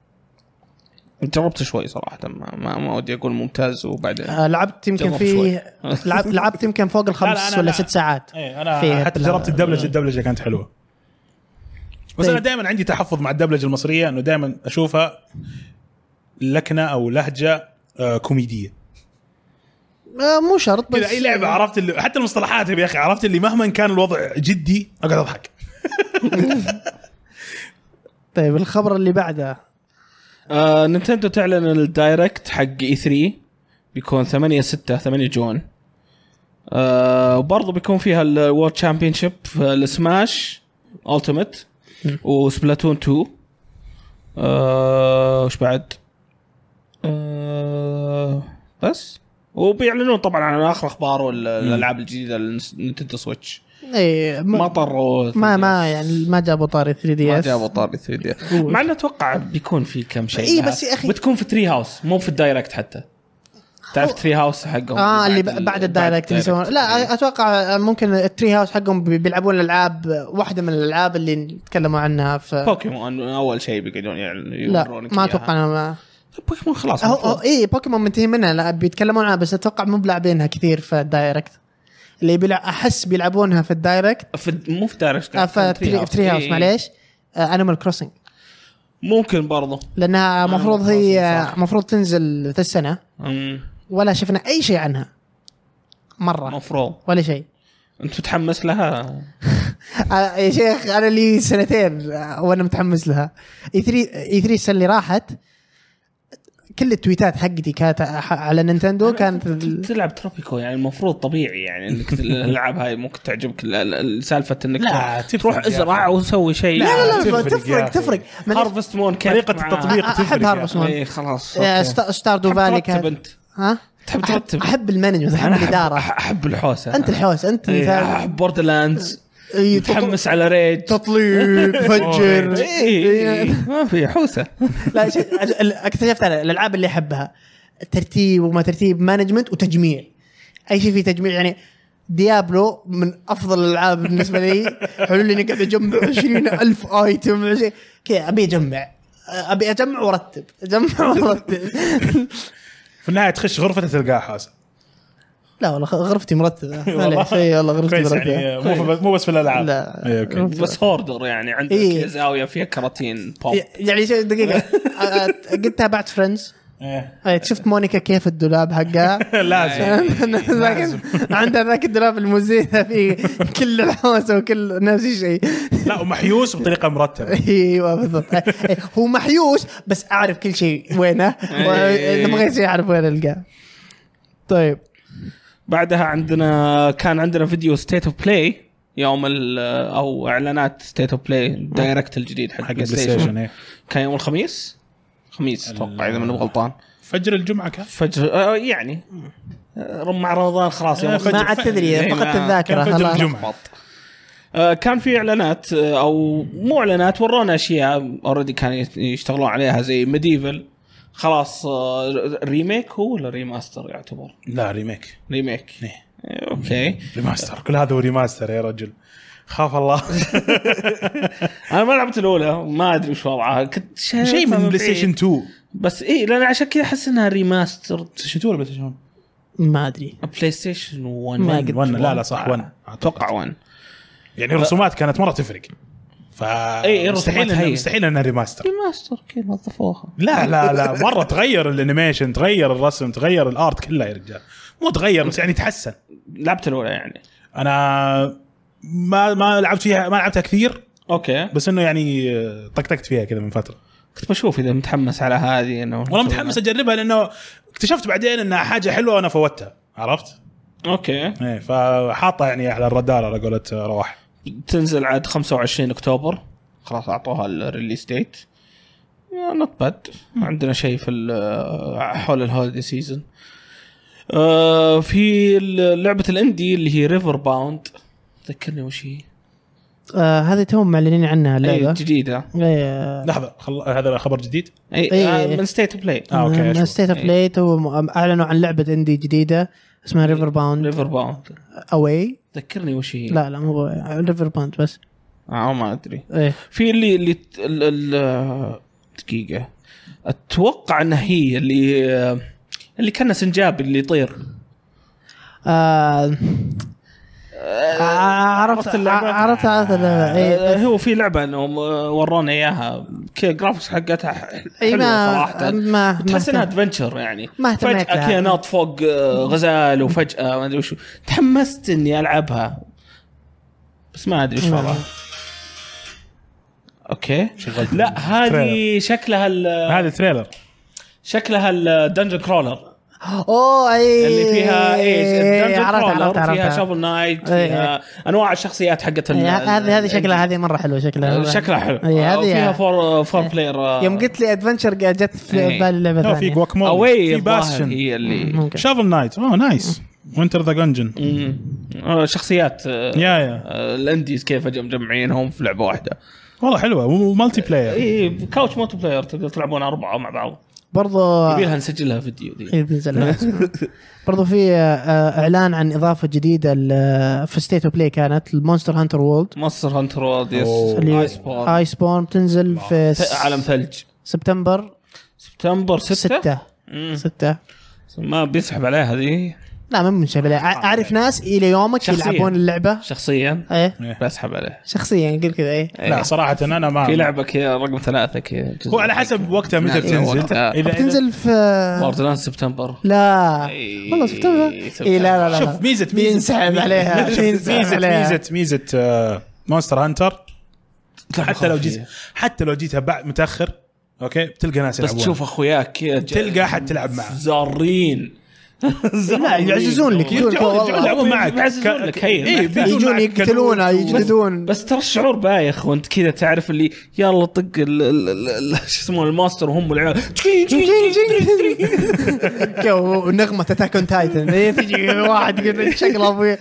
جربت شوي صراحه ما ما ودي اقول ممتاز وبعدين آه لعبت يمكن في لعبت لعبت يمكن فوق الخمس لا لا ولا ست ساعات. ايه انا حتى جربت الدبلجه الدبلجه كانت حلوه. بس انا دائما عندي تحفظ مع الدبلجه المصريه انه دائما اشوفها لكنه او لهجه آه كوميديه. آه مو شرط بس اي لعبه عرفت اللي حتى المصطلحات يا اخي عرفت اللي مهما كان الوضع جدي اقعد اضحك. طيب الخبر اللي بعده آه، نينتندو تعلن الدايركت حق اي ثري بيكون ثمانية ستة ثمانية جون. آه، وبرضه بيكون فيها الورد تشامبيونشيب السماش التيمت وسبلاتون تو. آه، وش بعد آه، بس وبيعلنون طبعا عن اخر اخبار والالعاب الجديده للنينتندو سويتش. اي ما طروا ما ما يعني ما جابوا طاري ثري دي اس ما جابوا طاري ثري دي اس مع انه اتوقع بيكون في كم شيء. اي بس يا اخي بتكون في تري هاوس مو في الدايركت حتى تعرف تري هاوس حقهم اه اللي بعد الدايركت اللي يسوون. لا إيه. اتوقع ممكن التري هاوس حقهم بيلعبون الالعاب واحده من الالعاب اللي نتكلموا عنها في بوكيمون اول شيء بيقعدون يعني لا ما اتوقع انا ما بوكيمون خلاص أو اي بوكيمون منتهي منها لا بيتكلمون عنها بس اتوقع مو بلاعبينها كثير في الدايركت اللي بيلعب احس بيلعبونها في الدايركت في مو في دايركت في تري هاوس معليش انيمال كروسنج ممكن برضه لانها مفروض هي مفروض تنزل في السنه ولا شفنا اي شيء عنها مره مفروض ولا شيء. انت متحمس لها؟ يا شيخ انا لي سنتين وانا متحمس لها. اي ثري اي ثري السنه اللي راحت كل التويتات حقتي كانت على نينتندو كانت تلعب تروبيكو يعني المفروض طبيعي يعني انك الالعاب هاي ممكن تعجبك سالفه انك تروح ازرع وسوي شيء. لا لا لا تفرق تفرق هارفست مون طريقه التطبيق احب هارفست مون. اي خلاص ستاردو فالي كانت ها تحب ترتب. احب المانجمنت احب الاداره احب الحوسه. انت الحوسه انت احب بوردرلاندز متحمس على ريد تطليق فجر ما في حوسه. لا اكتشفت انا الالعاب اللي احبها ترتيب وما ترتيب مانجمنت وتجميع اي شيء فيه تجميع يعني ديابلو من افضل الالعاب بالنسبه لي حلو لي اني قاعد اجمع عشرين ألف ايتم كذا ابي اجمع ابي اجمع وارتب اجمع وارتب في النهايه تخش غرفه تلقاها حاسه لا والله غرفتي مرتبه ما شيء والله غرفتي مرتبه يعني مو مو بس في الالعاب لا أي أوكي. بس هوردر يعني عندك إيه. زاويه فيها كراتين بوب يعني شيء دقيقه قلتها بعد فريندز ايه شفت مونيكا كيف الدولاب حقها لازم لكن عندها ذاك الدولاب المزيد فيه كل الحوسه وكل نفس الشيء لا ومحيوس بطريقه مرتبه ايوه بالضبط هو محيوس بس اعرف كل شيء وينه اذا بغيت شيء اعرف وين القاه. طيب بعدها عندنا كان عندنا فيديو ستيت اوف بلاي يوم او اعلانات ستيت اوف بلاي دايركت الجديد حق بلاي ستيشن كان يوم الخميس خميس اتوقع اذا ماني غلطان فجر الجمعه كان فجر آه يعني مع رمضان خلاص يوم ما عاد تدري فقدت الذاكره خلاص. آه كان في اعلانات او مو اعلانات ورونا اشياء اوريدي كانوا يشتغلون عليها زي ميديفل خلاص آه ريميك هو ولا ريماستر يعتبر؟ لا ريميك ريميك إيه. اوكي ريماستر كل هذا هو ريماستر يا رجل خاف الله. انا ما لعبت الاولى ما ادري وش وضعها كنت شيء من بلاي ستيشن اثنين بس ايه لان عشان كذا احس انها ريماستر بلاي ستيشن اثنين ولا بلاي ستيشن ما ادري بلاي ستيشن واحد واحد لا لا صح واحد اتوقع واحد يعني الرسومات كانت مره تفرق ف اي مستحيل مستحيل انها ريماستر ريماستر كذا نظفوها لا لا لا مره تغير الانيميشن تغير الرسم تغير الارت كله يا رجال مو تغير بس يعني تحسن. لعبت الاولى يعني انا ما ما لعبت فيها ما لعبتها كثير اوكي بس انه يعني طقطقت فيها كذا من فتره كنت بشوف اذا متحمس على هذه انه والله متحمس اجربها لانه اكتشفت بعدين انها حاجه حلوه وانا فوتها عرفت اوكي ايه فحاطه يعني على الرادار على قولة رواح. تنزل عاد خمسة وعشرين اكتوبر خلاص اعطوها الريليس ديت نوت باد عندنا شيء في حول الهوليدي سيزون. آه في لعبه الاندي اللي هي ريفر باوند ذكرني وش هي آه هذه توم معلنين عنها اللعبه أي جديده أي لحظه خل... هذا خبر جديد اي, أي آه من ستيت اوف بلاي اه اوكي من ستيت اوف بلاي تو اعلنوا عن لعبه اندي جديده اسمها ريفر باوند ريفر باوند اواي ذكرني وش هي لا لا مو ريفر باوند بس اه ما ادري ايه في اللي اللي ال دقيقه اتوقع انها هي اللي اللي كان سنجاب اللي يطير آه عرفت اللعبة عرفت عرفت اللعبة إيه هو في لعبة انهم ورونا اياها كذا جرافيكس حقتها حلوة صراحة ما تحس انها ادفنتشر يعني ما فجأة كذا ناط فوق غزال وفجأة ما ادري وشو تحمست اني العبها بس ما ادري وش وضعها. اوكي لا هذه شكلها هذا تريلر شكلها الدنجن كرولر اوه اي اللي فيها ايش عرفت عرفت فيها شوفل نايت فيها انواع الشخصيات حقت هذه هذه شكلها هذه مره حلوه شكلها شكلها حلو هذه فيها فور فور بلاير يوم قلت لي ادفنتشر جت في بالي اللعبه ثانيه في جواكامولي في باشن هي اللي شوفل نايت اوه نايس وينتر ذا جنجن شخصيات يا يا الانديز كيف اجوا مجمعينهم في لعبه واحده والله حلوه ومالتي بلاير اي كاوتش مالتي بلاير تقدر تلعبون اربعه مع بعض برضو يبيلها نسجلها فيديو دي ينزل برضو في اعلان عن اضافه جديده في ستيت اوف بلاي كانت المونستر هانتر وورلد مونستر هانتر وورلد يس ايس بون ايس بون بتنزل في عالم ثلج سبتمبر سبتمبر ستة ستة ما بيسحب عليها هذه لا ما بنسحب عليها اعرف ناس الى يومك يلعبون اللعبه شخصيا ايه بسحب عليها شخصيا قل كذا ايه لا صراحه انا ما في لعبه كذا رقم ثلاثة كذا هو على حسب وقتها متى بتنزل اذا بتنزل في بوردرلاند سبتمبر لا والله سبتمبر اي لا لا شوف ميزه بينسحب عليها ميزه ميزه ميزه مونستر هانتر حتى لو جيت حتى لو جيتها بعد متاخر اوكي بتلقى ناس يلعبون بس تشوف اخوياك كذا تلقى احد تلعب معه زارين لا يعززون لك يلعبون معك يعززون لك هي يجون يقتلونا يجلدون بس ترى الشعور بايخ وانت كذا تعرف اللي يلا طق شو اسمه الماستر وهم والعيال كيو نغمة أتاك أون تايتن تجي واحد يقول شكله أبوي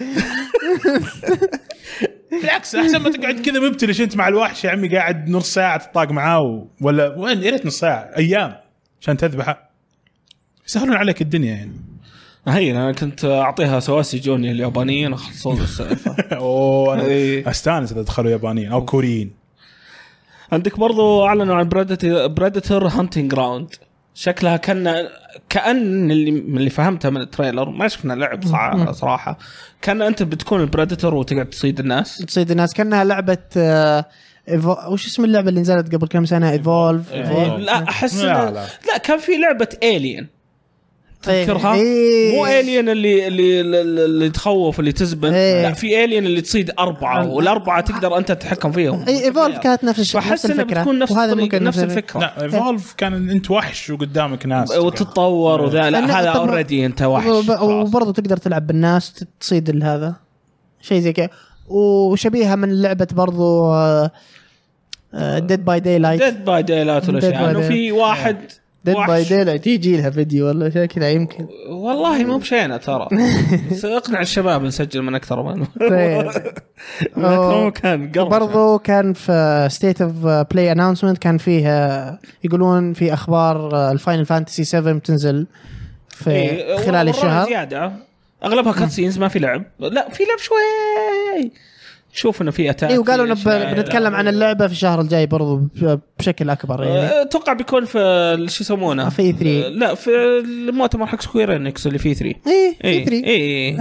بالعكس احسن ما تقعد كذا مبتلش انت مع الوحش يا عمي قاعد نص ساعه تطاق معاه ولا وين يا ريت نص ساعه ايام عشان تذبحه يسهلون عليك الدنيا يعني. هي انا كنت اعطيها سواسي جوني اليابانيين خلصوا السالفه. اوه انا استانس اذا دخلوا يابانيين او كوريين. عندك برضو اعلنوا عن بريدتور هانتنج جراوند. شكلها كان كأن اللي من اللي فهمتها من التريلر ما شفنا لعب صراحة, صراحة كان أنت بتكون البريدتور وتقعد تصيد الناس تصيد الناس كأنها لعبة آه إيفو... وش اسم اللعبة اللي نزلت قبل كم سنة إيفولف. لا أحس لا, لا. لا كان في لعبة إيليين تذكرها. إيه. مو إيليين اللي اللي اللي تخوف اللي تزبن. إيه. لا في إيليين اللي تصيد أربعة والأربعة تقدر أنت تتحكم فيهم. اي إيفولف كانت نفس الشيء نفس الفكرة وهذا ممكن نفس الفكرة. لا إيفولف كان أنت وحش وقدامك ناس وتتطور وذا. لا هذا أوريدي أنت وحش وبرضه تقدر تلعب بالناس تصيد هذا شيء زي كذا. وشبيهة من لعبة برضه ديد باي داي لايت. ديد باي داي لايت ولا شيء انه في واحد ديد باي داي لايت يجي لها فيديو ولا شيء كذا يمكن. والله مو بشينا ترى. بس اقنع الشباب نسجل من اكثر من مكان. برضو كان في ستيت اوف بلاي اناونسمنت كان فيها يقولون في اخبار الفاينل فانتسي سبعة بتنزل في إيه خلال الشهر زياده. اغلبها كاتسينز ما في لعب. لا في لعب شوي. شوف انه في اتاك. اي وقالوا نب... بنتكلم عن اللعبه في الشهر الجاي برضو بشكل اكبر يعني. اتوقع بيكون في شو يسمونه في ثلاثة. لا في المؤتمر حق سكوير انكس اللي فيه ثلاثة. اي في ثلاثة. اي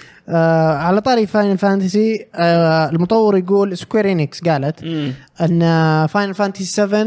آه على طاري فاينل فانتسي آه المطور يقول سكوير انكس قالت م. ان فاينل فانتسي سبعة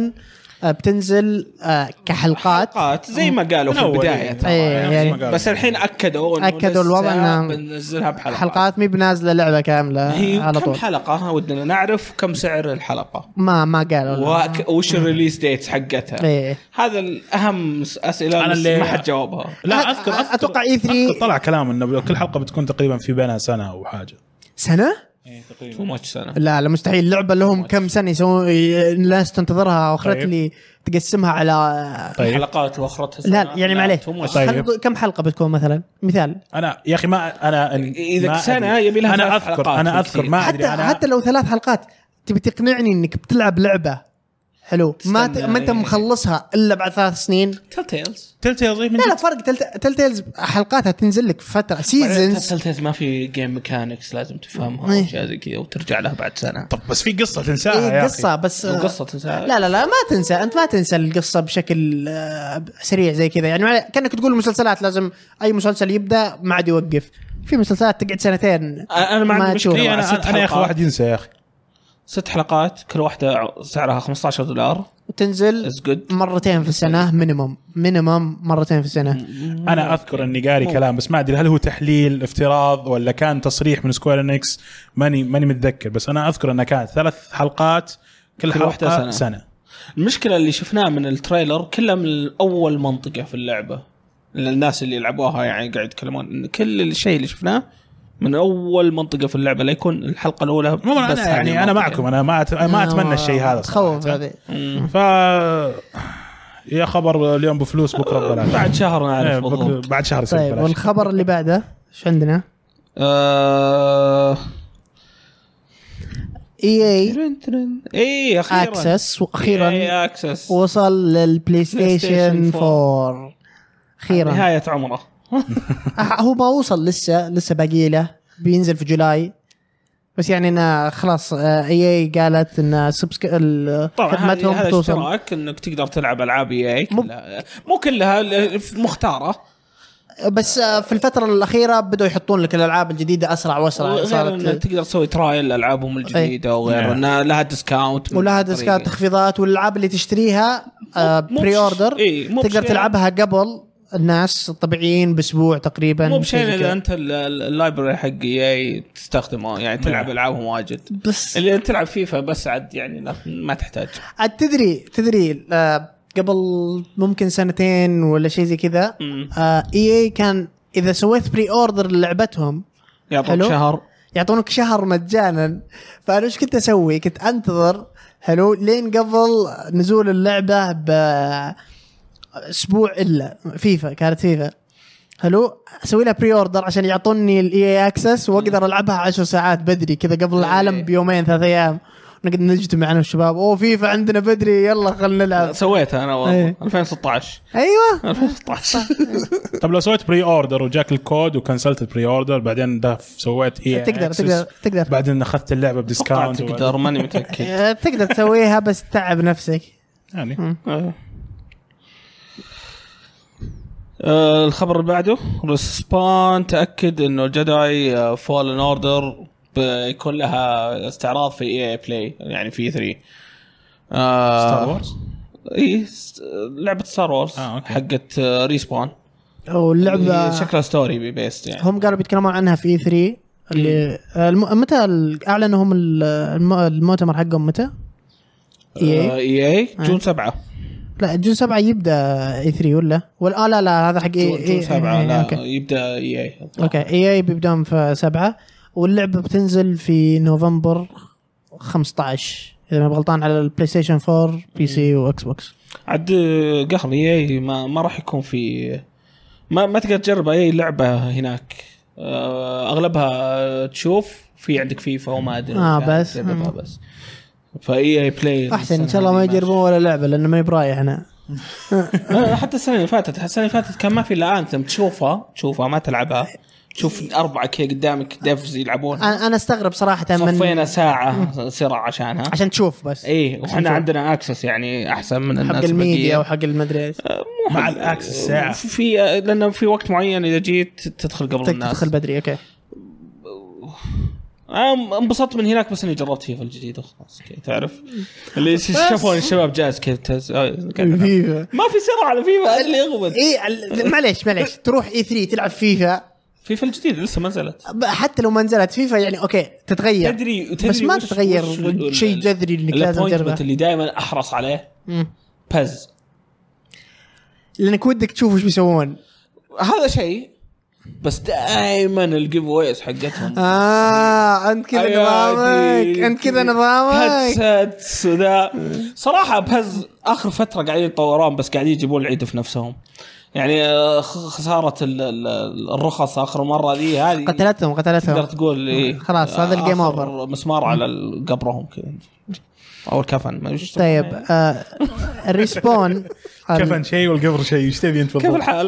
بتنزل آه كحلقات حلقات زي ما قالوا في البداية يعني بس الحين أكدوا أكدوا الوضع أنها بننزلها بحلقات حلقات مي بنازلة لعبة كاملة على طول. كم حلقة ودنا نعرف كم سعر الحلقة ما ما قالوا وش الريليز ديت حقتها. إيه. هذا الأهم أسئلة اللي ما حد جاوبها. لا أذكر, أذكر أتوقع إي ثلاثة طلع كلام إنه كل حلقة بتكون تقريبا في بينها سنة أو حاجة. سنة؟ تو ماتش سنة. لا لا مستحيل. اللعبة لهم كم سنة يسوون الناس تنتظرها أخرت طيب. لي تقسمها على طيب. حلقات وأخرتها سنة. لا يعني معليه طيب. كم حلقة بتكون مثلا مثال. أنا يا أخي ما أنا إذا سنة يبي لها أنا أذكر أنا أذكر ما أدري حتى أنا حتى لو ثلاث حلقات تبي تقنعني إنك بتلعب لعبة حلو ما ت... ما انت مخلصها الا بعد ثلاث سنين. تيل تيلز تيل تيلز لا لا فرق. تيل تيلز حلقاتها تنزل لك فتره سيزونز. تيل تيلز ما في جيم ميكانكس لازم تفهمها او شيء زي كذا وترجع لها بعد سنه. طب بس في قصه تنساها إيه يا اخي. قصه بس قصه تنساها. لا لا لا ما تنسى. انت ما تنسى القصه بشكل سريع زي كذا يعني. كانك تقول المسلسلات لازم اي مسلسل يبدا ما عاد يوقف. في مسلسلات تقعد سنتين. انا ما عندي مشكله. انا انا يا اخي واحد ينسى يا اخي. ست حلقات كل واحدة سعرها خمسة عشر دولار وتنزل مرتين في السنة مينيمم مينيمم مرتين في السنة. أنا أذكر أني قاري كلام بس ما أدري هل هو تحليل افتراض ولا كان تصريح من سكوير إنكس ماني ماني متذكر. بس أنا أذكر أنها كانت ثلاث حلقات كل, كل واحدة سنة. سنة. المشكلة اللي شفناه من التريلر كلها من أول منطقة في اللعبة. الناس اللي يلعبوها يعني قاعد يتكلمون إن كل الشيء اللي شفناه من اول منطقه في اللعبه لا يكون الحلقه الاولى بس أنا يعني انا معكم انا ما أت... ما اتمنى الشيء هذا تخوف هذه. ف يا خبر اليوم بفلوس بكره ببلاش بعد شهر نعرف بك... بعد شهر يصير ببلاش. طيب والخبر اللي بعده ايش عندنا؟ آه... اي اي اي اخيرا اكسس واخيرا اي اكسس وصل للبلاي ستيشن أربعة اخيرا نهايه عمره. هو ما وصل لسه لسه باقي له بينزل في جولاي بس يعني أنا خلاص اي اي قالت ان سبسك خدمتهم هذا توصل اشتراك انك تقدر تلعب العاب اي اي كلها مو كلها مختاره بس في الفتره الاخيره بدوا يحطون لك الالعاب الجديده اسرع واسرع. صارت تقدر تسوي ترايل الالعابهم الجديده وغير انها لها ديسكاونت ولها ديسكاونت تخفيضات والالعاب اللي تشتريها بري اوردر إيه تقدر تلعبها قبل الناس الطبيعيين باسبوع تقريبا. مو بشيء اذا انت اللايبرري حق اي تستخدمه يعني تلعب العابهم واجد بس اللي انت تلعب فيفا بس عاد يعني ما تحتاج عاد تدري تدري آه قبل ممكن سنتين ولا شيء زي كذا آه اي اي كان اذا سويت بري اوردر لعبتهم يعطونك شهر يعطونك شهر مجانا. فانا ايش كنت اسوي؟ كنت انتظر حلو لين قبل نزول اللعبه ب اسبوع الا فيفا كانت فيفا حلو اسوي لها بري اوردر عشان يعطوني الاي اكسس واقدر العبها عشر ساعات بدري كذا قبل العالم بيومين ثلاث ايام. نقدر نجتمع انا والشباب اوه فيفا عندنا بدري يلا خلينا نلعب. سويتها انا والله أيه. ألفين وستة عشر ايوه ألفين وستة عشر. طب لو سويت بري اوردر وجاك الكود وكنسلت البري اوردر بعدين ده سويت ايه تقدر تقدر تقدر بعدين اخذت اللعبه بديسكاونت تقدر ماني متاكد. تقدر تسويها بس تعب نفسك يعني. آه الخبر اللي بعده ريسبون تاكد انه جداي فولن اوردر بيكون لها استعراض في اي بلاي يعني في ثري آه ستار وورز اي لعبه ستار وورز آه، حقت ريسبون واللعبه شكلها ستوري بيست يعني. هم قالوا بيتكلموا عنها في اي ثري اللي الم... متى اعلنوا هم الم... المؤتمر حقهم متى؟ اي اي اي جون سبعة. لا جون سبعة يبدا اي ثري ولا ولا آه لا لا هذا حق اي جون سبعة إيه لا أوكي. يبدا اي اي اوكي اي اي بيبدون في سبعة واللعبه بتنزل في نوفمبر خمسة عشر اذا ما غلطان على البلاي ستيشن فور بي سي واكس بوكس. عاد قهر اي ما ما راح يكون في ما ما تقدر تجرب اي لعبه هناك اغلبها تشوف في عندك فيفا وما ادري اه بس بس فاي اي بلاي احسن ان شاء الله ما يجربون ولا لعبه لانه ما برايح انا. حتى السنه اللي فاتت السنه اللي فاتت كان ما في الا انثم تشوفها تشوفها ما تلعبها تشوف أربعة كي قدامك ديفز يلعبون. انا انا استغرب صراحه من صفينا ساعه صراع عشانها عشان تشوف بس ايه وحنا عندنا اكسس يعني احسن من الناس حق الميديا وحق المدري ايش مع الاكسس ساعه في لانه في وقت معين اذا جيت تدخل قبل الناس تدخل بدري. اوكي انا انبسطت من هناك بس اني جربت فيفا الجديد وخلاص كذا تعرف اللي شافون الشباب جاز كذا تز... فيفا ما في سرعه على فيفا اللي يغبط اي معليش معليش تروح اي ثري تلعب فيفا فيفا الجديد لسه ما نزلت حتى لو ما نزلت فيفا يعني اوكي تتغير تدري, تدري بس ما وش تتغير وش شيء جذري انك لازم تجربه اللي دائما احرص عليه باز لانك ودك تشوف وش بيسوون هذا شيء بس دائما الجيف اويز حقتهم اه انت كذا نظامك انت كذا نظامك هاتس ذا صراحه بهز اخر فتره قاعدين يتطورون بس قاعدين يجيبون العيد في نفسهم يعني خساره الرخص اخر مره دي هذه قتلتهم قتلتهم تقدر تقول إيه خلاص هذا الجيم اوفر مسمار على قبرهم كذا او الكفن ما يش طيب آه الريسبون كفن شيء والقبر شيء ايش تبي انت كيف الحال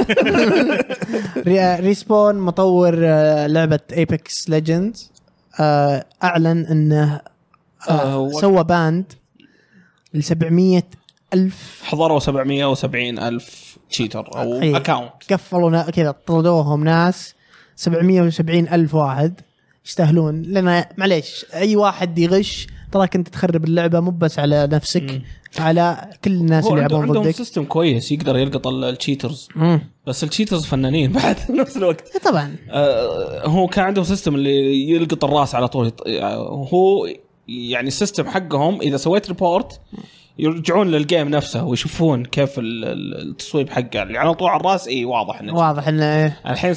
ريسبون مطور لعبه ايبكس ليجندز اعلن انه سوى باند ل سبعمية ألف حضروا سبعمية وسبعين ألف تشيتر او أيه. اكاونت قفلوا كذا طردوهم ناس سبعمية وسبعين ألف واحد يستاهلون لأن معليش أي واحد يغش تراك أنت تخرب اللعبة مو بس على نفسك مم. على كل الناس اللي يلعبون ضدك. عندهم سيستم كويس يقدر يلقط التشيترز بس التشيترز فنانين بعد نفس الوقت طبعا آه هو كان عندهم سيستم اللي يلقط الراس على طول هو يعني السيستم حقهم إذا سويت ريبورت يرجعون للجيم نفسه ويشوفون كيف التصويب حقه اللي على طول على الراس اي واضح انه واضح انه الحين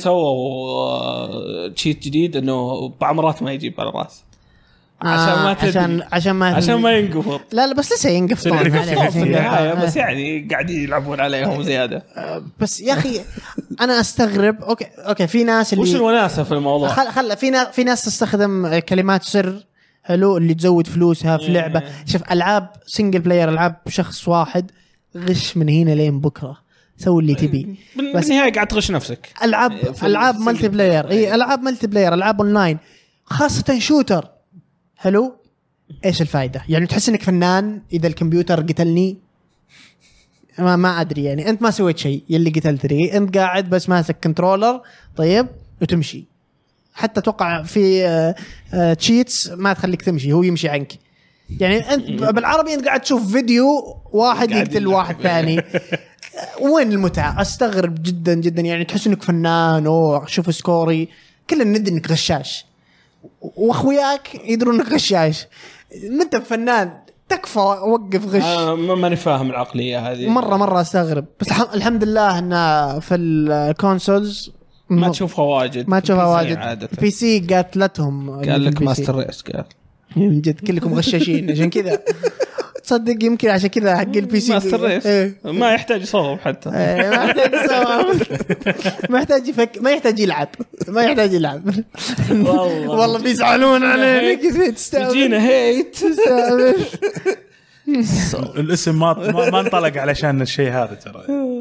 سووا تشيت جديد انه بعض مرات ما يجيب على الراس آه عشان ما عشان عشان ما عشان ما ينقفط لا لا بس لسه ينقفط بس يعني قاعدين يلعبون عليهم زياده بس يا اخي انا استغرب اوكي اوكي في ناس اللي وش الوناسه في الموضوع خل خل في ناس في ناس تستخدم كلمات سر حلو اللي تزود فلوسها في لعبة شوف ألعاب سينجل بلاير ألعاب شخص واحد غش من هنا لين بكرة سوي اللي تبي بس بالنهاية قاعد تغش نفسك ألعاب ألعاب ملتي بلاير إيه ألعاب ملتي بلاير ألعاب أونلاين خاصة شوتر حلو إيش الفائدة يعني تحس إنك فنان إذا الكمبيوتر قتلني ما ما أدري يعني أنت ما سويت شيء يلي قتلتني أنت قاعد بس ماسك كنترولر طيب وتمشي حتى توقع في تشيتس ما تخليك تمشي هو يمشي عنك يعني انت بالعربي انت قاعد تشوف فيديو واحد يقتل واحد ثاني وين المتعه استغرب جدا جدا يعني تحس انك فنان او شوف سكوري كلنا ندري انك غشاش واخوياك يدرون انك غشاش ما انت فنان تكفى وقف غش آه ماني فاهم العقليه هذه مره مره استغرب بس الحمد لله ان في الكونسولز ما تشوفها واجد ما تشوفها واجد بي سي قاتلتهم قال لك ماستر ريس قال من جد كلكم غشاشين عشان كذا تصدق يمكن عشان كذا حق البي سي ماستر ريس إيه. ما يحتاج يصوب حتى إيه، ما يحتاج يسوي ما يحتاج يفك ما يحتاج يلعب ما يحتاج يلعب والله والله بيزعلون علينا كذا تستاهل يجينا هيت الاسم ما ما ما انطلق علشان الشيء هذا ترى.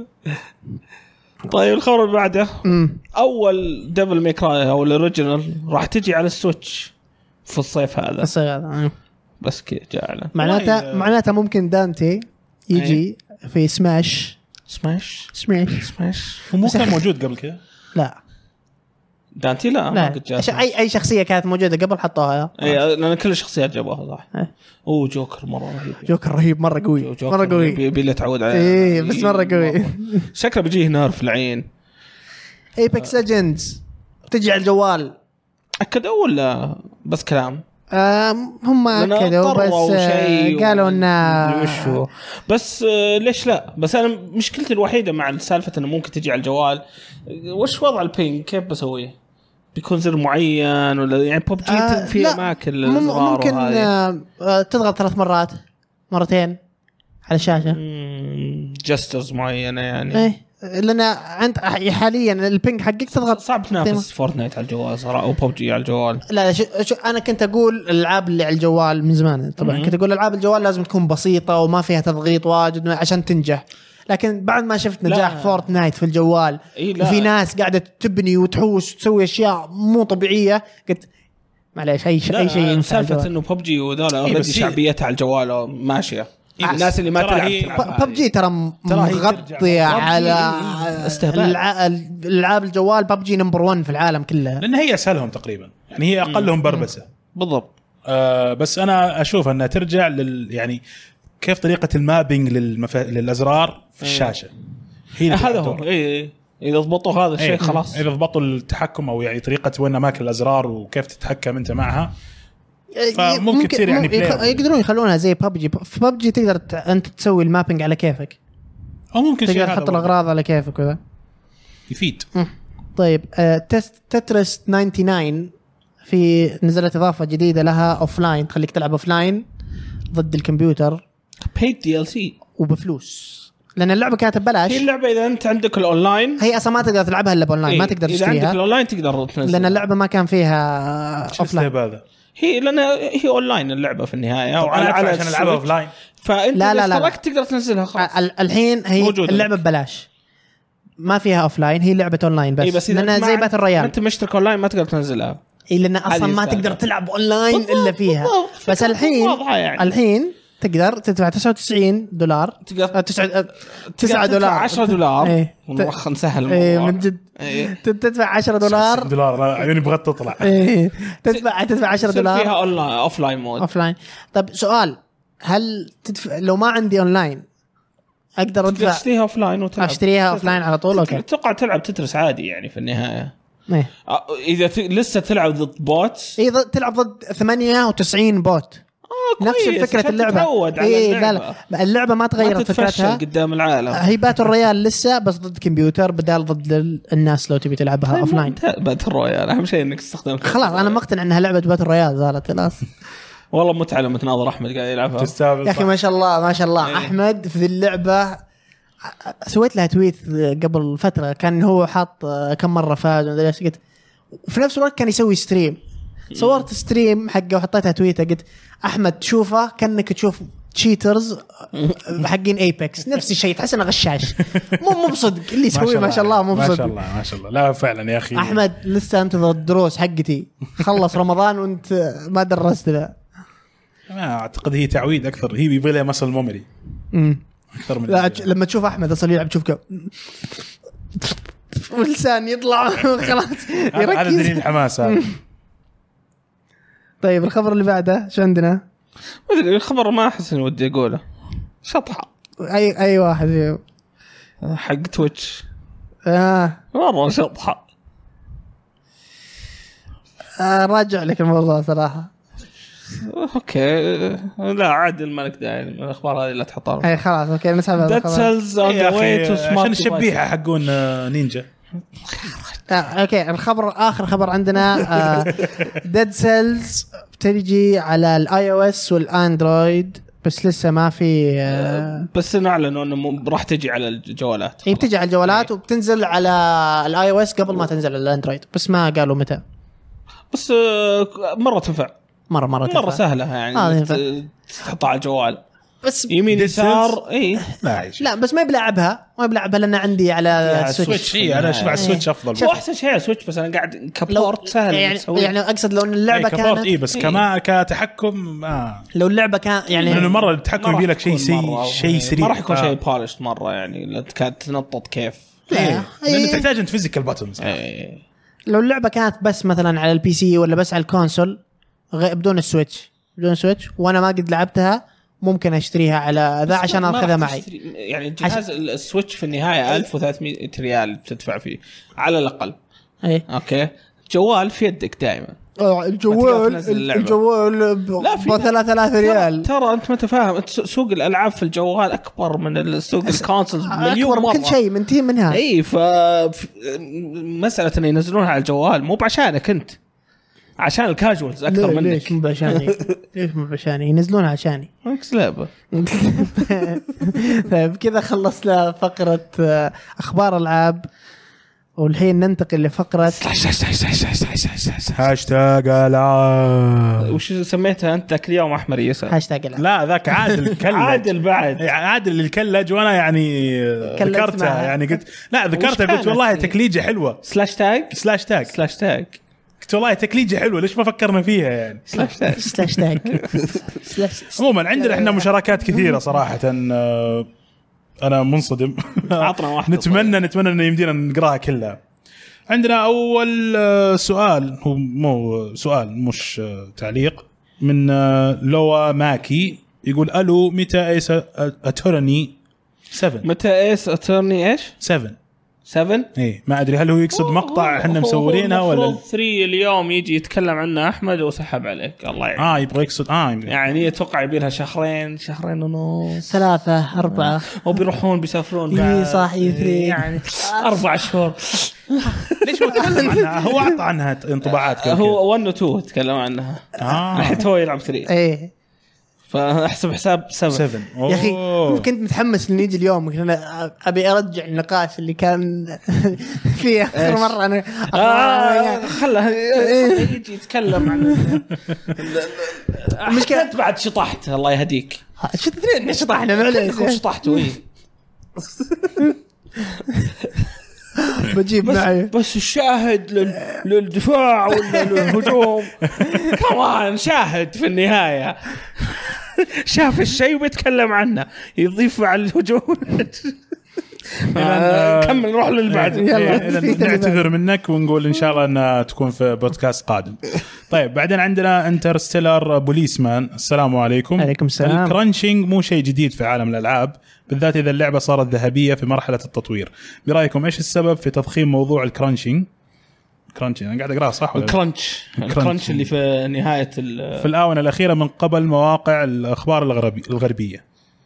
طيب الخبر اللي بعده اول دبل ميك راي او الاوريجينال راح تجي على السويتش في الصيف هذا الصيف هذا بس كذا جاء معناته معناته ممكن دانتي يجي في سماش سماش سماش سماش هو مو كان موجود قبل كذا؟ لا دانتي لا, لا. اي اي شخصيه كانت موجوده قبل حطوها اي لان كل الشخصيات جابوها صح. أي. اوه جوكر مره رهيب جوكر رهيب مره قوي مره قوي بيبي له تعود عليه ايه بس مره قوي شكله بيجيه نار في العين. ايبكس ليجندز تجي على الجوال اكدوا ولا بس كلام؟ هم اكدوا بس قالوا انه وشو بس آه ليش لا. بس انا مشكلتي الوحيده مع السالفه انه ممكن تجي على الجوال وش وضع البينج كيف بسويه؟ بيكون زر معين ولا يعني ببجي آه في اماكن ممكن آه تضغط ثلاث مرات مرتين على الشاشه جسترز معينه يعني ايه لان عند حاليا البينج حقك تضغط صعب تنافس فورتنايت على الجوال صراحه او ببجي على الجوال. لا شو شو انا كنت اقول الالعاب اللي على الجوال من زمان طبعا كنت اقول العاب الجوال لازم تكون بسيطه وما فيها تضغيط واجد عشان تنجح. لكن بعد ما شفت نجاح لا. فورتنايت في الجوال إيه وفي ناس قاعده تبني وتحوس وتسوي اشياء مو طبيعيه قلت معليش اي شيء اي شيء سالفه انه ببجي وذولا اوريدي شعبيتها على الجوال ماشيه. إيه الناس اللي ما تلعب ببجي ترى مغطية على الالعاب الجوال. ببجي نمبر واحد في العالم كله لان هي اسهلهم تقريبا يعني هي اقلهم بربسه بالضبط. آه بس انا اشوف انها ترجع لل يعني كيف طريقه المابينج للمف... للازرار في الشاشه هذا هو. اي اذا ضبطوا هذا الشيء ايه خلاص اذا ضبطوا التحكم او يعني طريقه وين اماكن الازرار وكيف تتحكم انت معها فممكن تصير يعني يقدرون يخلونها زي ببجي. في ببجي تقدر انت تسوي المابينج على كيفك او ممكن تقدر تحط الاغراض على كيفك وذا يفيد. طيب تست تترس تسعة وتسعين في نزلت اضافه جديده لها اوفلاين تخليك تلعب اوفلاين ضد الكمبيوتر paid دي إل سي وبفلوس لان اللعبه كانت ببلاش. هي اللعبه اذا انت عندك الاونلاين هي اصلا ما تقدر تلعبها الا باونلاين إيه؟ ما تقدر تشتريها. اذا عندك الاونلاين تقدر تنزل لان اللعبه ما كان فيها اوفلاين هذا هي لان هي اونلاين اللعبه في النهايه او على على عشان العبها اوفلاين فانت لا لا لا تقدر تنزلها خلاص. الحين هي موجودة. اللعبه ببلاش ما فيها اوفلاين هي لعبه اونلاين بس, إيه بس لان زي باتل رويال انت مشترك اونلاين ما تقدر تنزلها اي لان اصلا ما تقدر تلعب اونلاين الا فيها. بس الحين يعني. الحين تقدر تدفع تسعة وتسعين دولار تقدر تسعة تسعة دولار عشرة دولار ايه. ونرخ نسهل ايه من جد ايه. تدفع عشرة دولار دولار عيوني بغت تطلع ايه. تدفع تدفع عشرة دولار فيها اونلاين اوفلاين مود اوفلاين. طب سؤال هل تدفع لو ما عندي اونلاين اقدر ادفع اشتريها اوفلاين وتلعب اشتريها اوفلاين على طول؟ اوكي اتوقع تلعب تترس عادي يعني في النهايه ايه. اذا ت... لسه تلعب ضد بوت اي تلعب ضد ثمانية وتسعين بوت نفس فكرة اللعبة. إيه لا لا اللعبة ما تغيرت فكرتها قدام العالم. هي باتل رويال لسه بس ضد كمبيوتر بدال ضد الناس لو تبي تلعبها اوفلاين. باتل رويال اهم شيء انك تستخدم خلاص انا مقتنع انها لعبة باتل رويال صارت خلاص. والله متعة لما تناظر احمد قاعد يلعبها يا اخي ما شاء الله ما شاء الله. أيه. احمد في اللعبة سويت لها تويت قبل فترة كان هو حاط كم مرة فاز ولا ايش قلت وفي نفس الوقت كان يسوي ستريم. صورت ستريم حقه وحطيتها تويته قلت احمد تشوفه كانك تشوف تشيترز حقين ايبكس نفس الشيء تحس انه غشاش مو مو بصدق اللي يسويه ما شاء الله مو بصدق. ما شاء الله ما شاء الله لا فعلا يا اخي احمد لسه انتظر الدروس حقتي خلص رمضان وانت ما درست له. ما اعتقد هي تعويد اكثر هي بيبغى لها مسل ميموري اكثر من لا لما تشوف احمد اصلا يلعب تشوف كم ولسان يطلع خلاص هذا دليل الحماس هذا. طيب الخبر اللي بعده شو عندنا؟ ما ادري الخبر ما احس اني ودي اقوله شطحه اي اي واحد فيهم حق تويتش اه مره شطحه. آه راجع لك الموضوع صراحه. اوكي لا عادل ما نقدر يعني من الاخبار هذه لا تحطها. اي خلاص اوكي نسحب هذا الخبر. ديد اون ذا واي تو سمارت عشان الشبيحه حقون نينجا. آه، اوكي الخبر اخر خبر عندنا ديد سيلز بتجي على الاي او اس والاندرويد بس لسه ما في آه بس نعلن انه راح تجي على الجوالات. هي بتجي على الجوالات وبتنزل على الاي او اس قبل ما تنزل على الاندرويد، بس ما قالوا متى. بس مره تنفع مره مره مره سهله يعني آه تحطها على الجوال بس يمين يسار. اي لا لا بس ما بلعبها ما بلعبها لان عندي على السويتش. اي انا اشوف على السويتش افضل. هو احسن شيء على السويتش، بس انا قاعد كبورت سهل يعني يعني اقصد لو ان اللعبه أي كانت اي بس كما كتحكم آه. لو اللعبه كان يعني لانه مره التحكم فيه لك شيء شيء شيء سريع، ما راح يكون شيء بولش مره يعني لا كانت تنطط كيف. ايه لانه تحتاج انت فيزيكال باتنز. ايه لو اللعبه كانت بس مثلا على البي سي ولا بس على الكونسول بدون السويتش بدون السويتش وانا ما قد لعبتها ممكن اشتريها على ذا عشان اخذها معي. يعني جهاز عش... السويتش في النهايه ألف وثلاثمية ريال بتدفع فيه على الاقل. اي اوكي جوال في يدك دائما. الجوال الجوال ب ثلاثة آلاف ريال. ترى انت ما تفهم سوق الالعاب في الجوال اكبر من السوق الكونسولز مليون مره. كل شيء منتهي منها. اي ف مساله ان ينزلونها على الجوال مو بعشانك انت، عشان الكاجوالز اكثر منك. ليش مو بعشاني؟ ليش مو بعشاني؟ ينزلونها عشاني. ماكس لعبه. طيب كذا خلصنا فقره اخبار العاب، والحين ننتقل لفقره هاشتاج العاب. وش سميتها انت ذاك اليوم احمر يسار؟ هاشتاج العاب. لا ذاك عادل كلج. عادل بعد عادل الكلج وانا يعني ذكرتها يعني قلت لا ذكرتها قلت والله تكليجه حلوه. سلاش تاج سلاش تاج سلاش تاج قلت والله تكليجه حلوه ليش ما فكرنا فيها يعني. سلاش تاج سلاش تاج عموما عندنا احنا مشاركات كثيره صراحه. انا منصدم. عطنا واحده. نتمنى نتمنى انه يمدينا نقراها كلها. عندنا اول سؤال، هو مو سؤال مش تعليق، من لوا ماكي يقول الو متى ايس اتورني سبعة؟ متى ايس اتورني ايش سبعة سبعة؟ ايه ما ادري هل هو يقصد مقطع احنا مسورينها ولا ثلاثة اليوم يجي يتكلم عنه احمد وسحب عليك الله يعين. اه يبغى يقصد اه يمكن. يعني اتوقع يبي لها شهرين شهرين ونص ثلاثة أربعة وبيروحون بيسافرون اي صح يثري يعني أربع شهور. ليش هو تكلم عنها؟ هو أعطى عنها انطباعات. هو واحد و اثنين تكلم عنها. اه الحين هو يلعب ثلاثة. ايه فاحسب حساب سبعة. سبعة يا اخي كنت متحمس اني يجي اليوم، انا ابي ارجع النقاش اللي كان فيه اخر مره. انا آه خله يجي يتكلم عن المشكله بعد شطحت الله يهديك. شو اثنين شطحنا معليش شطحتوا ايه بجيب بس معي بس الشاهد لل... للدفاع ولا للهجوم كمان شاهد في النهايه شاف الشيء وبيتكلم عنه يضيف على الهجوم. كمل نروح للبعد. يلا نعتذر منك ونقول ان شاء الله انها تكون في بودكاست قادم. طيب بعدين عندنا انترستيلر بوليسمان. السلام عليكم. عليكم السلام. الكرانشينج مو شيء جديد في عالم الالعاب، بالذات اذا اللعبه صارت ذهبيه في مرحله التطوير. برايكم ايش السبب في تضخيم موضوع الكرانشينج؟ كرانشي انا قاعد اقراها صح ولا الكرانش الكرانش اللي في نهايه في الاونه الاخيره من قبل مواقع الاخبار الغربي الغربيه.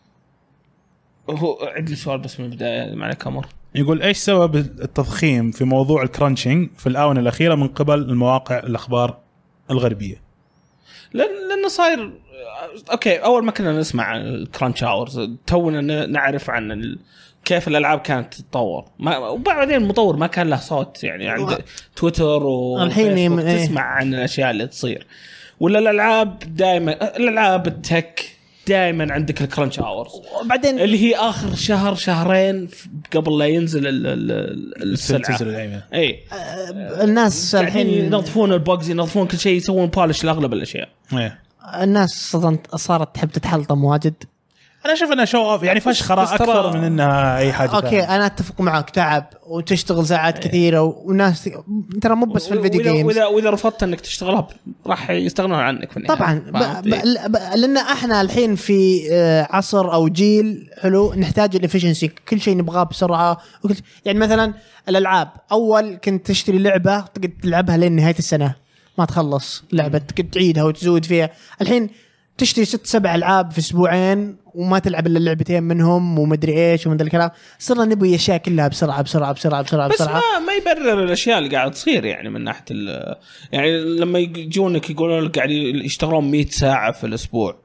هو عندي سؤال بس من البدايه معنا كامر. يقول ايش سبب التضخيم في موضوع الكرانشينج في الاونه الاخيره من قبل المواقع الاخبار الغربيه؟ لان لانه صاير اوكي. اول ما كنا نسمع عن الكرانش اورز تونا نعرف عن ال... كيف الالعاب كانت تتطور، وبعدين المطور ما كان له صوت يعني عند تويتر وفيسبوك تسمع عن الاشياء اللي تصير. ولا الالعاب دائما الالعاب التك دائما عندك الكرانش اورز، وبعدين اللي هي اخر شهر شهرين قبل لا ينزل السلعه. اي الناس الحين ينظفون البوكس ينظفون كل شيء يسوون بالش لاغلب الاشياء. الناس صارت تحب تتحلطم واجد. انا اشوف انها شو اوف يعني فشخره اكثر من انها اي حاجه. اوكي ثانية. انا اتفق معك تعب وتشتغل ساعات كثيره والناس ترى مو بس في الفيديو جيمز. واذا واذا رفضت انك تشتغلها راح يستغنون عنك في النهايه طبعا. ب... ب... ب... لان احنا الحين في عصر او جيل حلو نحتاج الافشنسي، كل شيء نبغاه بسرعه وكل... يعني مثلا الالعاب اول كنت تشتري لعبه تقعد تلعبها لين نهايه السنه ما تخلص لعبه، تقعد تعيدها وتزود فيها. الحين تشتري ست سبع ألعاب في أسبوعين وما تلعب إلا اللعبتين منهم ومدري إيش ومدري الكلام. صرنا نبغي أشياء كلها بسرعة بسرعة بسرعة بسرعة بس بسرعة. ما ما يبرر الأشياء اللي قاعد تصير يعني من ناحية يعني لما يجونك يقولون لك قاعد يشتغلون مئة ساعة في الأسبوع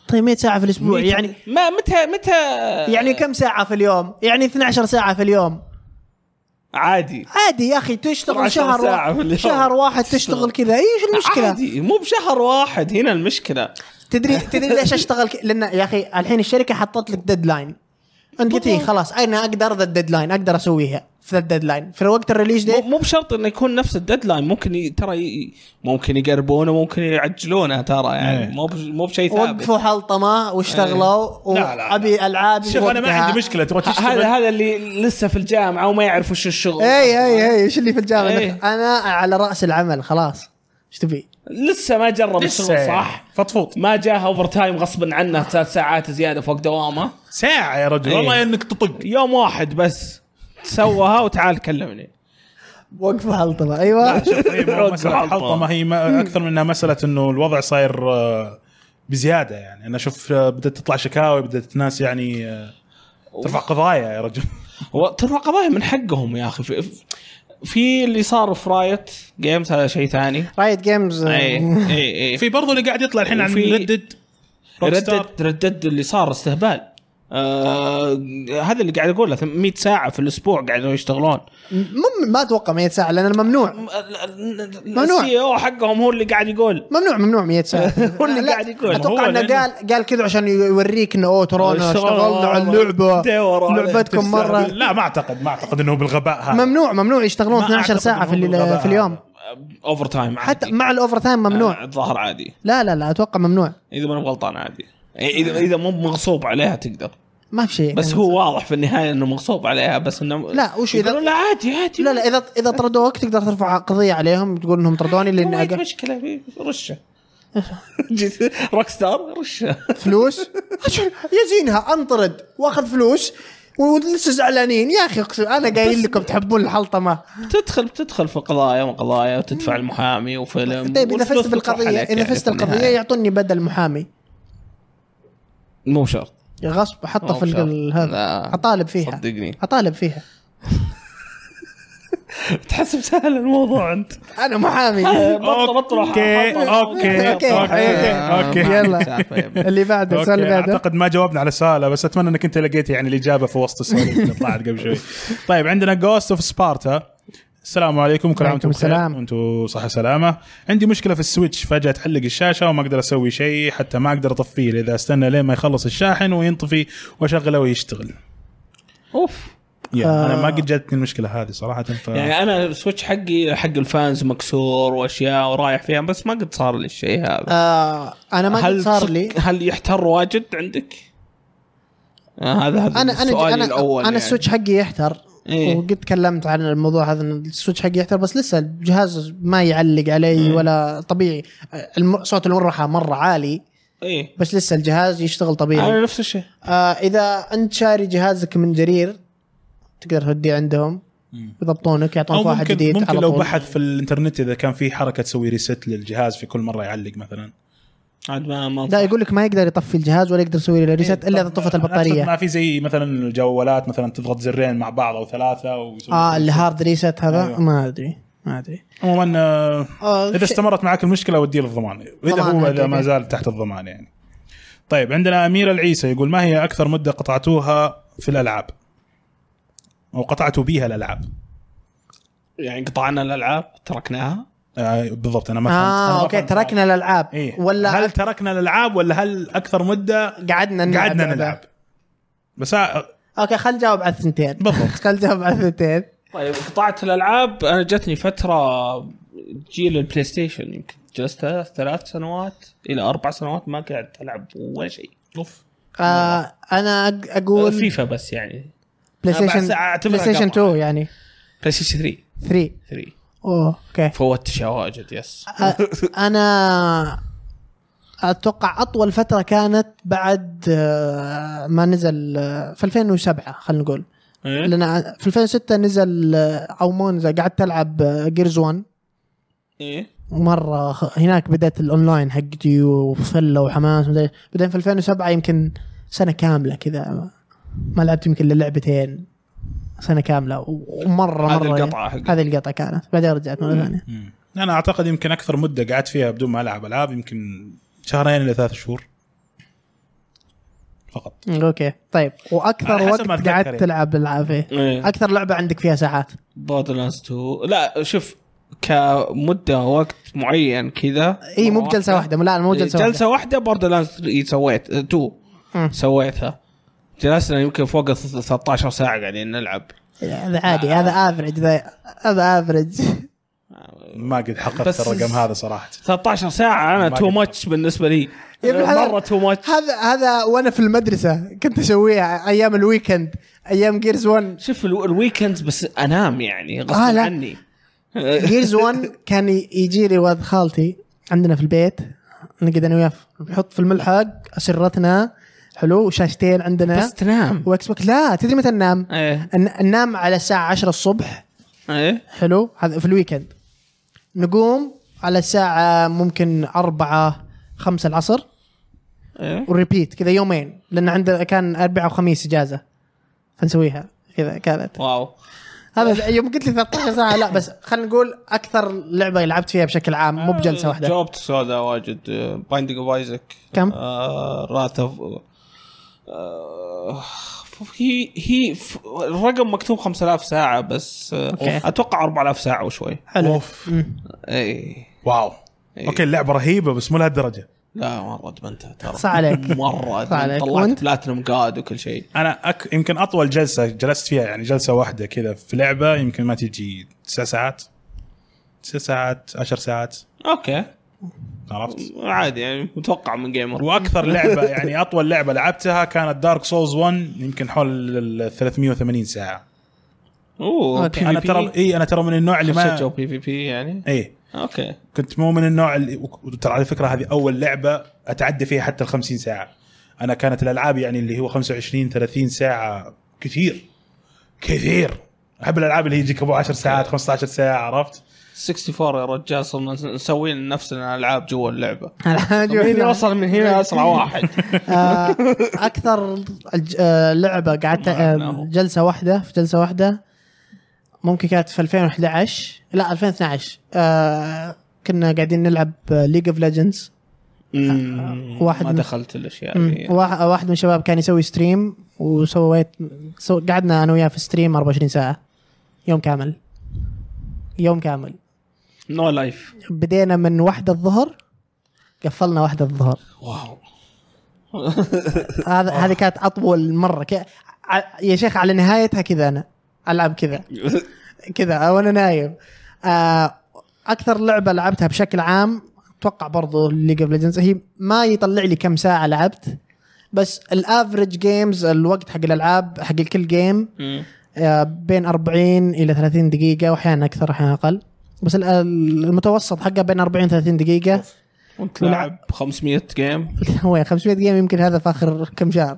طيب مية ساعة في الأسبوع يعني ما متى متى يعني كم ساعة في اليوم؟ يعني اثنتي عشرة ساعة في اليوم عادي عادي يا أخي تشتغل شهر و... شهر واحد تشتغل كذا إيش المشكلة؟ عادي مو بشهر واحد هنا المشكلة. تدري تدري ليش أشتغل ك... لأن يا أخي الحين الشركة حطت لك ديدلاين أنت قلت لي خلاص أنا أقدر ذا الديدلاين أقدر أسويها في الديدلاين في وقت الريليز دي. مو بشرط انه يكون نفس الديدلاين ممكن ي... ترى ي... ممكن يقربونه ممكن يعجلونه ترى يعني مو ب... مو بشيء ثابت. وقفوا حلطمة واشتغلوا وابي العاب. شوف انا ما عندي مشكله تبغى تشتغل هذا هذا اللي لسه في الجامعه وما يعرف وش الشغل. اي اي اي ايش اللي في الجامعه أي. انا على راس العمل خلاص ايش تبي لسه ما جرب الشغل صح فطفوط ما جاه اوفر تايم غصبا عنه ثلاث ساعات زياده فوق دوامه ساعه يا رجل والله أي. انك تطق يوم واحد بس سوها وتعال كلمني. وقفوا حلطمة ايوه. مسألة حلطمة هي ما اكثر منها مسألة انه الوضع صاير بزيادة يعني انا اشوف بدأت تطلع شكاوي بدأت الناس يعني ترفع قضايا يا رجل. ترفع قضايا من حقهم يا اخي في, في اللي صار في رايت جيمز هذا شيء ثاني. رايت جيمز اي اي في برضو اللي قاعد يطلع الحين عن ردد ردد ردد اللي صار استهبال. آه هذا اللي قاعد اقول له مية ساعه في الاسبوع قاعدوا يشتغلون. مم ما اتوقع مية ساعه لان ممنوع ممنوع السي او حقهم هو اللي قاعد يقول ممنوع ممنوع مية ساعه هو اللي قاعد يقول. اتوقع انه قال قال كذا عشان يوريك انه اوه ترانا اشتغلنا على اللعبه لعبتكم مره. لا ما اعتقد ما اعتقد انه بالغباء هذا ممنوع ممنوع يشتغلون اثنتي عشرة ساعه في في اليوم اوفر تايم حتى مع الاوفر تايم ممنوع. الظاهر عادي لا لا لا اتوقع ممنوع اذا ما انا غلطان عادي اذا اذا مو مغصوب عليها تقدر ما في شيء بس هو واضح في النهايه انه مغصوب عليها بس انه لا وش اذا لا عادي عادي لا لا اذا اذا طردوك تقدر ترفع قضيه عليهم تقول انهم طردوني لان اقل مشكله رشه جيت روك ستار رشه فلوس يزينها انطرد واخذ فلوس ولسه زعلانين يا اخي انا قايل لكم تحبون الحلطمه. تدخل بتدخل في قضايا وقضايا وتدفع المحامي وفيلم. طيب اذا فزت بالقضيه اذا فزت القضيه يعطوني بدل محامي مو شرط غصب حطه في هذا اطالب فيها صدقني اطالب فيها. تحسب سهل الموضوع انت. انا محامي. بطل بطل اوكي اوكي اوكي اوكي يلا اللي بعده السؤال اللي بعده. اعتقد ما جاوبنا على السؤال بس اتمنى انك انت لقيت يعني الاجابه في وسط السؤال اللي طلعت قبل شوي. طيب عندنا جوست اوف سبارتا. السلام عليكم وكل عام وانتم بخير وانتم صحه سلامه. عندي مشكله في السويتش فجاه تحلق الشاشه وما اقدر اسوي شيء حتى ما اقدر اطفيه اذا استنى لين ما يخلص الشاحن وينطفي واشغله ويشتغل. اوف يعني آه. انا ما قد جاتني المشكله هذه صراحه ف... يعني انا السويتش حقي حق الفانز مكسور واشياء ورايح فيها بس ما قد صار لي الشيء هذا. آه انا ما قد صار لي. هل يحتر واجد عندك؟ آه هذا هذا انا السؤال انا الاول. انا يعني. السويتش حقي يحتر إيه؟ وقد تكلمت عن الموضوع هذا ان السويتش حقي يحتر بس لسه الجهاز ما يعلق علي إيه؟ ولا طبيعي صوت المروحه مره عالي إيه؟ بس لسه الجهاز يشتغل طبيعي. انا نفس الشيء. آه اذا انت شاري جهازك من جرير تقدر توديه عندهم يضبطونك يعطونك واحد جديد. ممكن لو بحث في الانترنت اذا كان في حركه تسوي ريست للجهاز في كل مره يعلق مثلا. عاد ما ما لا يقول لك ما يقدر يطفي الجهاز ولا يقدر يسوي له ريست الا اذا طفت البطاريه. ما في زي مثلا الجوالات مثلا تضغط زرين مع بعض او ثلاثه ويسوي اه الهارد ريست هذا. أيوة. ما ادري ما ادري عموما آه اذا استمرت معك المشكله ودي للضمان اذا هو اذا ما زال تحت الضمان يعني. طيب عندنا امير العيسى يقول ما هي اكثر مده قطعتوها في الالعاب او قطعتوا بيها الالعاب؟ يعني قطعنا الالعاب تركناها. آه بالضبط انا ما فهمت. آه أنا اوكي تركنا الالعاب إيه؟ ولا هل تركنا الالعاب ولا هل اكثر مده قعدنا نلعب قعدنا نلعب بس آه اوكي خل نجاوب على الثنتين بالضبط. خل نجاوب على الثنتين. طيب قطعت الالعاب انا جتني فتره جيل البلاي ستيشن يمكن جلست ثلاث سنوات الى اربع سنوات ما قعدت العب ولا شيء. اوف آه انا اقول فيفا بس يعني بلاي ستيشن بلاي ستيشن اثنين يعني بلاي ستيشن ثلاثة ثلاثة ثلاثة اوه اوكي فوت شواجد يس. انا اتوقع اطول فتره كانت بعد ما نزل في ألفين وسبعة خلينا نقول. إيه؟ لان في ألفين وستة نزل او مو نزل قعدت العب جيرز واحد. ايه مره هناك بدات الاونلاين حقتي وفله وحماس بعدين في ألفين وسبعة يمكن سنه كامله كذا ما لعبت يمكن للعبتين سنه كامله ومره مره هذه القطعه هذه القطعه كانت بعدين رجعت مره ثانيه. انا اعتقد يمكن اكثر مده قعدت فيها بدون ما العب العاب يمكن شهرين الى ثلاث شهور فقط. اوكي طيب، واكثر وقت قعدت يعني. تلعب العاب ايه؟ اكثر لعبه عندك فيها ساعات؟ بوردرلاندز تو. لا شوف كمده وقت معين كذا اي مو بجلسه واحده، لا مو جلسه جلسه واحده. بوردرلاندز سويت تو سويتها، جلسنا يمكن فوق ثلاثة عشر ساعه قاعدين نلعب. هذا عادي، هذا افرج، هذا افرج. ما قد حققت الرقم هذا صراحه. ثلاثة عشر ساعه انا تو ماتش بالنسبه لي، مره تو ماتش. هذا هذا وانا في المدرسه كنت اسويها ايام الويكند، ايام جيرز واحد. شوف الويكند بس انام يعني غصب آه عني. جيرز واحد كان يجي لي واد خالتي عندنا في البيت، نقعد انا وياه نحط في الملحق اسرتنا حلو، وشاشتين عندنا بس تنام. واكس بوكس. لا تدري متى ننام؟ ايه. ننام على الساعه عشرة الصبح. ايه حلو، هذا في الويكند. نقوم على الساعه ممكن أربعة خمسة العصر. ايه. وريبيت كذا يومين، لان عندنا كان أربعة وخميس اجازه فنسويها كذا. كانت واو. هذا يوم قلت لي ثلاثة عشر ساعه. لا بس خلينا نقول اكثر لعبه لعبت فيها بشكل عام مو بجلسه واحده. جاوبت سودا واجد. بايندينج اوف ايزك كم؟ آه راث اوف آه هي هي الرقم مكتوب خمسة آلاف ساعه بس. آه اتوقع أربعة آلاف ساعه وشوي. حلو. اي واو. أي. اوكي اللعبه رهيبه بس مو لهالدرجه. لا مرة ادمنتها ترى. صح عليك. مرة طلعت بلاتينوم قاد وكل شيء. أنا أك... يمكن أطول جلسة جلست فيها يعني جلسة واحدة كذا في لعبة يمكن ما تيجي تسع ساعات تسع ساعات عشر ساعات. أوكي عرفت عادي يعني متوقع من جيمر. وأكثر لعبة يعني أطول لعبة لعبتها كانت دارك سولز واحد يمكن حول ال ثلاثمية وثمانين ساعة. أوه أنا ترى إيه أنا ترى من النوع اللي ما جو بي في بي يعني. إيه اوكي كنت مو من النوع اللي ترى على فكره هذه اول لعبه اتعدى فيها حتى ال خمسين ساعه. انا كانت الالعاب يعني اللي هو خمسة وعشرين ثلاثين ساعه كثير كثير. احب الالعاب اللي يجيك ابو عشر ساعات خمسة عشر ساعه. عرفت أربعة وستين يا رجال صرنا نسوي لنفسنا العاب جوا اللعبه. مين يوصل من هنا اسرع واحد. اكثر لعبه قعدت جلسه واحده في جلسه واحده ممكن كانت في ألفين وإحدى عشر لا ألفين واثني عشر. آه كنا قاعدين نلعب ليج اوف ليجندز. واحد ما دخلت الاشياء دي. واحد من الشباب كان يسوي ستريم وسويت سو... قعدنا انا وياه في ستريم أربعة وعشرين ساعه يوم كامل. يوم كامل نو لايف. بدينا من واحدة الظهر قفلنا واحدة الظهر. واو. هذا هذه كانت اطول مره ك... يا شيخ على نهايتها كذا انا العب كذا كذا وانا نايم. اكثر لعبه لعبتها بشكل عام اتوقع برضو ليج اوف ليجندز. هي ما يطلع لي كم ساعه لعبت بس الافريج جيمز الوقت حق الالعاب حق كل جيم بين أربعين الى ثلاثين دقيقه واحيانا اكثر احيانا اقل بس المتوسط حقه بين أربعين وثلاثين دقيقه. وانت لعب خمسمية جيم. هو خمسمية جيم يمكن هذا في اخر كم شهر.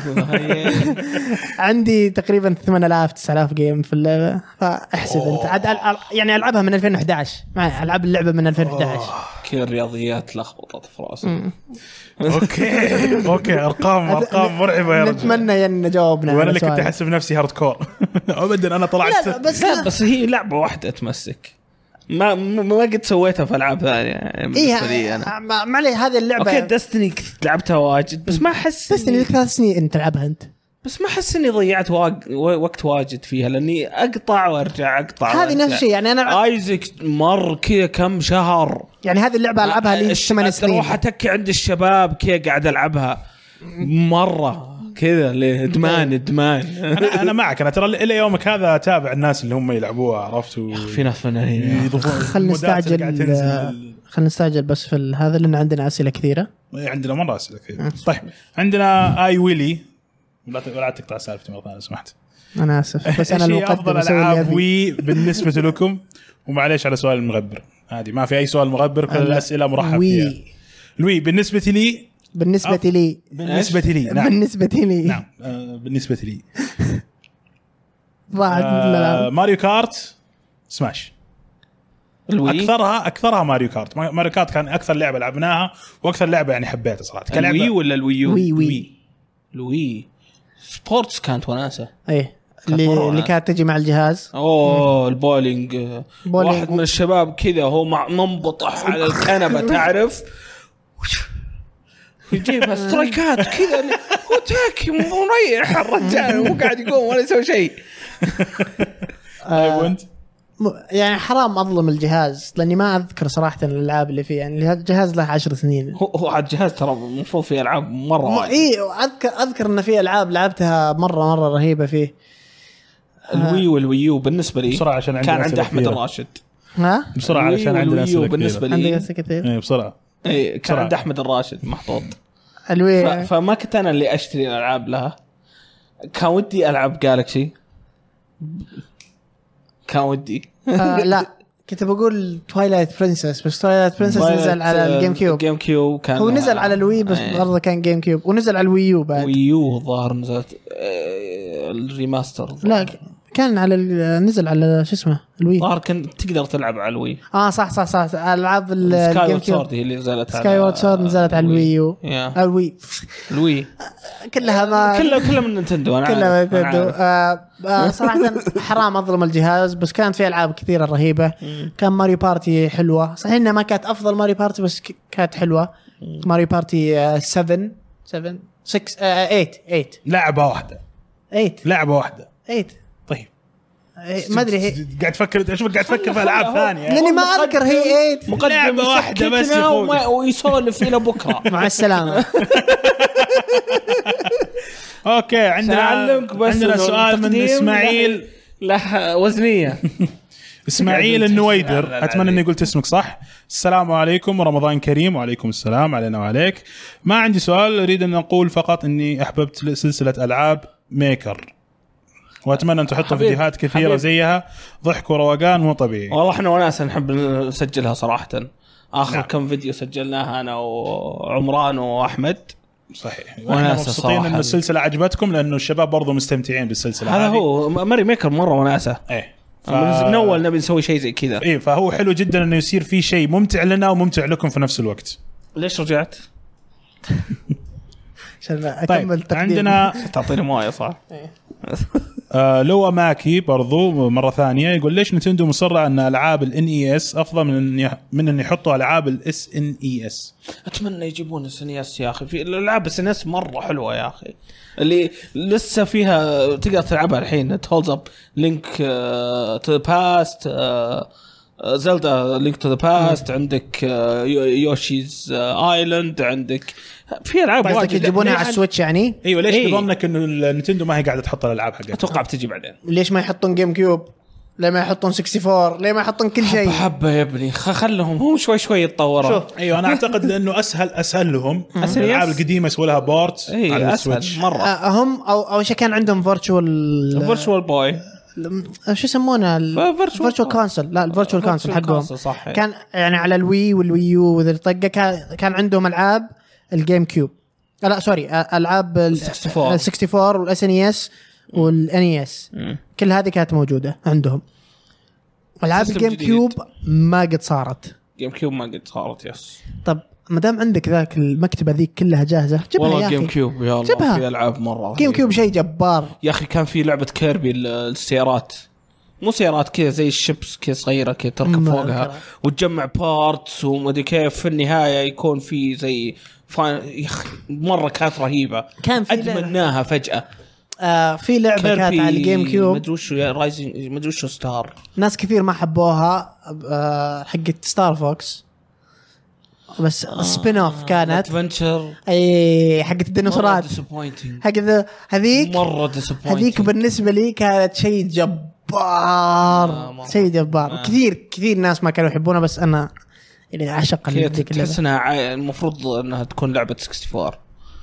عندي تقريبا ثمانية آلاف تسعة آلاف جيم في اللعبه فاحسب انت عاد يعني العبها من ألفين وإحدى عشر مع العاب اللعبه من ألفين وإحدى عشر. كل الرياضيات لخبطت في راسي. اوكي اوكي ارقام ارقام مرعبه يا رجل. نتمنى ان جاوبنا. وانا اللي كنت احسب نفسي هارد كور ابدا انا طلعت. لا بس لا بس هي لعبه واحده تمسك ما ما قد سويتها في العاب ثانيه يعني بالنسبه لي انا. ما علي هذه اللعبه. اوكي دستني لعبتها واجد بس ما احس دستني لك ثلاث سنين انت تلعبها انت بس ما احس اني ضيعت وقت واجد فيها لاني اقطع وارجع اقطع. هذه نفس الشيء يعني انا ايزك مر كذا كم شهر يعني هذه اللعبه العبها لي ثمان سنين. اروح اتكي عند الشباب كذا قاعد العبها مره كذا ليه ادمان ادمان. انا انا معك انا ترى الى يومك هذا اتابع الناس اللي هم يلعبوها عرفتوا في ناس فنانين. خلينا نستعجل خلينا نستعجل بس في هذا لان عندنا اسئله كثيره. عندنا مره اسئله كثيره. طيب عندنا اي ويلي لا لا تقطع سالفتي مره ثانيه سمحت. انا اسف بس انا المقدم افضل العاب وي بالنسبه لكم ومعليش على سؤال المغبر هذه ما في اي سؤال مغبر كل الاسئله مرحب فيها. الوي بالنسبه لي بالنسبة أف... لي بالنسبة لي نعم بالنسبة لي نعم آه بالنسبة لي واحد آه ماريو كارت سماش الوي. أكثرها أكثرها ماريو كارت. ماريو كارت كان أكثر لعبة لعبناها وأكثر لعبة يعني حبيتها صراحة. الوي ولا الويو؟ وي وي الوي سبورتس كانت وناسة. إيه اللي اللي كانت تجي مع الجهاز. أوه البولينج. واحد من الشباب كذا هو مع منبطح على الكنبة تعرف يجيبها سترايكات كذا هو تاكي مريح الرجال مو قاعد يقوم ولا يسوي شيء. طيب وانت؟ يعني حرام اظلم الجهاز لاني ما اذكر صراحه الالعاب اللي فيه. يعني الجهاز له عشر سنين. هو هو على الجهاز ترى المفروض فيه العاب مره. اي اذكر اذكر ان في العاب لعبتها مره مره رهيبه فيه. الوي والويو بالنسبه لي بسرعه عشان كان عند احمد الراشد. ها بسرعه علشان عندنا اسئله بالنسبه عندك لي اسئله كثير. اي بسرعه. اي كان عند احمد الراشد محطوط. الوي ف... فما كنت انا اللي اشتري الالعاب لها. كان ودي العب جالكسي. كان ودي آه لا كنت بقول تويلايت برنسس بس تويلايت برنسس نزل على الجيم كيوب. الجيم كيوب كان هو نزل على الوي بس ايه. برضه كان جيم كيوب ونزل على الويو بعد. ويو ظاهر نزلت اه الريماستر. لا كان على نزل على شو اسمه الوي. ظاهر كنت تقدر تلعب على الوي. اه صح صح صح العاب الجيم كيوب هي اللي نزلت على سكاي وورد سورد نزلت على الويو. الوي الوي كلها ما كلها كلها من نينتندو. انا كلها من نينتندو. آه آه صراحه حرام اظلم الجهاز بس كانت في العاب كثيره رهيبه. كان ماريو بارتي حلوه صحيح انها ما كانت افضل ماريو بارتي بس كانت حلوه. ماريو بارتي سبعة سبعة ستة ثمانية ثمانية لعبه واحده ثمانية لعبه واحده ثمانية. طيب ما ادري هي قاعد تفكر اشوفك قاعد تفكر في العاب ثانيه لاني ما اذكر هي ثمانية. مقدم لعبة واحدة بس يا أخوي. ويسولف الى بكره. مع السلامه. اوكي عندنا عندنا سؤال من اسماعيل له وزنيه. اسماعيل النويدر اتمنى اني قلت اسمك صح. السلام عليكم ورمضان كريم. وعليكم السلام علينا وعليك. ما عندي سؤال اريد ان اقول فقط اني احببت سلسله العاب ميكر واتمنى ان تحطوا فيديوهات كثيره حبيب. زيها ضحك وروقان مو طبيعي. والله احنا وناس نحب نسجلها صراحه. اخر نعم. كم فيديو سجلناها انا وعمران واحمد. صحيح واحنا مبسوطين ان السلسله عجبتكم لانه الشباب برضو مستمتعين بالسلسله هذا هو ماري ميكر مره وناسه. ايه ف... من اول نبي نسوي شيء زي كذا. ايه فهو حلو جدا انه يصير في شيء ممتع لنا وممتع لكم في نفس الوقت. ليش رجعت؟ عشان اكمل طيب. عندنا تعطيني مويه صح. آه لو ماكي برضو مرة ثانية يقول ليش نتندو مصرة أن ألعاب ال إن إي إس أفضل من من أن يحطوا ألعاب ال إس إن إي إس. أتمنى يجيبون إس إن إي إس يا أخي. في الألعاب إس إن إي إس مرة حلوة يا أخي اللي لسه فيها تقدر تلعبها الحين. تولز أب لينك تو ذا باست زلدا لينك تو ذا باست عندك يوشيز ايلاند عندك في العاب واجد يجيبونها على السويتش يعني. ايوه ليش إيه؟ تظنك انه النينتندو ما هي قاعده تحط الالعاب حقتها؟ اتوقع بتجي بعدين. ليش ما يحطون جيم كيوب؟ ليه ما يحطون أربعة وستين؟ ليه ما يحطون كل شيء؟ حبه يا ابني خلهم هم شوي شوي يتطوروا. ايوه انا اعتقد لانه اسهل اسهل لهم. الالعاب القديمه يسوي لها بورت إيه على السويتش مره. أه هم او او شيء كان عندهم فيرتشوال فيرتشوال بوي شو يسمونه الفيرتشوال كونسول. لا الفيرتشوال كونسول حقهم كان يعني على الوي والويو وذا الطقه كان عندهم العاب الجيم كيوب. لا سوري العاب ال أربعة وستين والاس ان اس والان اي اس كل هذه كانت موجوده عندهم. العاب الجيم كيوب ما قد صارت. جيم كيوب ما قد صارت يس. طب ما دام عندك ذاك المكتبه ذيك كلها جاهزه جيبها يا اخي. جيم كيوب يا الله في العاب مره. جيم كيوب شيء جبار يا اخي. كان في لعبه كيربي السيارات مو سيارات كذا زي الشيبس كذا صغيره كذا تركب فوقها وتجمع بارتس وما ادري كيف في النهايه يكون في زي فاين. يا اخي مره كانت رهيبه. كان في ادمناها فجاه. آه في لعبه كانت على الجيم كيوب ما ادري وش رايزنج ما ادري وش ستار. ناس كثير ما حبوها. آه حقت ستار فوكس بس آه سبين اوف كانت ادفنتشر. اي حقت الديناصورات حقت هذيك مره ديسابوينتنج. هذيك بالنسبه لي كانت شيء جبار. آه شيء جبار. آه. كثير كثير ناس ما كانوا يحبونها بس انا اللي عشق هذيك اللعبه. تحس انها المفروض انها تكون لعبه أربعة وستين.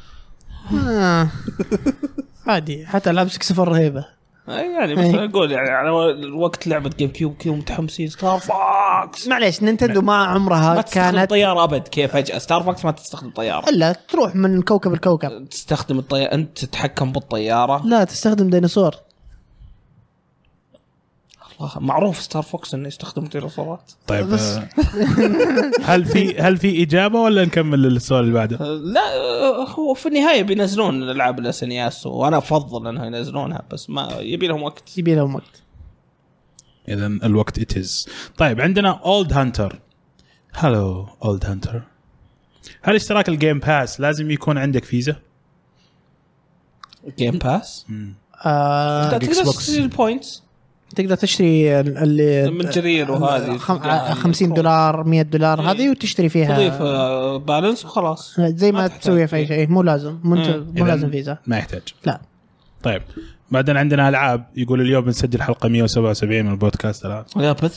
آه. عادي حتى لعبة أربعة وستين رهيبة يعني بس اقول يعني على وقت لعبة جيم كيوب كيو متحمسين. ستار فوكس معليش نينتندو ما عمرها ما كانت طيارة ابد. كيف فجأة ستار فوكس ما تستخدم طيارة الا تروح من كوكب لكوكب تستخدم الطيارة. انت تتحكم بالطيارة لا تستخدم ديناصور. معروف ستار فوكس انه يستخدم ديناصورات. طيب هل في هل في اجابه ولا نكمل السؤال اللي بعده؟ لا هو في النهايه بينزلون الالعاب الاسنياس وانا افضل انها ينزلونها بس ما يبي لهم وقت. يبي لهم وقت. اذا الوقت اتز. طيب عندنا اولد هانتر. هلو اولد هانتر هل اشتراك الجيم باس لازم يكون عندك فيزا؟ جيم باس آه تقدر تشتري البوينتس، تقدر تشتري اللي من جرير وهذه خم... خمسين دولار مية دولار إيه. هذه وتشتري فيها تضيف بالانس وخلاص زي ما, ما تسويها في اي شيء. مو لازم مو, مو لازم فيزا، ما يحتاج. لا. طيب بعدين عندنا العاب، يقول اليوم بنسجل حلقه مية وسبعة وسبعين من البودكاست الان. يا بث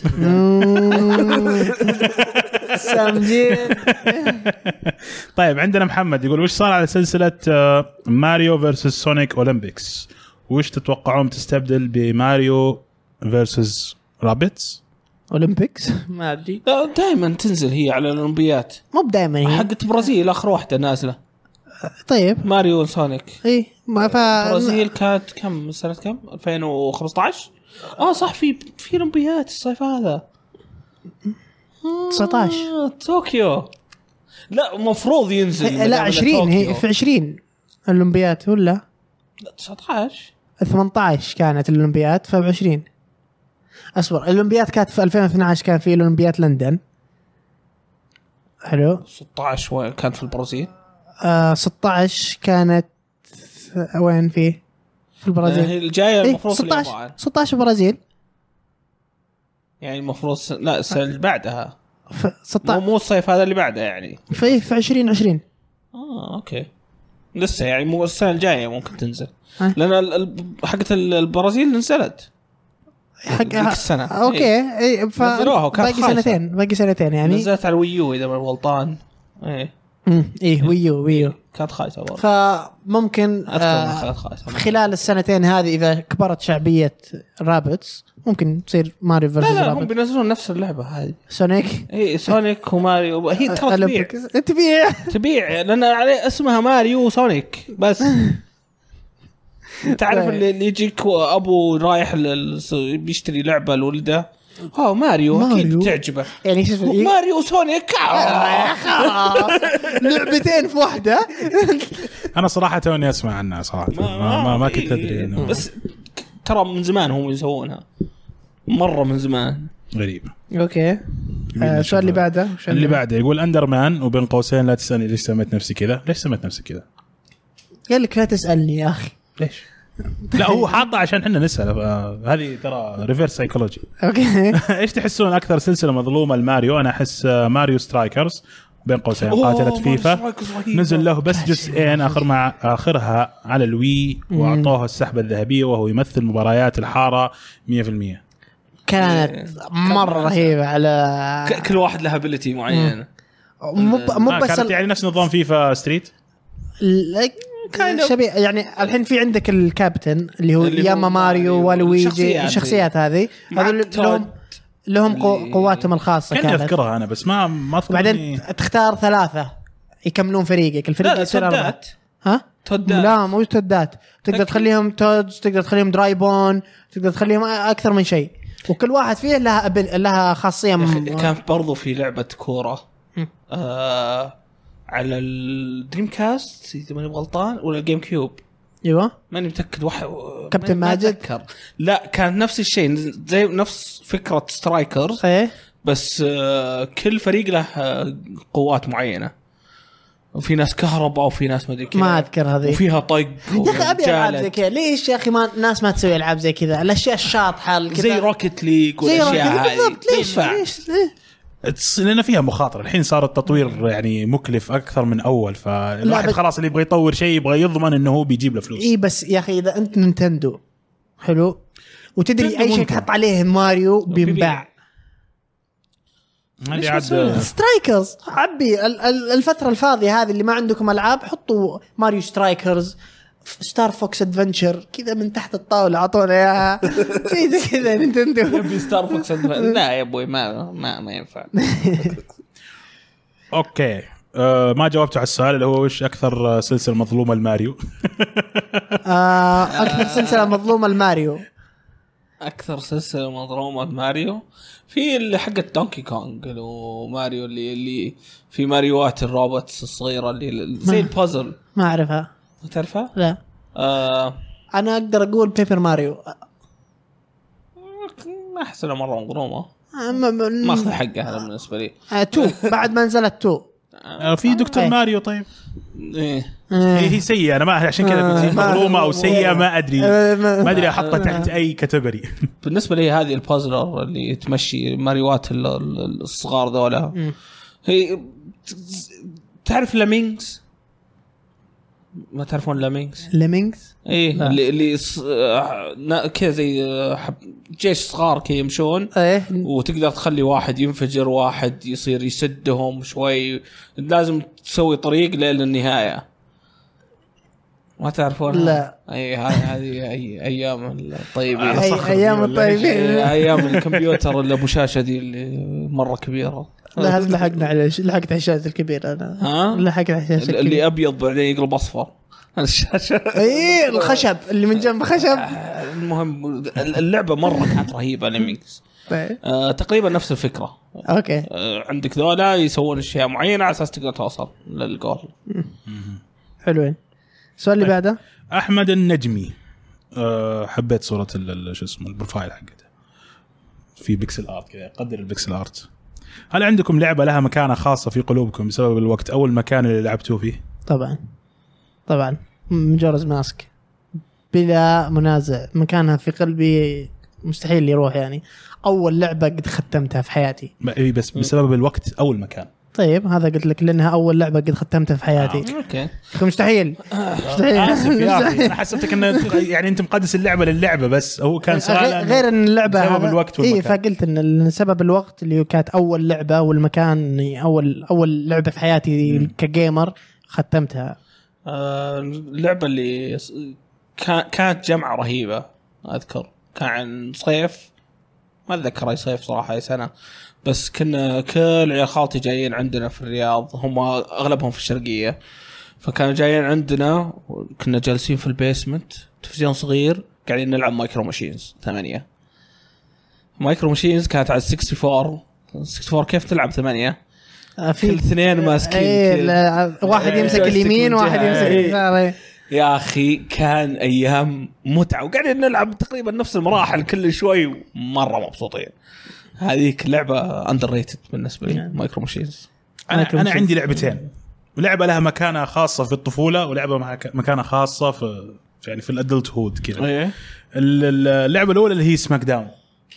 سامجين. طيب عندنا محمد يقول وش صار على سلسله ماريو فيرسس سونيك اولمبيكس؟ وش تتوقعون تستبدل بماريو فيرسس رابتس اولمبيكس؟ ما ادري، دائما تنزل هي على الاولمبيات، مو دائما هي حقت برازيل اخر واحده نازله. طيب ماريو وسونيك اي ما ف برازيل كانت كم سنه كم ألفين وخمسة عشر. اه صح في في اولمبيات الصيف هذا تسعة عشر آه، طوكيو. لا مفروض ينزل لا عشرين، هي في عشرين الاولمبيات ولا لا تسعة عشر ثمانية عشر كانت الاولمبيات، فب عشرين. اصبر، الاولمبيات كانت في ألفين واثني عشر كان في اولمبيات لندن. حلو. ستة عشر وين كانت في البرازيل؟ آه ستة عشر كانت وين؟ فيه في البرازيل. هي الجايه المفروض إيه ستة عشر ستة عشر برازيل يعني المفروض س... لا السنه اللي بعدها ستة عشر مو مو الصيف هذا اللي بعده يعني في في عشرين عشرين. اه اوكي لسه يعني مو السنه الجايه ممكن تنزل أه؟ لان ال... حقت البرازيل نزلت حق السنه اوكي اي ف... باقي سنتين باقي سنتين يعني نزلت على الويو اذا ما غلطان. ايه امم ايه ويو ويو كانت خايسه برضه، فممكن آه خلال السنتين هذه اذا كبرت شعبيه رابتس ممكن تصير ماريو فيرسس رابتس. لا لا رابت. هم بينزلون نفس اللعبه هذه سونيك. اي سونيك وماريو هي ترى تبيع تبيع تبيع لان عليه اسمها ماريو وسونيك بس. تعرف اللي يجيك ابو رايح بيشتري لعبه لولده اه ماريو, ماريو اكيد تعجبه يعني شوف ماريو وسونيك لعبتين في واحده. انا صراحه توني اسمع عنها صراحه ما ما, ما, ما كنت ادري انه بس ترى من زمان هم يسوونها مره من زمان. غريبه. اوكي السؤال اللي بعده اللي بعده يقول اندرمان وبين قوسين لا تسالني ليش سميت نفسي كذا. ليش سميت نفسك كذا؟ قال لك لا تسالني يا اخي. ليش؟ لا هو حاطه عشان احنا نسال. هذه ترى ريفيرس سايكولوجي. اوكي. ايش تحسون اكثر سلسله مظلومه لماريو؟ انا احس ماريو سترايكرز بين قوسين قاتله فيفا نزل له بس جزئين اخر مع اخرها على الوي واعطوه السحبه الذهبيه وهو يمثل مباريات الحاره مية بالمية. كانت مره رهيبه على كل واحد له ابيليتي معينه مو مو بس كانت يعني نفس نظام فيفا ستريت شبيه يعني. الحين في عندك الكابتن اللي هو ياما ماريو ولويجي الشخصيات هذه هذول لهم لهم قواتهم الخاصه. كان اذكرها انا بس ما ما اذكر. بعدين تختار ثلاثه يكملون فريقك. الفريق يصير أربعة. ها تودات. لا مو تودات، تقدر تخليهم تودز، تقدر تخليهم درايبون، تقدر تخليهم اكثر من شيء وكل واحد فيه لها أبل... لها خاصيه. م... كان برضو في لعبه كوره آه... على الدريم كاست اذا ماني غلطان ولا الجيم كيوب. ايوه ماني متاكد. واحد كابتن ماجد. لا كان نفس الشيء زي نفس فكره سترايكرز ايه بس آه كل فريق له قوات معينه وفي ناس كهرباء وفي ناس ما ادري كذا ما اذكر هذه وفيها طق. يا اخي ابي العاب زي كذا. ليش يا اخي ما ناس ما تسوي العاب زي كذا؟ الاشياء الشاطحه كذا زي روكيت ليج والاشياء هذه. ليش ليش لأن فيها مخاطرة. الحين صار التطوير يعني مكلف أكثر من أول، فالواحد خلاص اللي يبغى يطور شيء يبغى يضمن إنه هو بيجيب له فلوس. إيه بس يا أخي إذا أنت نينتندو حلو وتدري أي شيء تحط عليه ماريو بينباع. هذه عاد سترايكرز عبي الفترة الفاضية هذه اللي ما عندكم ألعاب حطوا ماريو سترايكرز ستار فوكس ادفنتشر كذا من تحت الطاولة عطونا اياها شيء زي كذا نينتندو. يبي ستار فوكس ادفنتشر. لا يا ابوي ما ما ما ينفع. اوكي أه ما جاوبت على السؤال اللي هو وش اكثر سلسلة مظلومة لماريو. آه اكثر سلسلة مظلومة لماريو اكثر سلسلة مظلومة لماريو في اللي حقت دونكي كونغ وماريو اللي اللي في ماريوات الروبوتس الصغيرة اللي زي البازل. ما اعرفها. تعرفها؟ لا آه انا اقدر اقول بيبر ماريو. ما احسها مره مظلومه. ما اخذ حقها هذا بالنسبه لي. آه تو بعد ما نزلت تو في دكتور أي. ماريو. طيب ايه هي هي سيئة، انا ما عشان كذا قلت مظلومة او سيئة، ما ادري ما ادري احطها تحت اي كاتيجوري. بالنسبه لي هذه البازلر اللي تمشي ماريوات ال- ال- الصغار ذولا، هي تعرف لامينجز؟ ما تعرفون لامينجز؟ ليمينجز ايه اللي اللي ص- آه، نا- كذا زي آه، حب- جيش صغار كي يمشون، ايه وتقدر تخلي واحد ينفجر، واحد يصير يسدهم شوي، لازم تسوي طريق لين النهايه. ما تعرفون؟ لا. اي هذه هذه اي ايام الطيبين، على صخر أي ايام دي ولا إيش؟ الطيبين. إيه، ايام الكمبيوتر اللي ابو شاشه دي اللي مره كبيره. لا هذا لحقنا على لحقت على الشاشه الكبيره انا. ها لحقت على الشاشه اللي الكبيره. ابيض بعدين يقلب اصفر الشاشه. اي الخشب اللي من جنب خشب. المهم اللعبه مره كانت رهيبه. ليمينجز طيب. آه تقريبا نفس الفكره. اوكي آه عندك ذولا يسوون اشياء معينه على اساس تقدر توصل للجول. حلوين. السؤال اللي بعده احمد النجمي. أه حبيت صوره ال- ال- شو اسمه البروفايل حقته في بيكسل ارت كذا، قدر البيكسل ارت. هل عندكم لعبه لها مكانه خاصه في قلوبكم بسبب الوقت او المكان اللي لعبتوه فيه؟ طبعا طبعا مجرز ماسك بلا منازع مكانها في قلبي مستحيل يروح. يعني اول لعبه قد ختمتها في حياتي. اي بس بسبب الوقت او المكان. طيب هذا قلت لك لانها اول لعبه قد ختمتها في حياتي. اوكي مستحيل مستحيل اسف يا اخي انا حسبتك انه يعني انت مقدس اللعبه للعبه بس، هو كان سؤال غير, غير ان اللعبه بسبب هذا- الوقت اي والمكان. فقلت ان سبب الوقت اللي كانت اول لعبه والمكان اول اول لعبه في حياتي كجيمر ختمتها. آه اللعبه اللي ص- كان كانت جمعه رهيبه. اذكر كان صيف، ما اتذكر اي صيف صراحه اي سنه، بس كنا كل عيال خالتي جايين عندنا في الرياض، هم اغلبهم في الشرقيه، فكانوا جايين عندنا وكنا جالسين في البيسمنت، تلفزيون صغير قاعدين نلعب مايكرو ماشينز ثمانية. مايكرو ماشينز كانت على أربعة وستين. أربعة وستين كيف تلعب ثمانية؟ آه، في الاثنين ماسكين ايه كذا. لا، واحد إيه، يمسك جويستيك اليمين من واحد جهة. يمسك إيه. اليسار. إيه. يا أخي كان أيام متعة، وقاعدين نلعب تقريبا نفس المراحل كل شوي، مرة مبسوطين. هذيك لعبة underrated بالنسبة لي مايكرو ماشينز. انا مايكرو انا ماشين. عندي لعبتين، ولعبه لها مكانه خاصه في الطفوله، ولعبه مك- مكانه خاصه في يعني في الادلت هود كذا. ايه ال- اللعبه الاولى اللي هي سماك داون.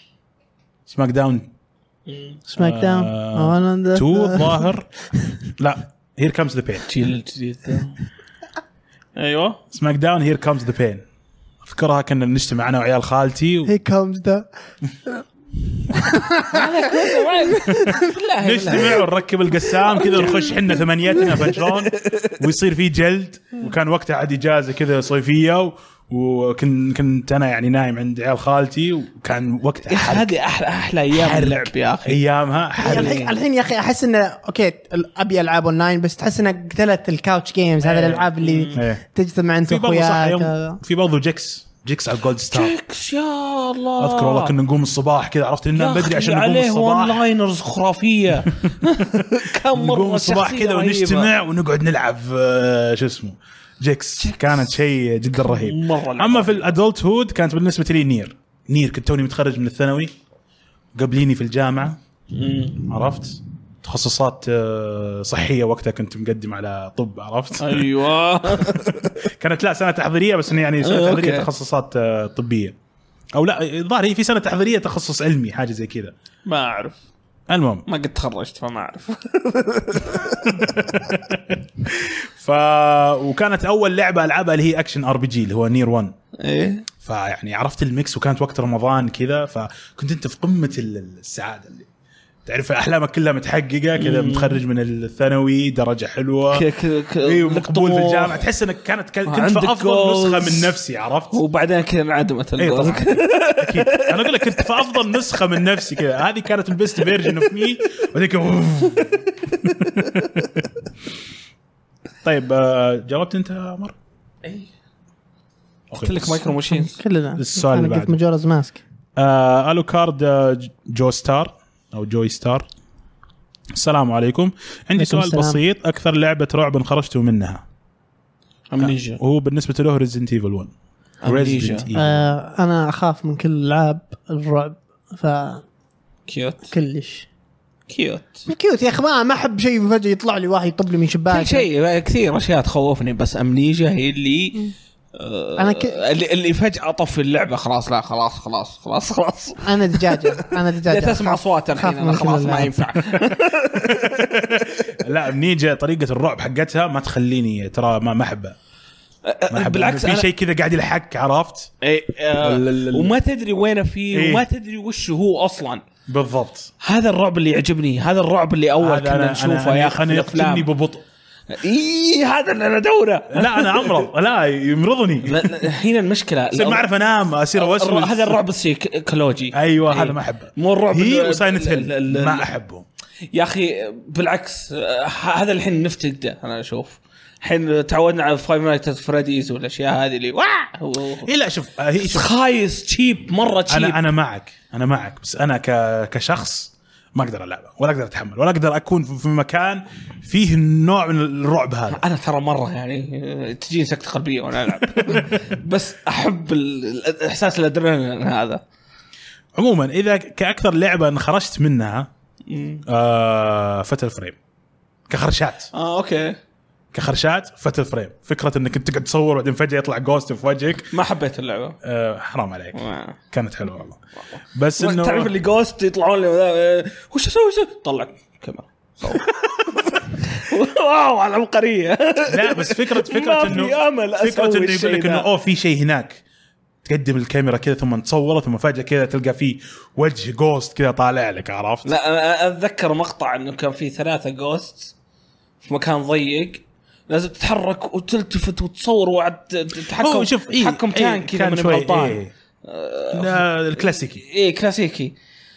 سماك داون سماك داون آه تو ظاهر. لا هير كمز ذا بين. جيل الجديد ذا. ايوه سماك داون هير كمز ذا بين. اذكرها كنا نجتمع انا وعيال خالتي و... هي كومز ذا نجتمع ونركب القسام كذا ونخش حنا ثمانيتنا فجران ويصير فيه جلد. وكان وقتها عاد اجازه كذا صيفيه و... وكنت كنت انا يعني نايم عند عيال خالتي، وكان وقتها حرق. هذه احلى احلى ايام حرق. اللعب يا اخي. ايامها حرق. الحين الحين يا اخي احس انه اوكي ابي العاب اونلاين، بس تحس انها قتلت الكاوتش جيمز. هذه الالعاب اللي إيه. تجتمع انت في برضه صح واخوياك. يوم في برضه جيكس جيكس على الجولد ستار. جيكس يا الله. اذكر والله كنا نقوم الصباح كذا، عرفت اننا بدري عشان نقوم عليه الصباح. وان لاينرز خرافيه. كم مره نقوم الصباح شخصية كذا رهيبة. ونجتمع ونقعد نلعب آه، شو اسمه جيكس. كانت شيء جدا رهيب. مرة اما في الادلت هود كانت بالنسبه لي نير نير كنت توني متخرج من الثانوي، قبليني في الجامعه. عرفت تخصصات آه، صحيه، وقتها كنت مقدم على طب. عرفت ايوه. كانت لا سنه تحضيريه، بس إنه يعني سنه آه، تحضيريه أوكي. تخصصات آه، طبيه، او لا الظاهر هي في سنه تحضيريه تخصص علمي حاجه زي كذا. ما اعرف، المهم ما قد تخرجت فما اعرف. ف وكانت اول لعبه العبها اللي هي اكشن ار بي جي اللي هو نير واحد. ايه فيعني عرفت الميكس، وكانت وقت رمضان كذا، فكنت انت في قمه السعاده اللي تعرف احلامك كلها متحققه كذا، متخرج من الثانوي درجه حلوه ك- ك- ك- ايوه مقبول في طموح. الجامعه، تحس انك كانت كنت في عندك افضل goals. نسخه من نفسي. عرفت وبعدين كذا انعدمت اي الجوز. طبعا اكيد انا اقول لك كنت في افضل نسخه من نفسي كذا. هذه كانت البيست فيرجن اوف مي وذيك. طيب آه، جاوبت انت يا عمر؟ اي قلت لك مايكرو ماشينز. كلنا. السؤال اللي انا قلت بعده. مجرز ماسك. آه الو كارد آه جو ستار او جوي ستار. السلام عليكم، عندي عليكم سؤال السلام. بسيط. اكثر لعبه رعب خرجتوا منها؟ امنيجا. وهو بالنسبه له ريزنت ايفل واحد. أمنيجا. Resident Evil. آه انا اخاف من كل العاب الرعب، فكلش كيوت كيوت كيوت يا اخي. ما ما احب شيء فجاه يطلع لي واحد يطب لي من شباك. كل شيء كثير اشياء تخوفني، بس امنيجا هي اللي آه انا ك... اللي, اللي فجاه اطفي اللعبه خلاص. لا خلاص خلاص خلاص خلاص انا دجاجه انا دجاجه تسمع اصوات الحين انا خلاص ما ينفع. لا امنيجا طريقه الرعب حقتها ما تخليني ترى ما احبها. بالعكس في شيء كذا قاعد يلحق عرفت اي آه وما تدري وين فيه إيه؟ وما تدري وش هو اصلا بالضبط. هذا الرعب اللي يعجبني، هذا الرعب اللي اول كنا نشوفه يا اخي انا يقتلني ببطء. اي هذا اللي انا ادوره. لا انا امرض لا يمرضني. هنا المشكله ما اعرف انام اصير اوسوس. هذا الرعب السيكولوجي. ايوه هذا ما احبه. مو الرعب هي وسايلنت هيل ما احبهم يا اخي. بالعكس هذا الحين نفتقده انا اشوف. الحين تعودنا على فايف نايتس ات فريديز والاشياء هذه اللي واه. إيه لا شوف هي شوف خايس تشيب مره تشيب. انا انا معك انا معك بس انا ك كشخص ما اقدر العبها ولا اقدر اتحمل ولا اقدر اكون في مكان فيه النوع من الرعب هذا. انا ترى مره يعني تجيني سكتة قلبيه وانا العب. بس احب الاحساس الادرينالين هذا. عموما اذا كاكثر لعبه انا خرجت منها آه فتل فريم كخرشات. اه اوكي كخرشات فتل فريم. فكره انك انت تقعد تصور وبعدين فجاه يطلع جوست في وجهك. ما حبيت اللعبه. آه حرام عليك. آه. كانت حلوه والله. بس انه تعرف اللي جوست يطلعون لي وش اسوي طلع كاميرا واو على العبقريه. لا بس فكره فكره انه فكره انه يقول لك انه اوه في شيء هناك تقدم الكاميرا كذا ثم تصوره ثم فجاه كذا تلقى فيه وجه جوست كذا طالع لك عرفت. لا انا اتذكر مقطع انه كان في ثلاثه جوست في مكان ضيق لازم تتحرك وتلتفت وتصور وعد تتحكم. شوف إيه تحكم إيه تانك كذا من الغلطان. إيه لا الكلاسيكي ايه كلاسيكي.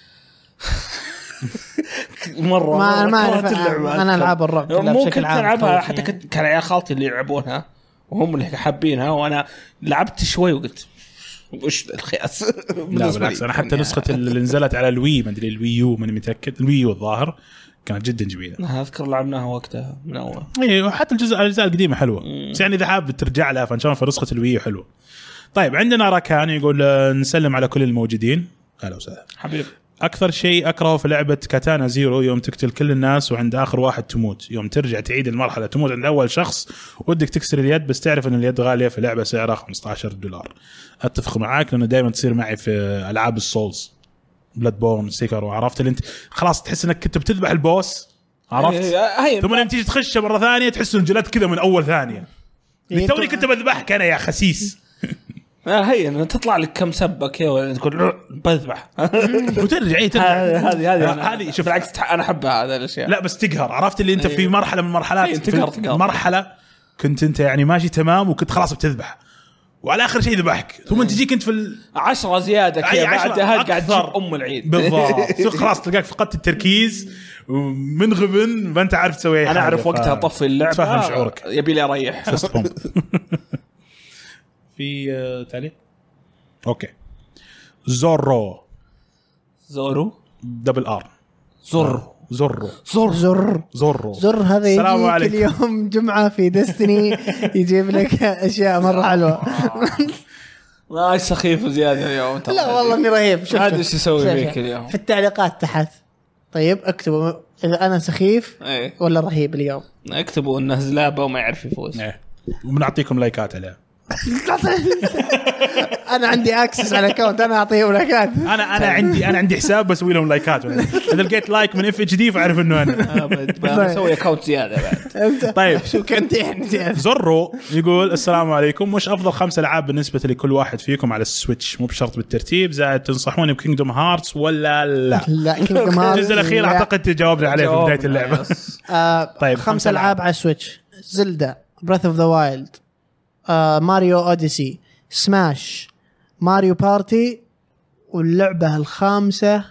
مره ما ما اعرف انا العاب الرعب مو كنت العبها حتى كنت كان عيال خالتي اللي يلعبونها وهم اللي حابينها وانا لعبت شوي وقلت وش الخياس. لا بالعكس انا حتى نسخه اللي نزلت على الوي ما ادري الويو ماني متاكد الويو الظاهر كانت جدا جميله. انا اذكر لعبناها وقتها من اول. اي وحتى الجزء الاجزاء القديمه حلوه بس يعني اذا حاب ترجع لها فان شاء الله في نسخه الويو حلوه. طيب عندنا راكان يقول نسلم على كل الموجودين. اهلا وسهلا حبيب. اكثر شيء اكرهه في لعبه كاتانا زيرو يوم تقتل كل الناس وعند اخر واحد تموت. يوم ترجع تعيد المرحله تموت عند اول شخص ودك تكسر اليد بس تعرف ان اليد غاليه في لعبه سعرها خمسة عشر دولار. اتفق معاك لانه دائما تصير معي في العاب السولز بلاد بورن سيكر وعرفت اللي انت خلاص تحس انك كنت بتذبح البوس عرفت ثم لما تيجي تخش مره ثانيه تحس ان جلدت كذا من اول ثانيه توني كنت بذبحك انا يا خسيس. هي انه تطلع لك كم سبه كذا تقول بذبح وترجع اي ترجع. هذه هذه هذه شوف بالعكس انا احبها هذه الاشياء. لا بس تقهر عرفت اللي انت في مرحله من المرحلات في مرحله كنت انت يعني ماشي تمام وكنت خلاص بتذبح وعلى اخر شيء ذبحك ثم تجيك انت في عشرة زياده كذا بعدها قاعد تجيب ام العيد بالضبط. خلاص تلقاك فقدت التركيز من غبن ما انت عارف تسوي. انا اعرف وقتها اطفي اللعبه فهم شعورك يبي لي اريح. في تعليق اوكي. زورو زورو دبل ار زورو زورو زر زر زورو زر هذا يجي كل يوم جمعة في ديستني يجيب لك أشياء مرة حلوة. لا سخيف زيادة اليوم. لا والله إني رهيب. شوف هذا إيش يسوي فيك اليوم في التعليقات تحت. طيب اكتبوا إذا أنا سخيف ايه ولا رهيب اليوم. اكتبوا إنه زلابة وما يعرف يفوز ايه وبنعطيكم لايكات عليها. انا عندي اكسس على اكونت انا اعطيهم لايكات. انا انا عندي انا عندي حساب بسوي لهم لايكات اذا لقيت لايك من اف اتش دي فاعرف انه انا بسوي اكونت زياده بعد. طيب شو كنت يعني زياده. زرو يقول السلام عليكم مش افضل خمس العاب بالنسبه لكل واحد فيكم على السويتش مو بشرط بالترتيب زائد تنصحوني بكينجدوم هارتس ولا لا؟ لا كينجدوم هارتس الجزء الاخير اعتقد جاوبنا عليه في بدايه اللعبه. طيب خمس العاب على السويتش زلدا بريث اوف ذا وايلد ماريو اوديسي سماش ماريو بارتي واللعبة الخامسة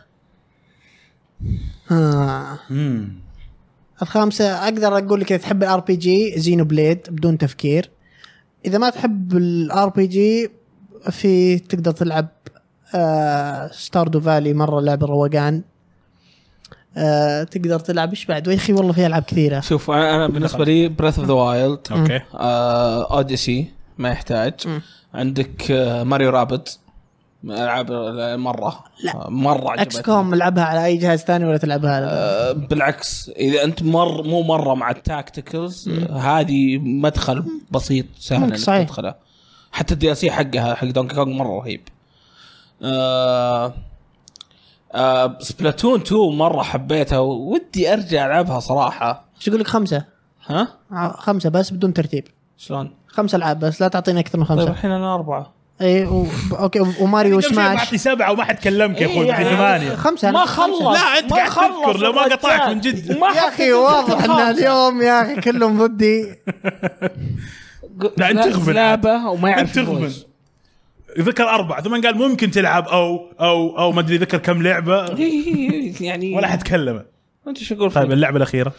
آه. الخامسة أقدر أقول لك إذا تحب الار بي جي زينو بليد بدون تفكير. إذا ما تحب الار بي جي في تقدر تلعب آه ستاردو فالي مرة لعبة روقان. آه تقدر تلعب إيش بعد ويخي والله فيها ألعاب كثيرة. شوف أنا بالنسبة لي بريث اوف ذا وايلد أوكي آه أوديسي ما يحتاج م. عندك آه ماريو رابط العاب مره لا. مره عجبتني. اكس كوم لعبها على اي جهاز ثاني ولا تلعبها على أه بالعكس اذا انت مر مو مره مع التاكتيكلز هذه مدخل بسيط سهل انك تدخله. حتى الدي سي حقها حق دونكي كونغ مره رهيب. أه أه سبلاتون تو مره حبيتها ودي ارجع العبها صراحه. ايش يقول لك خمسه ها خمسه بس بدون ترتيب. شلون خمسة العاب بس لا تعطيني اكثر من خمسه. طيب الحين انا اربعه. اي و... اوكي وماريو سماش بعطي سبعه وما حد كلمك يا اخوي. يعني ثمانيه خمسه ما خلص. لا انت قاعد تذكر لو ما قطعك من جد يا اخي واضح ان اليوم يا اخي كلهم ضدي. لا انت تغفل لعبه وما يعرف تغفل. ذكر أربعة ثم قال ممكن تلعب أو أو أو ما أدري ذكر كم لعبة يعني ولا حد كلمه. أنت شو تقول؟ طيب اللعبة الأخيرة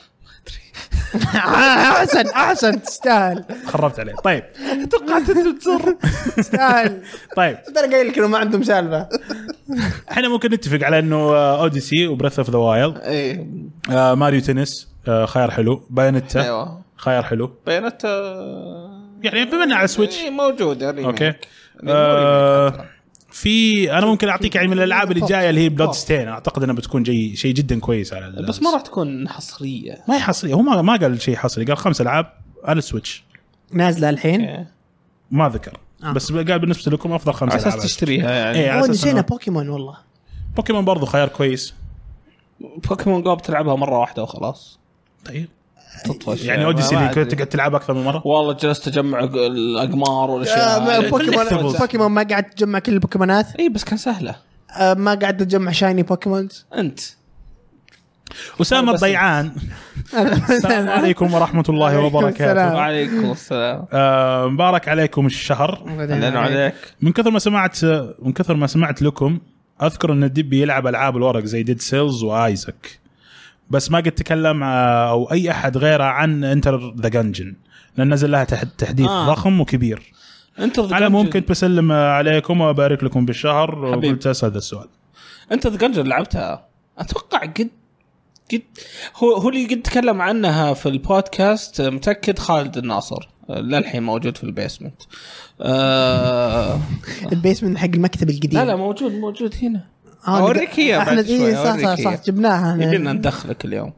أحسن أحسن تستاهل. خربت عليه. طيب توقعت تتصر تستاهل. طيب ترى قايل لك إنه ما عندهم سالفة. إحنا ممكن نتفق على إنه أوديسي وبريث أوف ذا وايلد. إيه. آه ماريو تنس آه خيار حلو. بايونيتا أيوة. خيار حلو. بايونيتا يعني بمنع على سويتش. إيه موجودة. أوكي. آه في انا ممكن اعطيك يعني من الالعاب اللي جايه اللي هي بلود ستين اعتقد انها بتكون جي شيء جدا كويس على بس ما راح تكون حصريه. ما هي حصريه. هو ما ما قال شيء حصري. قال خمس العاب على السويتش نازله الحين ما ذكر آه. بس قال بالنسبه لكم افضل خمس العاب اساس تشتريها يعني. ايه على نسينا بوكيمون. والله بوكيمون برضو خيار كويس. بوكيمون جو بتلعبها مره واحده وخلاص. طيب تطفش يعني اوديسي اللي كنت تقعد تلعب اكثر من مره. والله جلست اجمع الاقمار والاشياء. بوكيمون بوكيمون ما قاعد تجمع كل البوكيمونات. اي بس كان سهله. أه ما قاعد تجمع شايني بوكيمونز انت أسامة الضيعان. السلام عليكم ورحمة الله وبركاته. وعليكم السلام. آه مبارك عليكم الشهر. أهلا عليك. من كثر ما سمعت من كثر ما سمعت لكم أذكر أن الدبي يلعب ألعاب الورق زي ديد سيلز وآيزك بس ما قد تكلم أو أي أحد غيره عن انتر ذا جنجن لأن نزل لها تحديث آه. ضخم وكبير. على ممكن بسلم عليكم وأبارك لكم بالشهر وقلت أسأل هذا السؤال. انت ذا جنجن لعبتها أتوقع قد قد هو هو اللي قد تكلم عنها في البودكاست. متأكد خالد الناصر للحين موجود في البيسمنت. آه البيسمنت حق المكتب القديم. لا لا موجود موجود هنا. آه اوريك هي بعد شوي. إيه صح صح, صح جبناها. يبينا ندخلك اليوم.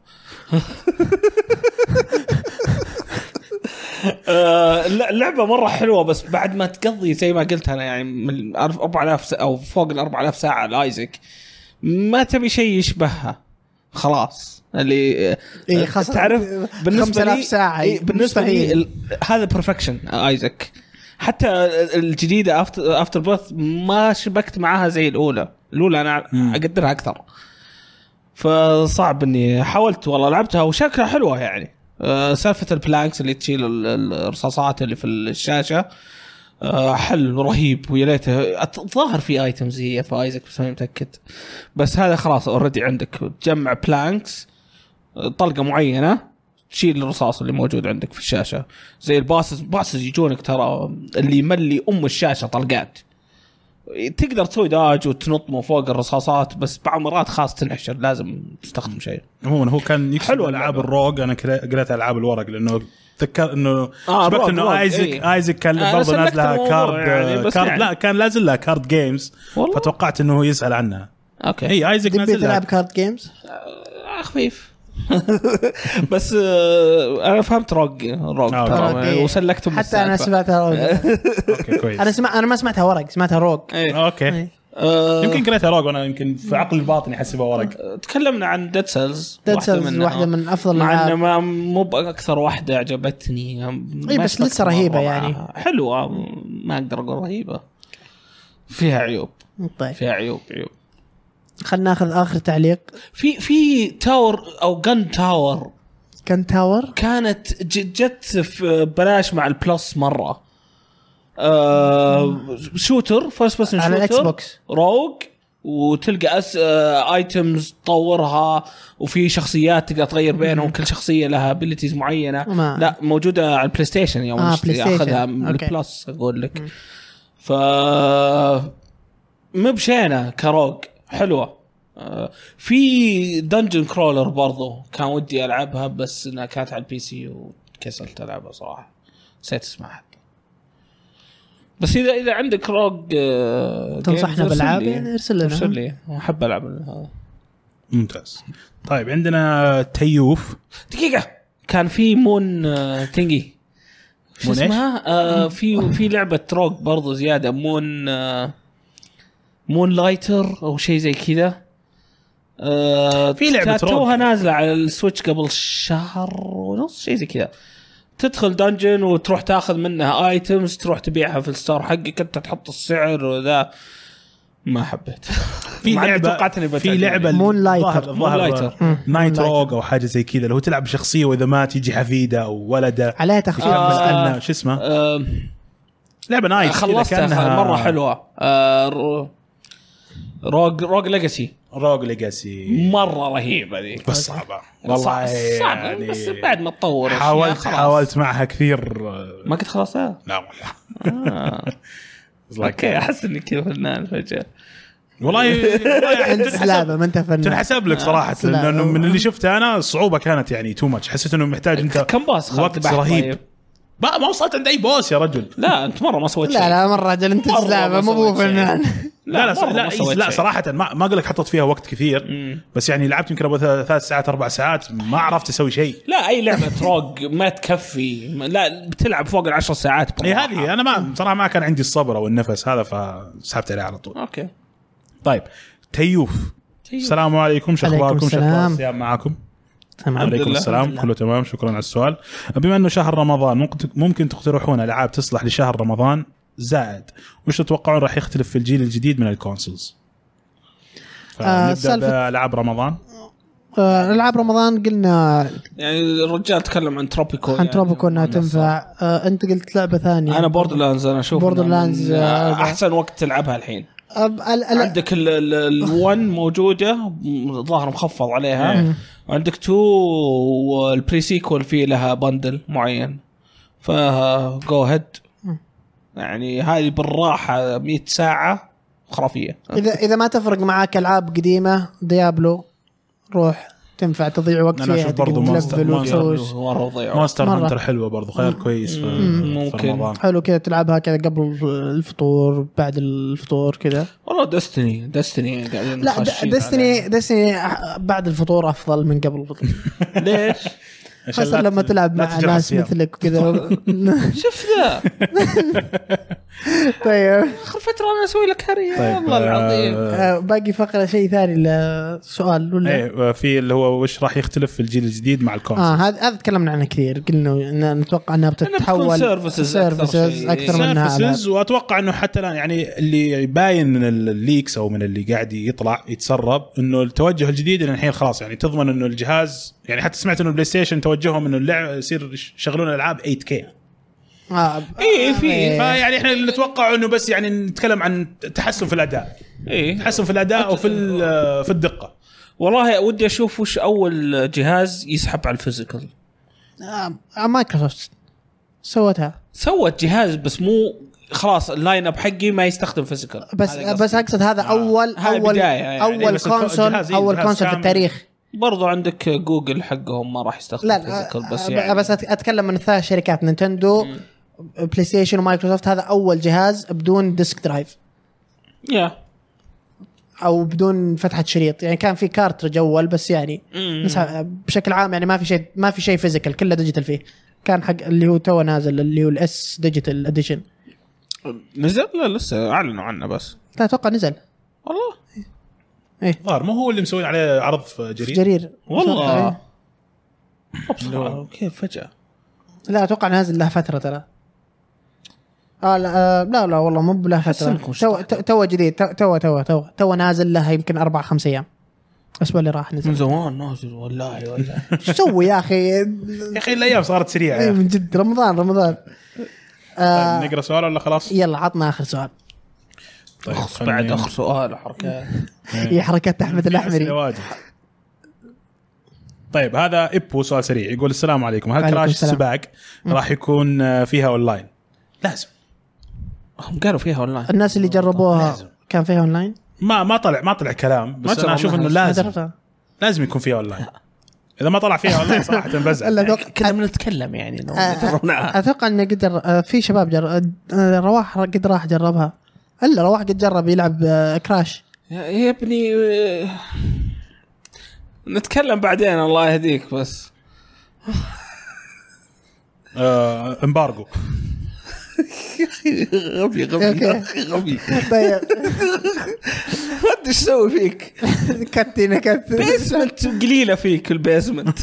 آه اللعبة مرة حلوة بس بعد ما تقضي زي ما قلت أنا يعني من أربعة آلاف أو فوق الأربعة آلاف ساعة لايزك ما تبي شيء يشبهها خلاص. اللي إيه تعرف بالنسبة لي ساعة إيه بالنسبة لي هذا بيرفكشن ايزك. حتى الجديدة افتر افتر بيرث ما شبكت معاها زي الأولى. الأولى أنا م. أقدرها أكثر فصعب إني حاولت والله لعبتها وشكلها حلوة يعني. أه سالفة البلانكس اللي تشيل الرصاصات اللي في الشاشة أه حل رهيب ويا ليته الظاهر في ايتمز هي في ايزك بس ما متأكد. بس هذا خلاص اوريدي عندك تجمع بلانكس طلقة معينة تشيل الرصاص اللي موجود عندك في الشاشة. زي الباسز باسز يجونك ترى اللي يملي أم الشاشة طلقات. تقدر تسوي داج وتنط من فوق الرصاصات بس بعض مرات خاص تنحشر لازم تستخدم شيء. عموما هو كان يكسب ألعاب الروج. أنا قرأت ألعاب الورق لأنه تذكر إنه آه سمعت إنه آيزك إيه. آيزك كان آه برضه نازلها كارد, يعني كارد يعني. لا كان لازل لها كارد جيمز فتوقعت إنه يسأل عنها. أوكي هي آيزك نازل تلعب كارد جيمز آه خفيف. بس آه انا فهمت روج روج آه وسلكته حتى انا سمعتها روج. اوكي كويس. انا سمع انا ما سمعتها ورق سمعتها روج. اوكي يمكن قريتها روج وانا يمكن في عقل الباطني احسبها ورق. تكلمنا عن ديد سيلز واحده من واحده من افضل الالعاب مع مو باكثر واحده عجبتني. اي بس لسه رهيبه يعني حلوه ما اقدر اقول رهيبه فيها عيوب. طيب فيها عيوب عيوب. خلنا ناخذ اخر تعليق. في في تاور او جن تاور كان تاور كانت جت في بلاش مع البلس مره. آه شوتر فيرست بيرسون شوتر على الاكس بوكس روج وتلقى أس آه ايتمز تطورها وفي شخصيات تقدر تغير بينهم. كل شخصيه لها ابيليتيز معينه. ما. لا موجوده على البلاي ستيشن يوم آه اخذها من البلس اقول لك. ف مبشينا كروج حلوه. آه في دنجن كرولر برضو كان ودي العبها بس انها كانت على البي سي وكسلت العبها صراحه نسيت اسمها. بس اذا اذا عندك روج آه تنصحنا بالعاب يعني ارسل لنا. ارسل لي احب العب هذا. ممتاز. طيب عندنا تيوف. دقيقه كان في مون آه تنجي شو اسمها آه في في لعبه روج برضو زياده مون آه مون لايتر او شيء زي كذا. آه في لعبه توها نازله على السويتش قبل شهر ونص شيء زي كذا. تدخل دنجن وتروح تاخذ منها ايتمز تروح تبيعها في الستور حقك انت تحط السعر وذا. ما حبيت. في لعبه في لعبه مون لايتر ظهر نايت روج او حاجه زي كذا اللي هو تلعب شخصيه واذا مات يجي حفيده او ولده عليها تخفيض. آه شو اسمه آه لعبه نايت خلصتها كأنها... مره حلوه. آه روج روج ليجاسي. روج ليجاسي مره رهيبه ذي بس صعبه والله صعبة يعني. بس بعد ما تطور حاولت حاولت معها كثير ما كنت خلصتها. لا والله آه. اوكي احس اني كذا فنان فجاه والله. انت لعبه ما انت فنان تنحسب لك صراحه لانه من اللي شفته انا الصعوبه كانت يعني تو ماتش. حسيت انه محتاج انت كم باص وقت رهيب. ما ما وصلت عند اي بوس يا رجل. لا انت مره ما سويت شيء. لا لا مره رجل انت لعبه مو مو فنان. لا لا لا, لا, لا صراحه ما ما اقول لك حطيت فيها وقت كثير مم. بس يعني لعبت يمكن ابو ثلاث ساعات اربع ساعات ما عرفت اسوي شيء. لا اي لعبه روج ما تكفي. لا بتلعب فوق العشر ساعات. اي هذه انا ما بصراحه ما كان عندي الصبر او النفس هذا فسحبت عليه على طول. اوكي طيب تيوف. السلام عليكم شو اخباركم؟ شو الصيام معكم؟ عليكم السلام كله تمام شكرا على السؤال. بما انه شهر رمضان ممكن ممكن تقترحون العاب تصلح لشهر رمضان زائد وش تتوقعون راح يختلف في الجيل الجديد من الكونسولز؟ فنبدا بألعاب رمضان. آه العاب رمضان قلنا يعني الرجال تكلم عن تروبيكو عن يعني تروبيكو انها تنفع. آه انت قلت لعبه ثانيه. انا بوردرلاندز انا اشوف بوردرلاندز آه احسن وقت تلعبها الحين. ال ال عندك ال1 موجوده ظاهر مخفض عليها. عندك تو والبري سيكول فيه لها بندل معين فجو هيد. يعني هذه بالراحه مية ساعه خرافيه. اذا اذا ما تفرق معاك العاب قديمه ديابلو روح تنفع تضيع وقت فيها. انا اشوف برضو ماستر هانتر حلوه برضو خيار كويس ممكن حلو كذا تلعبها كذا قبل الفطور بعد الفطور كذا. والله دستني دستني قاعدين لا دستني دستني بعد الفطور افضل من قبل الفطور. ليش؟ خاصة لما تلعب مع ناس مثلك وكذا. شوف ذا. طيب آخر فترة أنا أسوي لك هري والله العظيم. آه باقي فقرة شيء ثاني للسؤال ولا؟ إيه في اللي هو وش راح يختلف في الجيل الجديد مع الكونسول. آه هذا هذا تكلمنا عنه كثير. قلنا إن نتوقع أنها بتتحول سيرفيسز أكثر, أكثر منها سيرفيسز. وأتوقع إنه حتى الآن يعني اللي باين من الليكس أو من اللي قاعد يطلع يتسرب إنه التوجه الجديد إن الحين خلاص يعني تضمن إنه الجهاز يعني حتى سمعت إنه البلاي ستيشن توجههم إنه اللعب يصير يشغلون الألعاب ثمانية كي. آه إيه في فيعني إحنا نتوقع إنه بس يعني نتكلم عن تحسن في الأداء. إيه تحسن في الأداء وفي في الدقة. والله ودي أشوف وش أول جهاز يسحب على الفيزيكال. آه مايكروسوفت سوتها سوت جهاز بس مو خلاص اللاين اب حقي ما يستخدم فيزيكال. بس بس أقصد هذا آه. أول أول يعني أول كونسول أول كونسول في التاريخ. برضو عندك جوجل حقهم ما راح يستخدم لا فيزيكال بس يعني بس أتكلم من الثلاث شركات نينتندو م. بلاي ستيشن ومايكروسوفت. هذا أول جهاز بدون ديسك درايف يا أو بدون فتحة شريط. يعني كان في كارترج أول بس يعني بشكل عام يعني ما في شيء ما في شيء فيزيكال كله ديجيتال فيه. كان حق اللي هو تو نازل اللي هو الاس ديجيتال اديشن. نزل لا لسه اعلنوا عنه بس لا اتوقع نزل والله. ايه ظهر مو هو اللي مسوين عليه عرض في جرير جرير والله. ايه. كيف فجأة؟ لا اتوقع نازل له فترة ترى. آه لا, آه لا لا والله مو بله فترة. تو تو جديد تو تو تو تو نازل له يمكن أربع خمس ايام. الاسبوع اللي راح نزل من زمان نازل والله والله. شو سوي يا اخي يا اخي الايام صارت سريعه اي من جد. رمضان رمضان. آه طيب نقرا سؤال ولا خلاص؟ يلا عطنا اخر سؤال. طيب بعد اخر سؤال حركات هي حركات احمد الاحمري. طيب هذا ابو سؤال سريع يقول السلام عليكم هل كراش السباق راح يكون فيها اونلاين؟ لازم. هم قالوا فيها اونلاين. الناس اللي جربوها لازم. كان فيها اونلاين؟ ما ما طلع ما طلع كلام بس انا اشوف انه لازم لازم يكون فيها اونلاين. اذا ما طلع فيها والله صراحه بزعل. كنا بنتكلم يعني لو اتوقع انه قدر في شباب جر... رواح قد راح جربها. الا رواح قد جرب يلعب كراش. يا ابني نتكلم بعدين الله يهديك. بس آه، امبارجو غبي غبي غبي. طيب ما ادري ايش اسوي فيك. كتي نكت بيسمنت قليله فيك البيسمنت.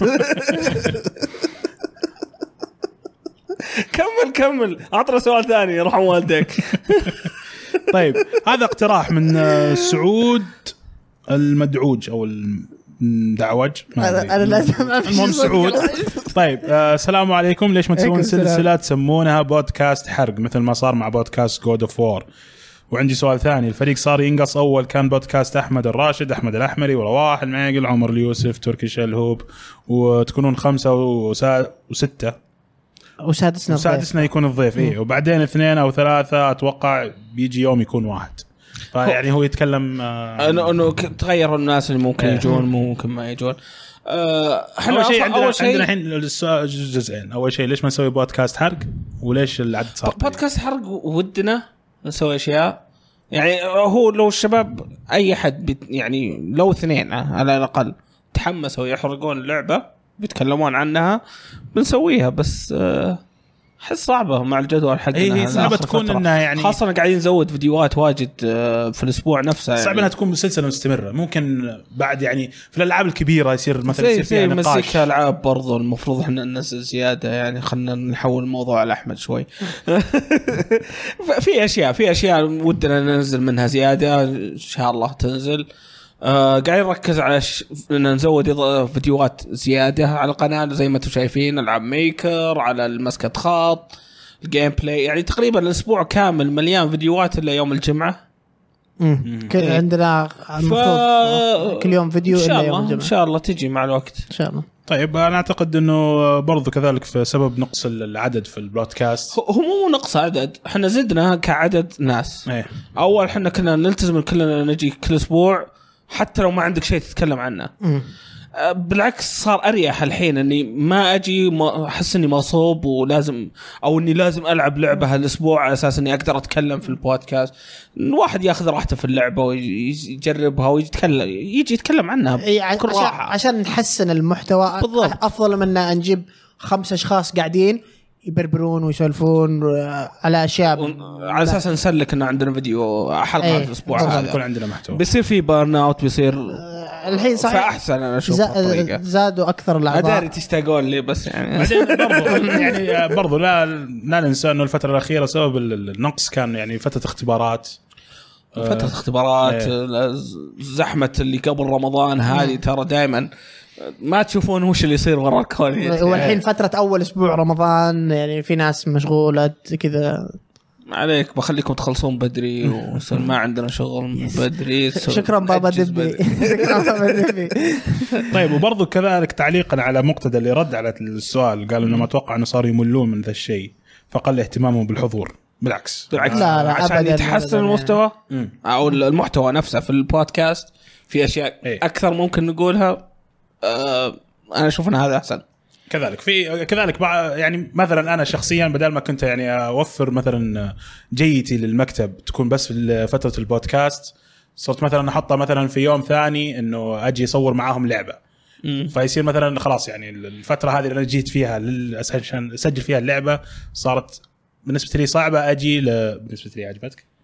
كمل كمل اعطنا سؤال ثاني يرحم والديك. طيب هذا اقتراح من سعود المدعوج او المدعوج. انا لازم المهم سعود. طيب آه السلام عليكم. ليش ما تسوون سلسله تسمونها بودكاست حرق مثل ما صار مع بودكاست جود اوف وور؟ وعندي سؤال ثاني. الفريق صار ينقص. اول كان بودكاست احمد الراشد، احمد الاحمري، ورواح المعيقل، عمر اليوسف، تركي شلهوب، وتكونون خمسه وسا... وسته وسادسنا وسادسنا يكون الضيف. ايه وبعدين اثنين او ثلاثه اتوقع بيجي يوم يكون واحد. فيعني هو يتكلم آه انه انه تغيروا الناس اللي ممكن يجون ممكن ما يجون. احنا أول شيء عندنا عندنا الحين جزئين. اول شيء ليش ما نسوي بودكاست حرق، وليش العدد صار بودكاست حرق؟ ودنا نسوي اشياء يعني هو لو الشباب اي حد يعني لو اثنين على الاقل تحمسوا يحرقون اللعبه بيتكلمون عنها بنسويها. بس حس صعبه مع الجدول حقنا. هي صعبه تكون انها يعني خاصه قاعدين نزود فيديوهات واجد في الاسبوع نفسه. صعب يعني انها تكون سلسله مستمره. ممكن بعد يعني في الالعاب الكبيره يصير مثلا يصير فيها نقاش. مزيكا العاب برضو المفروض احنا ننزل زياده يعني. خلينا نحول الموضوع على احمد شوي. في اشياء في اشياء ودنا ننزل منها زياده ان شاء الله تنزل. آه قاعد نركز على ش... ان نزود فيديوهات زياده على القناه زي ما انتم شايفين. العاب ميكر على المسكه خط الجيم بلاي يعني تقريبا الاسبوع كامل مليان فيديوهات الا يوم الجمعه. امم كذا عندنا المفروض ف... كل يوم فيديو الا يوم الجمعه. ان شاء الله تجي مع الوقت ان شاء الله. طيب انا اعتقد انه برضو كذلك في سبب نقص العدد في البودكاست. هو مو نقص عدد، احنا زدنا كعدد ناس. ايه. اول احنا كنا نلتزم كلنا نجي كل اسبوع حتى لو ما عندك شيء تتكلم عنه. مم. بالعكس صار أريح الحين اني ما اجي احس اني مغصوب ولازم او اني لازم العب لعبه هالاسبوع على اساس اني اقدر اتكلم في البودكاست. الواحد ياخذ راحته في اللعبه ويجربها ويتكلم يجي يتكلم عنها بكل عشان, راحه عشان نحسن المحتوى. بالضبط. افضل من ان نجيب خمس اشخاص قاعدين يبربرون ويسولفون على اشياء على اساس نسلك ان عندنا فيديو حلقه ايه الاسبوع هذا يكون عندنا محتوى. بيصير في بارن اوت بيصير الحين صحيح فاحسن انا اشوف الطريقه. زادوا اكثر الاعضاء. ادري تستاقون لي بس يعني بعدين برضو يعني برضو لا لا ننسى انه الفتره الاخيره سبب النقص كان يعني فتره اختبارات. فتره اختبارات ايه. زحمه اللي قبل رمضان هذه ترى دائما ما تشوفون وش اللي يصير ورا الكواليس. والحين فترة أول أسبوع رمضان يعني في ناس مشغولة كذا. عليك بخليكم تخلصون بدري وصل ما عندنا شغل بدري. شكرا بابا دبي. شكرا بابا دبي. طيب وبرضو كذلك تعليقا على مقتدى اللي رد على السؤال قال إنه ما أتوقع إنه صار يملون من ذا الشيء فقل اهتمامهم بالحضور. بالعكس بالعكس لا لا عشان يتحسن المستوى يعني. أو المحتوى نفسه في البودكاست في أشياء ايه. أكثر ممكن نقولها. أه أنا أشوف أن هذا أحسن. كذلك في كذلك يعني مثلا أنا شخصيا بدل ما كنت يعني أوفر مثلا جيتي للمكتب تكون بس في فترة البودكاست صرت مثلا أحطها مثلا في يوم ثاني إنه أجي أصور معاهم لعبة. م. فيصير مثلا خلاص يعني الفترة هذه اللي أنا جيت فيها عشان أسجل فيها اللعبة صارت بالنسبة لي صعبة أجي ل... بالنسبة لي عجبتك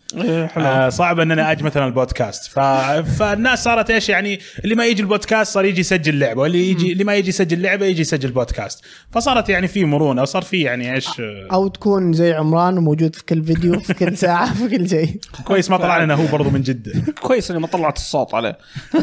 آه صعب ان انا اجي مثلا البودكاست. ف... فالناس صارت ايش يعني اللي ما يجي البودكاست صار يجي يسجل لعبه واللي يجي اللي ما يجي يسجل لعبه يجي يسجل بودكاست. فصارت يعني في مرونه وصار في يعني ايش او تكون زي عمران وموجود في كل فيديو في كل ساعه في كل شيء. كويس ما طلع لنا هو برضو من جده. كويس اني ما طلعت الصوت عليه.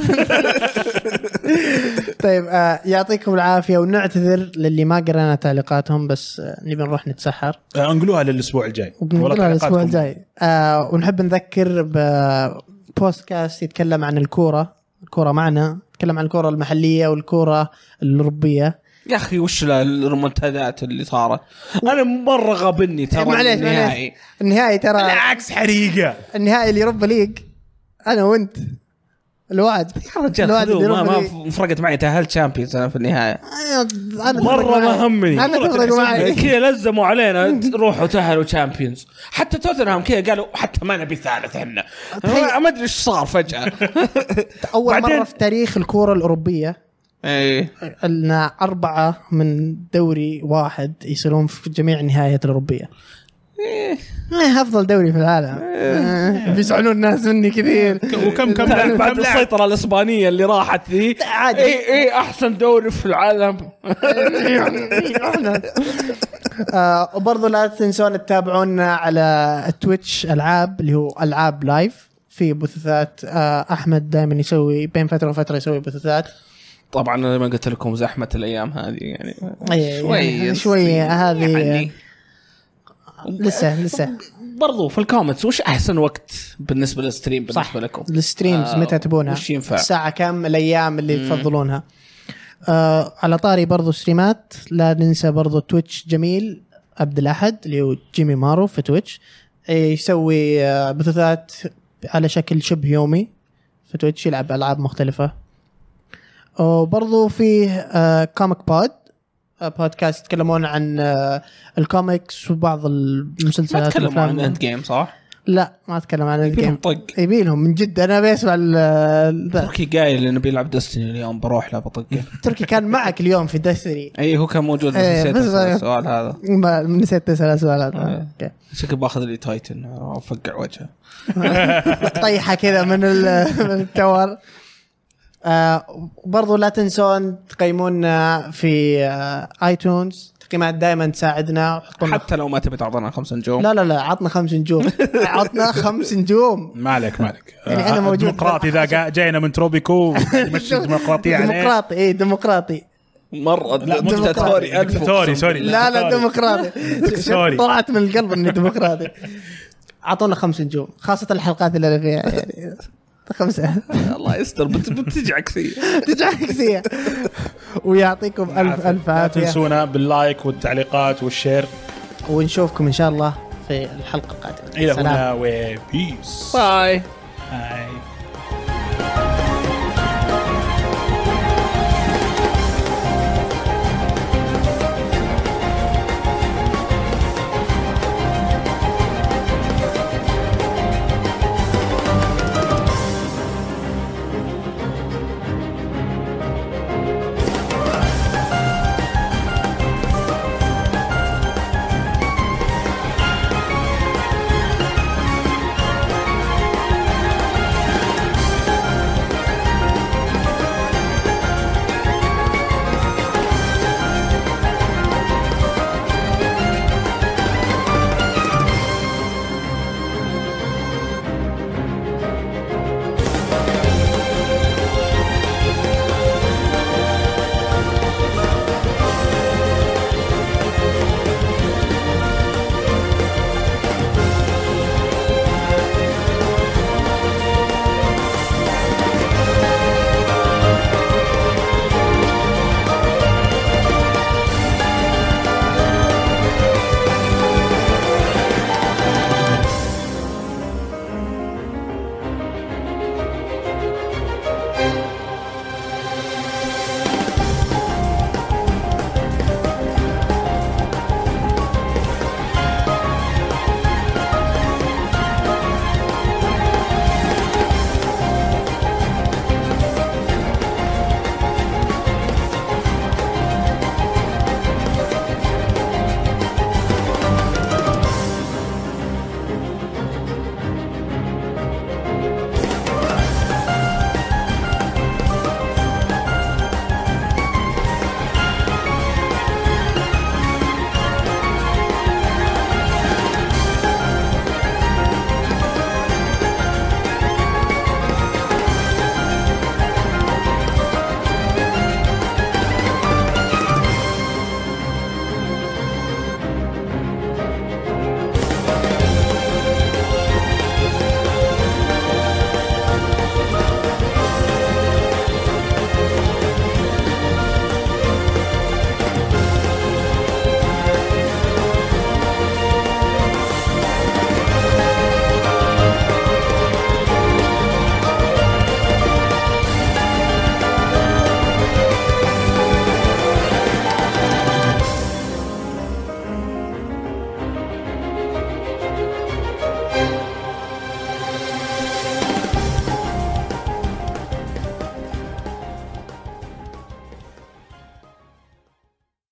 طيب آه يعطيكم العافيه ونعتذر للي ما قرأنا تعليقاتهم بس آه نبي نروح نتسحر. آه نقولوها للاسبوع الجاي. نقولها للاسبوع الجاي. آه ونحب نذكر ببودكاست يتكلم عن الكورة. الكورة معنا نتكلم عن الكورة المحلية والكورة الأوروبية. يا أخي وش الريمونتادات اللي صارت؟ أنا مرة غابني ترى النهائي. النهائي ترى العكس حريقة. النهائي اللي يوروبا ليج أنا وأنت الوعد يا رجال ما ما فرقت معي تأهلت تشامبيونز انا في النهايه مره ما همني انا تفرق معي كذا لزموا علينا روحوا تأهلوا تشامبيونز حتى توتنهام كذا قالوا حتى ما نبي ثالث احنا ما ادري ايش صار فجاه اول مره في تاريخ الكوره الاوروبيه ايه ان اربعه من دوري واحد يصيرون في جميع النهايات الاوروبيه. ايه افضل دوري في العالم. إيه. بيزعلون الناس مني كثير. وكم كم بعد السيطره الاسبانيه اللي راحت ذي عادي. اي اي احسن دوري في العالم. آه وبرضه لا تنسون تتابعونا على تويتش العاب اللي هو العاب لايف في بثوثات. آه احمد دائما يسوي بين فتره وفتره يسوي بثوثات. طبعا انا ما قلت لكم زحمه الايام هذه يعني شوي يعني شوي هذه يعني لسه لسه برضو في الكومنتس وش احسن وقت بالنسبه للستريم بالنسبه لكم الستريمز آه متى تبونها الساعه كم الايام اللي مم. تفضلونها. آه على طاري برضو ستريمات لا ننسى برضو تويتش جميل عبد الاحد اللي هو جيمي مارو في تويتش يسوي آه بثوثات على شكل شبه يومي في تويتش يلعب العاب مختلفه. وبرضو فيه آه كوميك بود بودكاست يتكلمون عن الكوميكس وبعض المسلسلات. ما تكلموا عن اند جيم صح؟ لا ما اتكلم عن اند جيم. طق يبيلهم من جد. انا بسمع تركي قايل انه بيلعب دستني اليوم بروح له بطقه. تركي كان معك اليوم في دستني. اي هو كان موجود. نسيت السؤال هذا. ما نسيت اسال السؤال هذا. شكل باخذ لي تايتن وافقع وجهه طيحه كذا من التور. آه برضو لا تنسون تقيمونا في آه ايتونز. تقييمات دائما تساعدنا. حتى لو ما تبي تعطينا خمس نجوم. لا لا لا عطنا خمس نجوم. عطنا خمس نجوم. مالك مالك يعني انا موجود ديمقراطي اذا جاينا من تروبيكو مشي ديمقراطيه عليه. ديمقراطي ايه ديمقراطي مره دكتاتوري دكتاتوري سوري. لا لا ديمقراطي سوري طلعت من القلب اني ديمقراطي. اعطونا خمس نجوم خاصه الحلقات اللي انا فيها يعني خمسة. الله يستر بتجي عكسية تجي عكسية. ويعطيكم ألف ألف عافية. لا تنسونا باللايك والتعليقات والشير ونشوفكم إن شاء الله في الحلقة القادمة. إلى هنا وبيس. باي. باي.